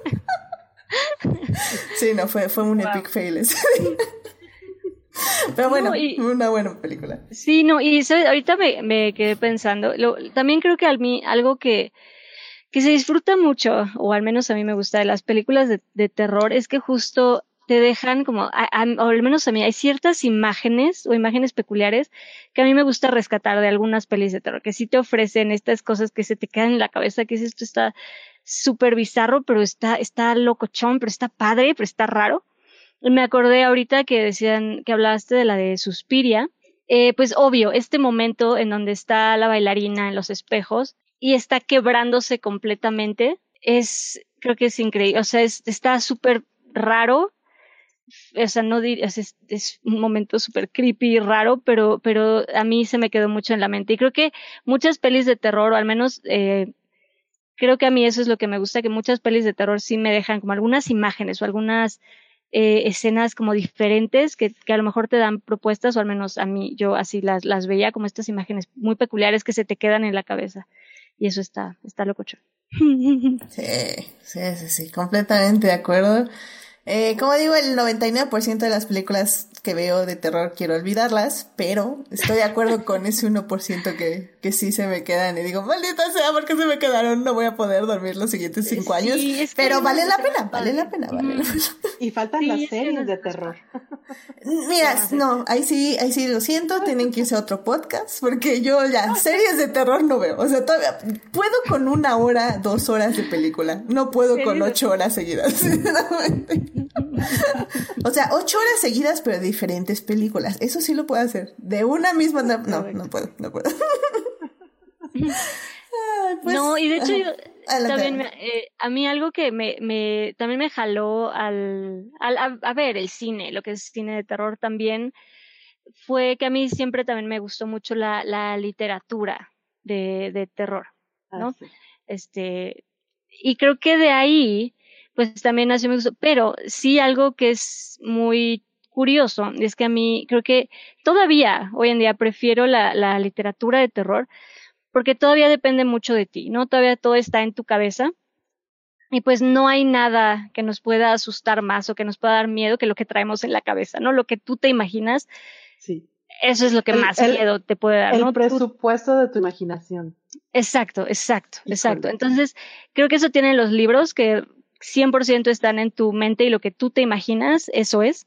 Sí, no, fue, fue un wow. epic fail ese día. Pero bueno, no, y, una buena película. Sí, no, y ¿sabes? Ahorita me, me quedé pensando, lo, también creo que a mí algo que, que se disfruta mucho, o al menos a mí me gusta de las películas de, de terror, es que justo te dejan como, a, a, o al menos a mí, hay ciertas imágenes o imágenes peculiares que a mí me gusta rescatar de algunas pelis de terror, que sí te ofrecen estas cosas que se te quedan en la cabeza, que es esto está súper bizarro, pero está, está locochón, pero está padre, pero está raro. Me acordé ahorita que decían, que hablaste de la de Suspiria, eh, pues obvio, este momento en donde está la bailarina en los espejos y está quebrándose completamente, es, creo que es increíble, o sea, es, está súper raro, o sea, no diría, es, es un momento súper creepy y raro, pero, pero a mí se me quedó mucho en la mente, y creo que muchas pelis de terror, o al menos, eh, creo que a mí eso es lo que me gusta, que muchas pelis de terror sí me dejan como algunas imágenes o algunas Eh, escenas como diferentes que, que a lo mejor te dan propuestas, o al menos a mí, yo así las, las veía como estas imágenes muy peculiares que se te quedan en la cabeza, y eso está, está locochón. Sí, sí, sí, sí, completamente de acuerdo. Eh, como digo, el noventa y nueve por ciento de las películas que veo de terror quiero olvidarlas, pero estoy de acuerdo con ese uno por ciento que, que sí se me quedan y digo, maldita sea, ¿por qué se me quedaron? No voy a poder dormir los siguientes cinco años, sí, es pero vale la pena, vale la pena, vale la pena. Y faltan sí, las series de terror. Mira, no, ahí sí, ahí sí lo siento, tienen que irse a otro podcast, porque yo ya series de terror no veo, o sea, todavía puedo con una hora, dos horas de película, no puedo con ocho horas seguidas, sinceramente. O sea, ocho horas seguidas, pero de diferentes películas. Eso sí lo puedo hacer. De una misma, no, no, no puedo, no puedo. Ay, pues, no, y de hecho, yo, también me, eh, a mí algo que me, me también me jaló al, al a, a ver el cine, lo que es cine de terror también, fue que a mí siempre también me gustó mucho la, la literatura de, de terror, ¿no? Ah, sí. Este, y creo que de ahí pues también nació mi gusto, pero sí algo que es muy curioso, es que a mí creo que todavía hoy en día prefiero la, la literatura de terror, porque todavía depende mucho de ti, ¿no? Todavía todo está en tu cabeza, y pues no hay nada que nos pueda asustar más o que nos pueda dar miedo que lo que traemos en la cabeza, ¿no? Lo que tú te imaginas, sí. Eso es lo que el, más el, miedo te puede dar, el ¿no? El presupuesto tú... de tu imaginación. Exacto, exacto, Híjole. exacto. Entonces, creo que eso tienen los libros, que cien por ciento están en tu mente y lo que tú te imaginas, eso es.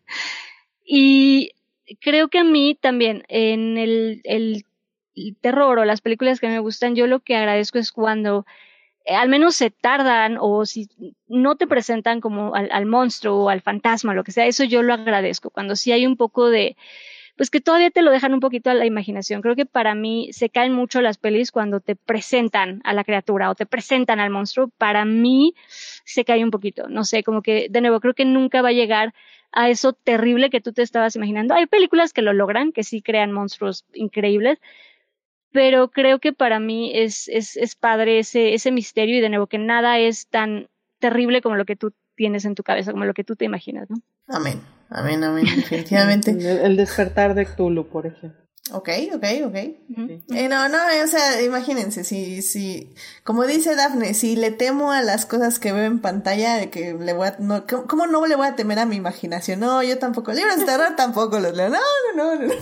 Y creo que a mí también, en el, el, el terror o las películas que me gustan, yo lo que agradezco es cuando eh, al menos se tardan, o si no te presentan como al, al monstruo o al fantasma, lo que sea, eso yo lo agradezco, cuando sí hay un poco de, pues que todavía te lo dejan un poquito a la imaginación. Creo que para mí se caen mucho las pelis cuando te presentan a la criatura o te presentan al monstruo. Para mí se cae un poquito, no sé, como que de nuevo creo que nunca va a llegar a eso terrible que tú te estabas imaginando. Hay películas que lo logran, que sí crean monstruos increíbles, pero creo que para mí es, es, es padre ese, ese misterio, y de nuevo que nada es tan terrible como lo que tú tienes en tu cabeza, como lo que tú te imaginas, ¿no? Amén, amén, amén, definitivamente. El, el despertar de Cthulhu, por ejemplo. Ok, ok, ok. Uh-huh. Eh, no, no, o sea, imagínense, si, si, como dice Dafne, si le temo a las cosas que veo en pantalla, de que le voy a, no, ¿cómo, cómo no le voy a temer a mi imaginación? No, yo tampoco, libros de terror tampoco los leo, no, no, no, no.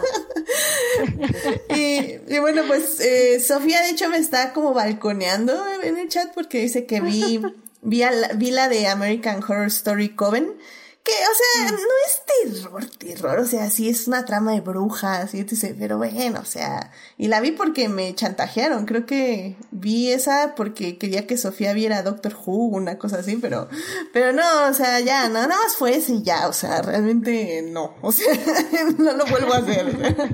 y, y bueno, pues, eh, Sofía de hecho me está como balconeando en el chat porque dice que vi, vi, a la, vi la de American Horror Story Coven. Que, o sea, no es terror, terror, o sea, sí es una trama de brujas, y etcétera, pero bueno, o sea, y la vi porque me chantajearon, creo que vi esa porque quería que Sofía viera Doctor Who, una cosa así, pero, pero no, o sea, ya, no, nada más fue ese y ya, o sea, realmente no, o sea, no lo vuelvo a hacer, o sea.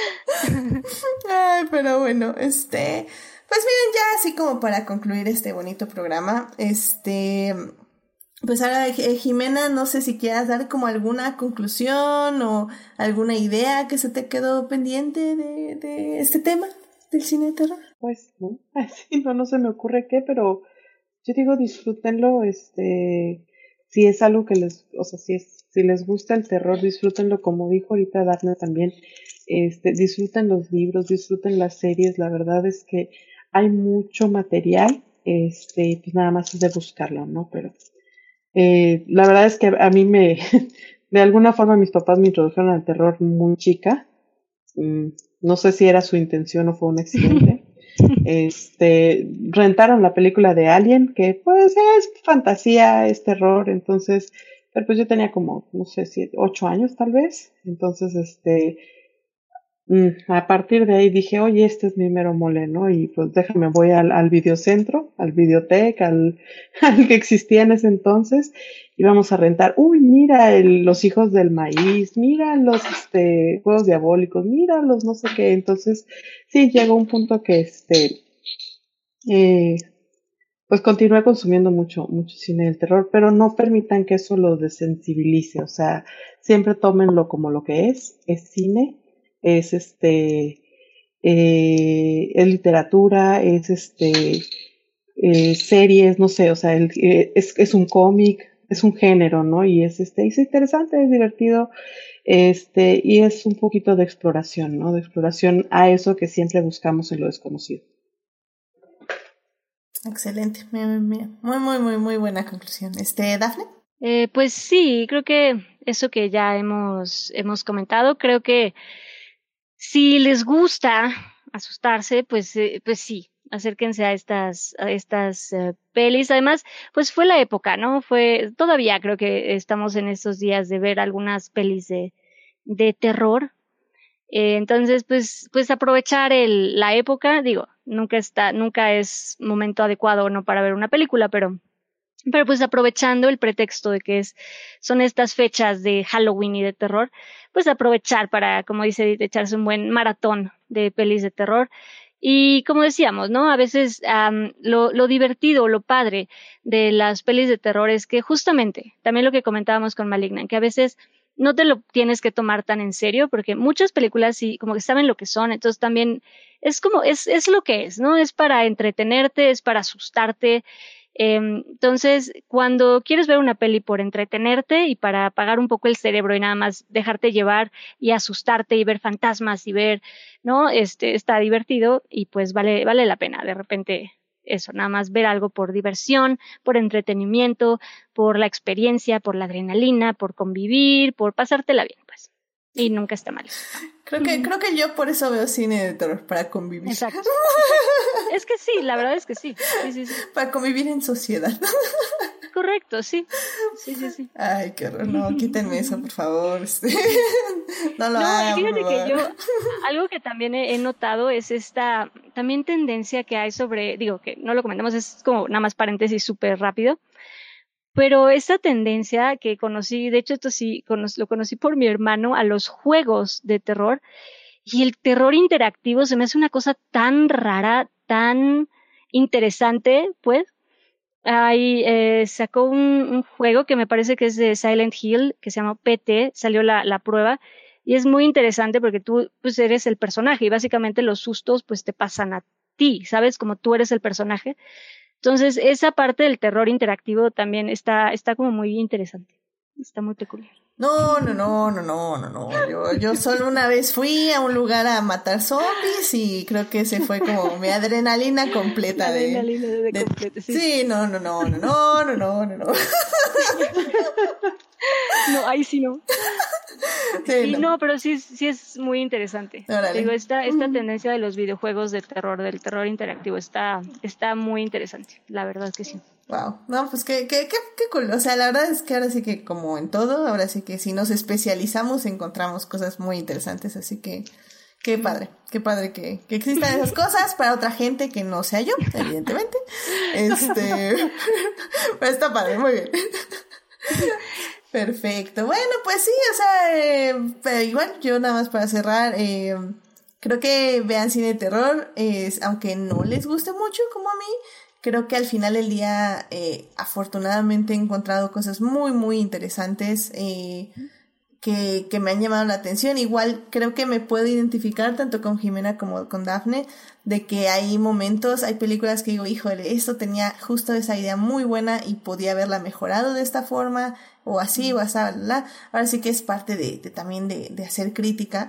Ay, pero bueno, este, pues miren, ya así como para concluir este bonito programa, este... Pues ahora, Jimena, no sé si quieras dar como alguna conclusión o alguna idea que se te quedó pendiente de, de este tema del cine de terror. Pues no, así no, no se me ocurre qué, pero yo digo disfrútenlo, este, si es algo que les, o sea, si es, si les gusta el terror, disfrútenlo, como dijo ahorita Dafne también, este, disfruten los libros, disfruten las series, la verdad es que hay mucho material, este, pues nada más es de buscarlo, ¿no? Pero Eh, la verdad es que a mí me, de alguna forma mis papás me introdujeron al terror muy chica. Mm, no sé si era su intención o fue un accidente. Este, rentaron la película de Alien, que pues es fantasía, es terror, entonces, pero pues yo tenía como, no sé, siete, ocho años tal vez. Entonces, este, a partir de ahí dije, oye, este es mi mero mole, ¿no? Y pues déjame, voy al, al videocentro, al videotec, al, al que existía en ese entonces, y vamos a rentar, uy, mira el, los hijos del maíz, mira los este, juegos diabólicos, mira los no sé qué. Entonces, sí, llegó un punto que este, eh, pues continué consumiendo mucho, mucho cine del terror, pero no permitan que eso los desensibilice, o sea, siempre tómenlo como lo que es, es cine, es este, eh, es literatura, es este, eh, series, no sé, o sea, el, eh, es, es un cómic, es un género, ¿no? Y es este, es interesante, es divertido, este, y es un poquito de exploración, ¿no? De exploración a eso que siempre buscamos en lo desconocido. Excelente, muy, muy, muy, muy, muy buena conclusión. Este, ¿Dafne? Eh, pues sí, creo que eso que ya hemos, hemos comentado, creo que si les gusta asustarse, pues, eh, pues sí, acérquense a estas, a estas uh, pelis. Además, pues fue la época, ¿no? Fue, todavía creo que estamos en estos días de ver algunas pelis de, de terror. Eh, entonces, pues, pues aprovechar el, la época, digo, nunca está, nunca es momento adecuado, ¿no? Para ver una película, pero pero pues aprovechando el pretexto de que es, son estas fechas de Halloween y de terror, pues aprovechar para, como dice Edith, echarse un buen maratón de pelis de terror. Y como decíamos, ¿no? A veces um, lo, lo divertido, lo padre de las pelis de terror es que justamente, también lo que comentábamos con Malignant, que a veces no te lo tienes que tomar tan en serio, porque muchas películas sí, como que saben lo que son, entonces también es como, es, es lo que es, ¿no? Es para entretenerte, es para asustarte. Eh, entonces, cuando quieres ver una peli por entretenerte y para apagar un poco el cerebro y nada más dejarte llevar y asustarte y ver fantasmas y ver, ¿no? Este, está divertido y pues vale, vale la pena de repente eso, nada más ver algo por diversión, por entretenimiento, por la experiencia, por la adrenalina, por convivir, por pasártela bien, pues. Y nunca está mal. Creo que, creo que yo por eso veo cine de terror, para convivir. Exacto. Es que sí, la verdad es que sí. Sí, sí, sí. Para convivir en sociedad. Correcto, sí. Sí, sí, sí. Ay, qué horror. No, quítenme eso, por favor. No lo no, hagan, fíjate por que favor. yo, algo que también he, he notado es esta también tendencia que hay sobre, digo, que no lo comentamos, es como nada más paréntesis súper rápido, pero esta tendencia que conocí, de hecho esto sí, cono- lo conocí por mi hermano, a los juegos de terror, y el terror interactivo se me hace una cosa tan rara, tan interesante, pues. Ahí eh, sacó un, un juego que me parece que es de Silent Hill, que se llama P T, salió la, la prueba, y es muy interesante porque tú pues eres el personaje y básicamente los sustos pues te pasan a ti, ¿sabes? Como tú eres el personaje. Entonces, esa parte del terror interactivo también está, está como muy interesante. Está muy peculiar. No, no, no, no, no, no, no. Yo, yo solo una vez fui a un lugar a matar zombies y creo que ese fue como mi adrenalina completa de. Adrenalina de, de completa, sí. Sí, no, no, no, no, no, no, no, no, no. No, ahí sí no. Sí, Sí, no. no, pero sí, sí es muy interesante. Órale. Digo, esta, esta tendencia de los videojuegos de terror, del terror interactivo, está, está muy interesante. La verdad que sí. Wow, no, pues qué, qué, qué, qué cool. O sea, la verdad es que ahora sí que como en todo, ahora sí que si nos especializamos encontramos cosas muy interesantes, así que qué padre, qué padre que, que existan esas cosas para otra gente que no sea yo, evidentemente. Este, pero está padre, muy bien. Perfecto. Bueno, pues sí, o sea, eh, pero igual yo nada más para cerrar, eh, creo que vean cine de terror, eh, aunque no les guste mucho como a mí. Creo que al final del día, eh, afortunadamente he encontrado cosas muy, muy interesantes eh, que, que me han llamado la atención. Igual creo que me puedo identificar tanto con Jimena como con Dafne, de que hay momentos, hay películas que digo, híjole, esto tenía justo esa idea muy buena y podía haberla mejorado de esta forma, o así, o así, bla, bla. Ahora sí que es parte de, de también de, de hacer crítica.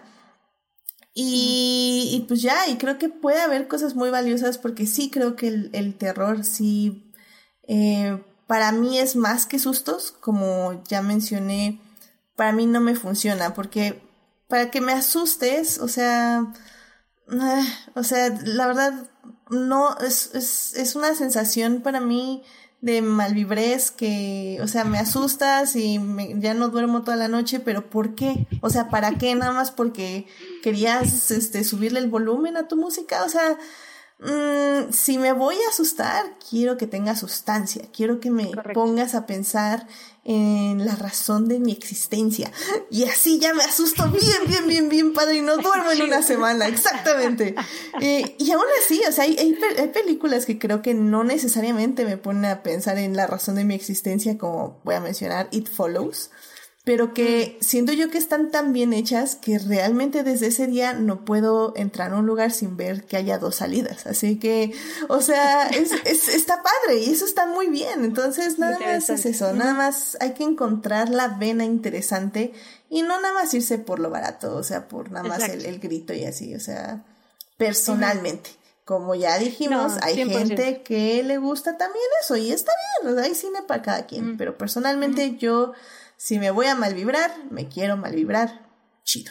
Y, y pues ya, y creo que puede haber cosas muy valiosas porque sí creo que el, el terror sí, eh, para mí es más que sustos, como ya mencioné, para mí no me funciona porque para que me asustes, o sea, eh, o sea, la verdad no, es, es, es una sensación para mí de malvibrez que, o sea, me asustas y me, ya no duermo toda la noche, pero ¿por qué? O sea, ¿para qué? Nada más porque querías este subirle el volumen a tu música, o sea, mmm, si me voy a asustar, quiero que tenga sustancia, quiero que me Correcto. pongas a pensar en la razón de mi existencia, y así ya me asusto bien, bien, bien, bien padre y no duermo en una semana, exactamente. Eh, y aún así, o sea, hay, hay, hay películas que creo que no necesariamente me ponen a pensar en la razón de mi existencia, como voy a mencionar It Follows, pero que siento yo que están tan bien hechas que realmente desde ese día no puedo entrar a un lugar sin ver que haya dos salidas. Así que, o sea, es, es, está padre y eso está muy bien. Entonces, nada más es eso. Nada más hay que encontrar la vena interesante y no nada más irse por lo barato, o sea, por nada más el, el grito y así, o sea, personalmente. Como ya dijimos, No, hay cien por ciento. gente que le gusta también eso y está bien, o sea, hay cine para cada quien, Mm. pero personalmente mm. yo... Si me voy a mal vibrar, me quiero mal vibrar. Chido.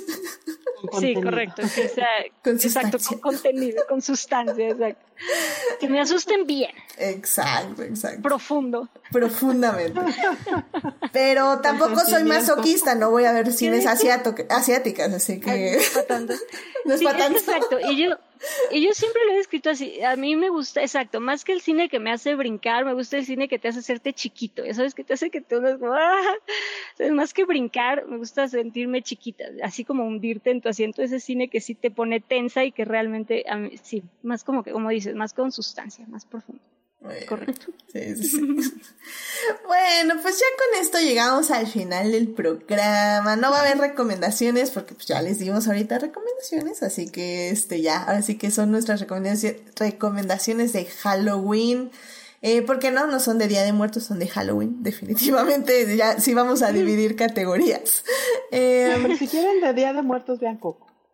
Sí, correcto. Que sea, Con exacto, sustancia. con contenido, con sustancia, exacto. Que me asusten bien. Exacto, exacto. Profundo. Profundamente. Pero tampoco soy masoquista, no voy a ver cines asiato, asiáticas, así que... No es para tanto. No es Sí, para tanto. exacto. Y yo, y yo siempre lo he descrito así. A mí me gusta, exacto, más que el cine que me hace brincar, me gusta el cine que te hace hacerte chiquito. Ya sabes, que te hace que te unas como, ¡ah! O sea, más que brincar, me gusta sentirme chiquita, así como hundirte en tu asiento. Ese cine que sí te pone tensa y que realmente, a mí, sí, más como que, como dices, más con sustancia, más profundo. Bueno, correcto. Sí, sí, sí. Bueno, pues ya con esto llegamos al final del programa. No va a haber recomendaciones porque pues ya les dimos ahorita recomendaciones, así que este ya, ahora sí que son nuestras recomendaciones, recomendaciones de Halloween. Eh, porque no, no son de Día de Muertos, son de Halloween, definitivamente. Ya sí vamos a dividir categorías. Eh, Pero si quieren de Día de Muertos, vean Coco.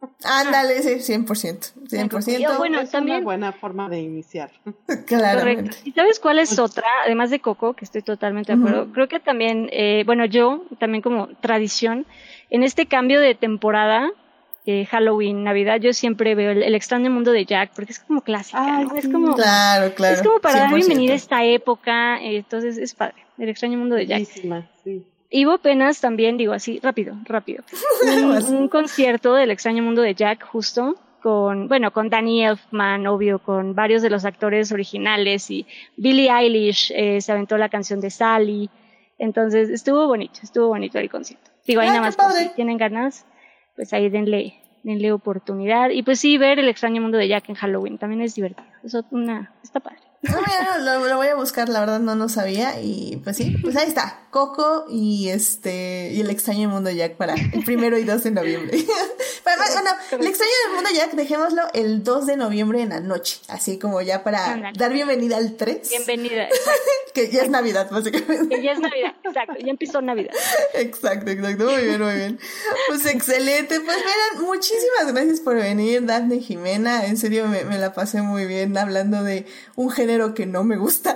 Ándale, sí, cien por ciento. cien por ciento. Bueno, es también... una buena forma de iniciar. Claramente. Correcto. ¿Y sabes cuál es otra? Además de Coco, que estoy totalmente de acuerdo. Uh-huh. Creo que también, eh, bueno, yo, también como tradición, en este cambio de temporada, eh, Halloween, Navidad, yo siempre veo el, el extraño mundo de Jack, porque es como clásica, Ay, ¿no? sí. Es como, claro, claro. Es como para cien por ciento. dar bienvenida a esta época, eh, entonces es padre. El extraño mundo de Jack. Buenísima, sí. Y hubo apenas también, digo así, rápido, rápido, un, un concierto del extraño mundo de Jack, justo, con, bueno, con Danny Elfman, obvio, con varios de los actores originales, y Billie Eilish eh, se aventó la canción de Sally. Entonces, estuvo bonito, estuvo bonito el concierto. Digo, ahí ah, nada más, pues, si tienen ganas, pues ahí denle, denle oportunidad. Y pues sí, ver el extraño mundo de Jack en Halloween también es divertido. Eso una, está padre. No, mira, lo, lo voy a buscar, la verdad no no sabía, y pues sí, pues ahí está, Coco y este, y el extraño mundo de Jack para el primero y dos de noviembre. Pero, bueno, el extraño mundo de Jack, dejémoslo el dos de noviembre en la noche, así como ya para Andale. dar bienvenida al tres. Bienvenida, que ya es Navidad, básicamente. Que ya es Navidad, exacto, ya empezó Navidad. Exacto, exacto, muy bien, muy bien. Pues excelente, pues miren, muchísimas gracias por venir, Dafne y Jimena, en serio me, me la pasé muy bien hablando de un género que no me gusta.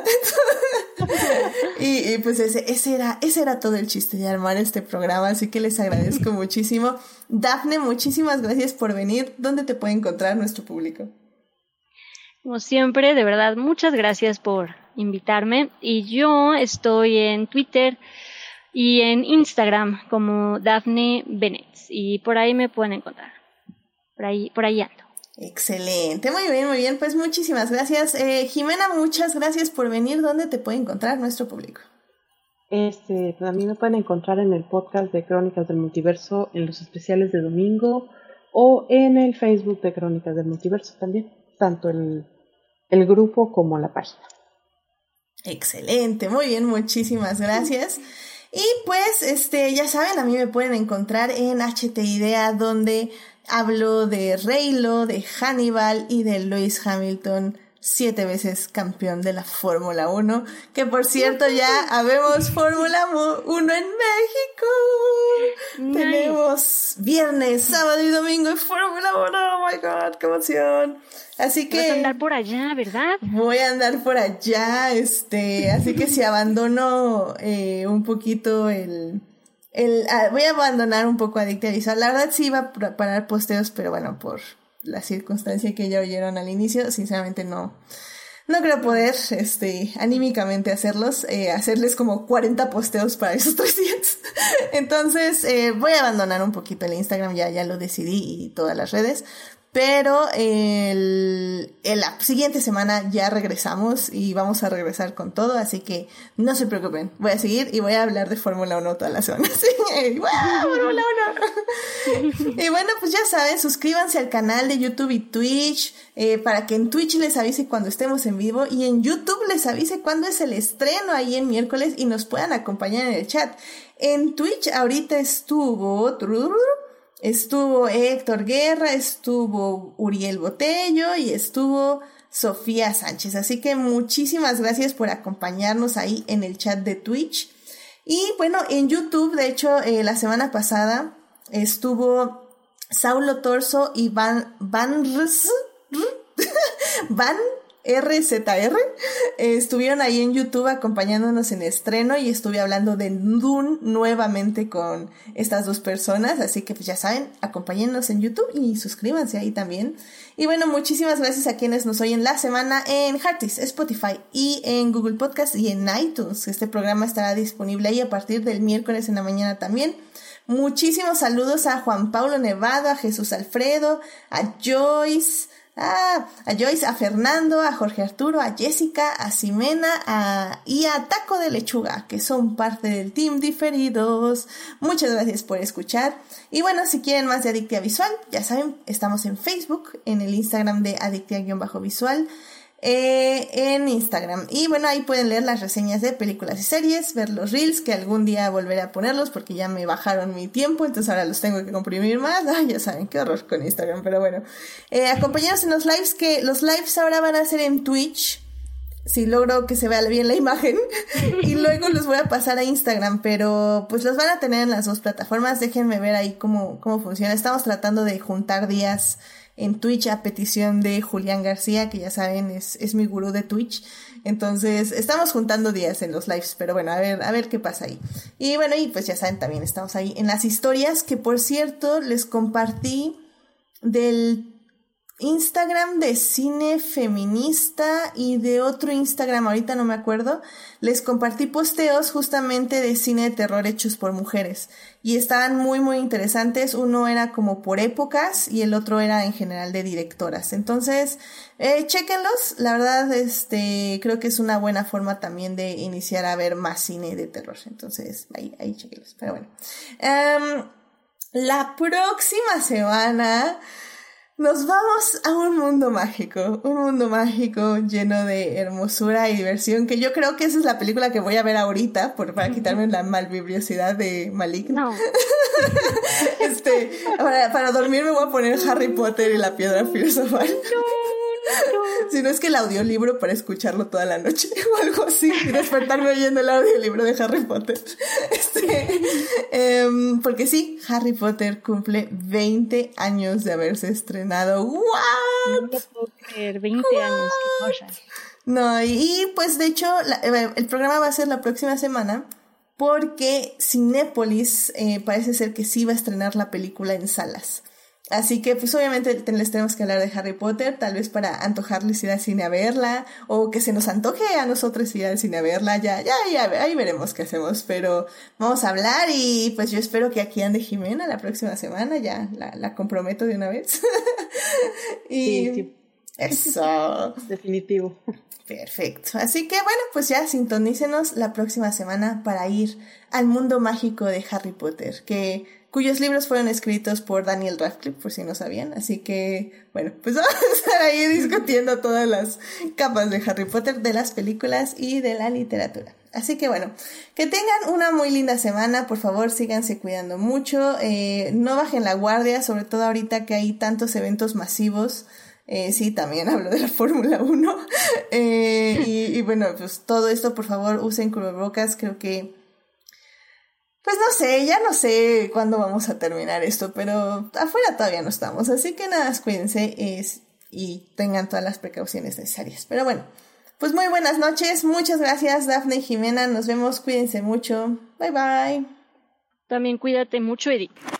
y, y pues ese, ese era, ese era todo el chiste de armar este programa, así que les agradezco muchísimo. Dafne, muchísimas gracias por venir. ¿Dónde te puede encontrar nuestro público? Como siempre, de verdad, muchas gracias por invitarme. Y yo estoy en Twitter y en Instagram como Dafne Bennett, y por ahí me pueden encontrar. Por ahí, por ahí ando. Excelente, muy bien, muy bien, pues muchísimas gracias. Eh, Jimena, muchas gracias por venir. ¿Dónde te puede encontrar nuestro público? Este, también me pueden encontrar en el podcast de Crónicas del Multiverso, en los especiales de domingo, o en el Facebook de Crónicas del Multiverso también, tanto el, el grupo como la página. Excelente, muy bien, muchísimas gracias. Y pues, este, ya saben, a mí me pueden encontrar en H T Idea, donde hablo de Reylo, de Hannibal y de Lewis Hamilton, siete veces campeón de la Fórmula uno, que por cierto ya habemos Fórmula uno en México. Nice. Tenemos viernes, sábado y domingo en Fórmula uno, oh my god, qué emoción. Así que... Vas a andar por allá, ¿verdad? Voy a andar por allá, este, así que si abandono eh, un poquito el... El, ah, voy a abandonar un poco Adictia Visual. La verdad sí iba a parar posteos, pero bueno, por la circunstancia que ya oyeron al inicio, sinceramente no, no creo poder, este, anímicamente hacerlos, eh, hacerles como cuarenta posteos para esos tres días. Entonces, eh, voy a abandonar un poquito el Instagram, ya, ya lo decidí, y todas las redes. Pero el, el, la siguiente semana ya regresamos y vamos a regresar con todo, así que no se preocupen, voy a seguir y voy a hablar de Fórmula uno toda la semana. Sí, ¡wow! Fórmula uno. Y bueno, pues ya saben, suscríbanse al canal de YouTube y Twitch, eh, para que en Twitch les avise cuando estemos en vivo y en YouTube les avise cuando es el estreno ahí en miércoles y nos puedan acompañar en el chat. En Twitch ahorita estuvo... Estuvo Héctor Guerra, estuvo Uriel Botello y estuvo Sofía Sánchez. Así que muchísimas gracias por acompañarnos ahí en el chat de Twitch. Y bueno, en YouTube, de hecho, eh, la semana pasada estuvo Saulo Torso y Van... Van... Van... R Z R, eh, estuvieron ahí en YouTube acompañándonos en estreno y estuve hablando de Dune nuevamente con estas dos personas, así que pues ya saben, acompáñennos en YouTube y suscríbanse ahí también. Y bueno, muchísimas gracias a quienes nos oyen la semana en Heartis, Spotify y en Google Podcast y en iTunes. Este programa estará disponible ahí a partir del miércoles en la mañana también. Muchísimos saludos a Juan Pablo Nevado, a Jesús Alfredo, a Joyce... Ah, a Joyce, a Fernando, a Jorge Arturo, a Jessica, a Ximena a, y a Taco de Lechuga, que son parte del Team Diferidos. Muchas gracias por escuchar. Y bueno, si quieren más de Adictia Visual, ya saben, estamos en Facebook, en el Instagram de Adictia-Visual, eh, en Instagram. Y bueno, ahí pueden leer las reseñas de películas y series, ver los reels, que algún día volveré a ponerlos porque ya me bajaron mi tiempo, entonces ahora los tengo que comprimir más. Ay, ya saben, qué horror con Instagram, pero bueno. Eh, acompáñanos en los lives, que los lives ahora van a ser en Twitch si logro que se vea bien la imagen y luego los voy a pasar a Instagram, pero pues los van a tener en las dos plataformas. Déjenme ver ahí cómo, cómo funciona. Estamos tratando de juntar días en Twitch a petición de Julián García, que ya saben es, es mi gurú de Twitch. Entonces estamos juntando días en los lives, pero bueno, a ver, a ver qué pasa ahí. Y bueno, y pues ya saben, también estamos ahí en las historias, que por cierto les compartí del Instagram de Cine Feminista y de otro Instagram, ahorita no me acuerdo, les compartí posteos justamente de cine de terror hechos por mujeres y estaban muy muy interesantes. Uno era como por épocas y el otro era en general de directoras. Entonces, eh, chéquenlos, la verdad, este, creo que es una buena forma también de iniciar a ver más cine de terror. Entonces, ahí, ahí chéquenlos, pero bueno. Um, la próxima semana nos vamos a un mundo mágico, un mundo mágico lleno de hermosura y diversión, que yo creo que esa es la película que voy a ver ahorita, por, para quitarme la malvibriosidad de Malik. No. este, para, para dormir me voy a poner Harry Potter y la Piedra Filosofal. No. Si no es que el audiolibro para escucharlo toda la noche o algo así y despertarme oyendo el audiolibro de Harry Potter. Este, um, porque sí, Harry Potter cumple veinte años de haberse estrenado. ¿What? No puedo creer, veinte What? Años, qué cosa. No, y, y pues de hecho la, el programa va a ser la próxima semana porque Cinépolis eh, parece ser que sí va a estrenar la película en salas. Así que pues obviamente les tenemos que hablar de Harry Potter, tal vez para antojarles ir al cine a verla, o que se nos antoje a nosotros ir al cine a verla, ya, ya, ya, ahí veremos qué hacemos, pero vamos a hablar y pues yo espero que aquí ande Jimena la próxima semana, ya la, la comprometo de una vez. Y sí, sí. Eso. Definitivo. Perfecto. Así que bueno, pues ya sintonícenos la próxima semana para ir al mundo mágico de Harry Potter, que cuyos libros fueron escritos por Daniel Radcliffe, por si no sabían. Así que, bueno, pues vamos a estar ahí discutiendo todas las capas de Harry Potter, de las películas y de la literatura. Así que bueno, que tengan una muy linda semana, por favor síganse cuidando mucho, eh, no bajen la guardia, sobre todo ahorita que hay tantos eventos masivos. Eh, sí, también hablo de la Fórmula uno. eh, y, y bueno, pues todo esto, por favor, usen cubrebocas. Creo que, pues no sé, ya no sé cuándo vamos a terminar esto, pero afuera todavía no estamos. Así que nada, cuídense es, y tengan todas las precauciones necesarias. Pero bueno, pues muy buenas noches. Muchas gracias, Dafne y Jimena. Nos vemos. Cuídense mucho. Bye, bye. También cuídate mucho, Edith.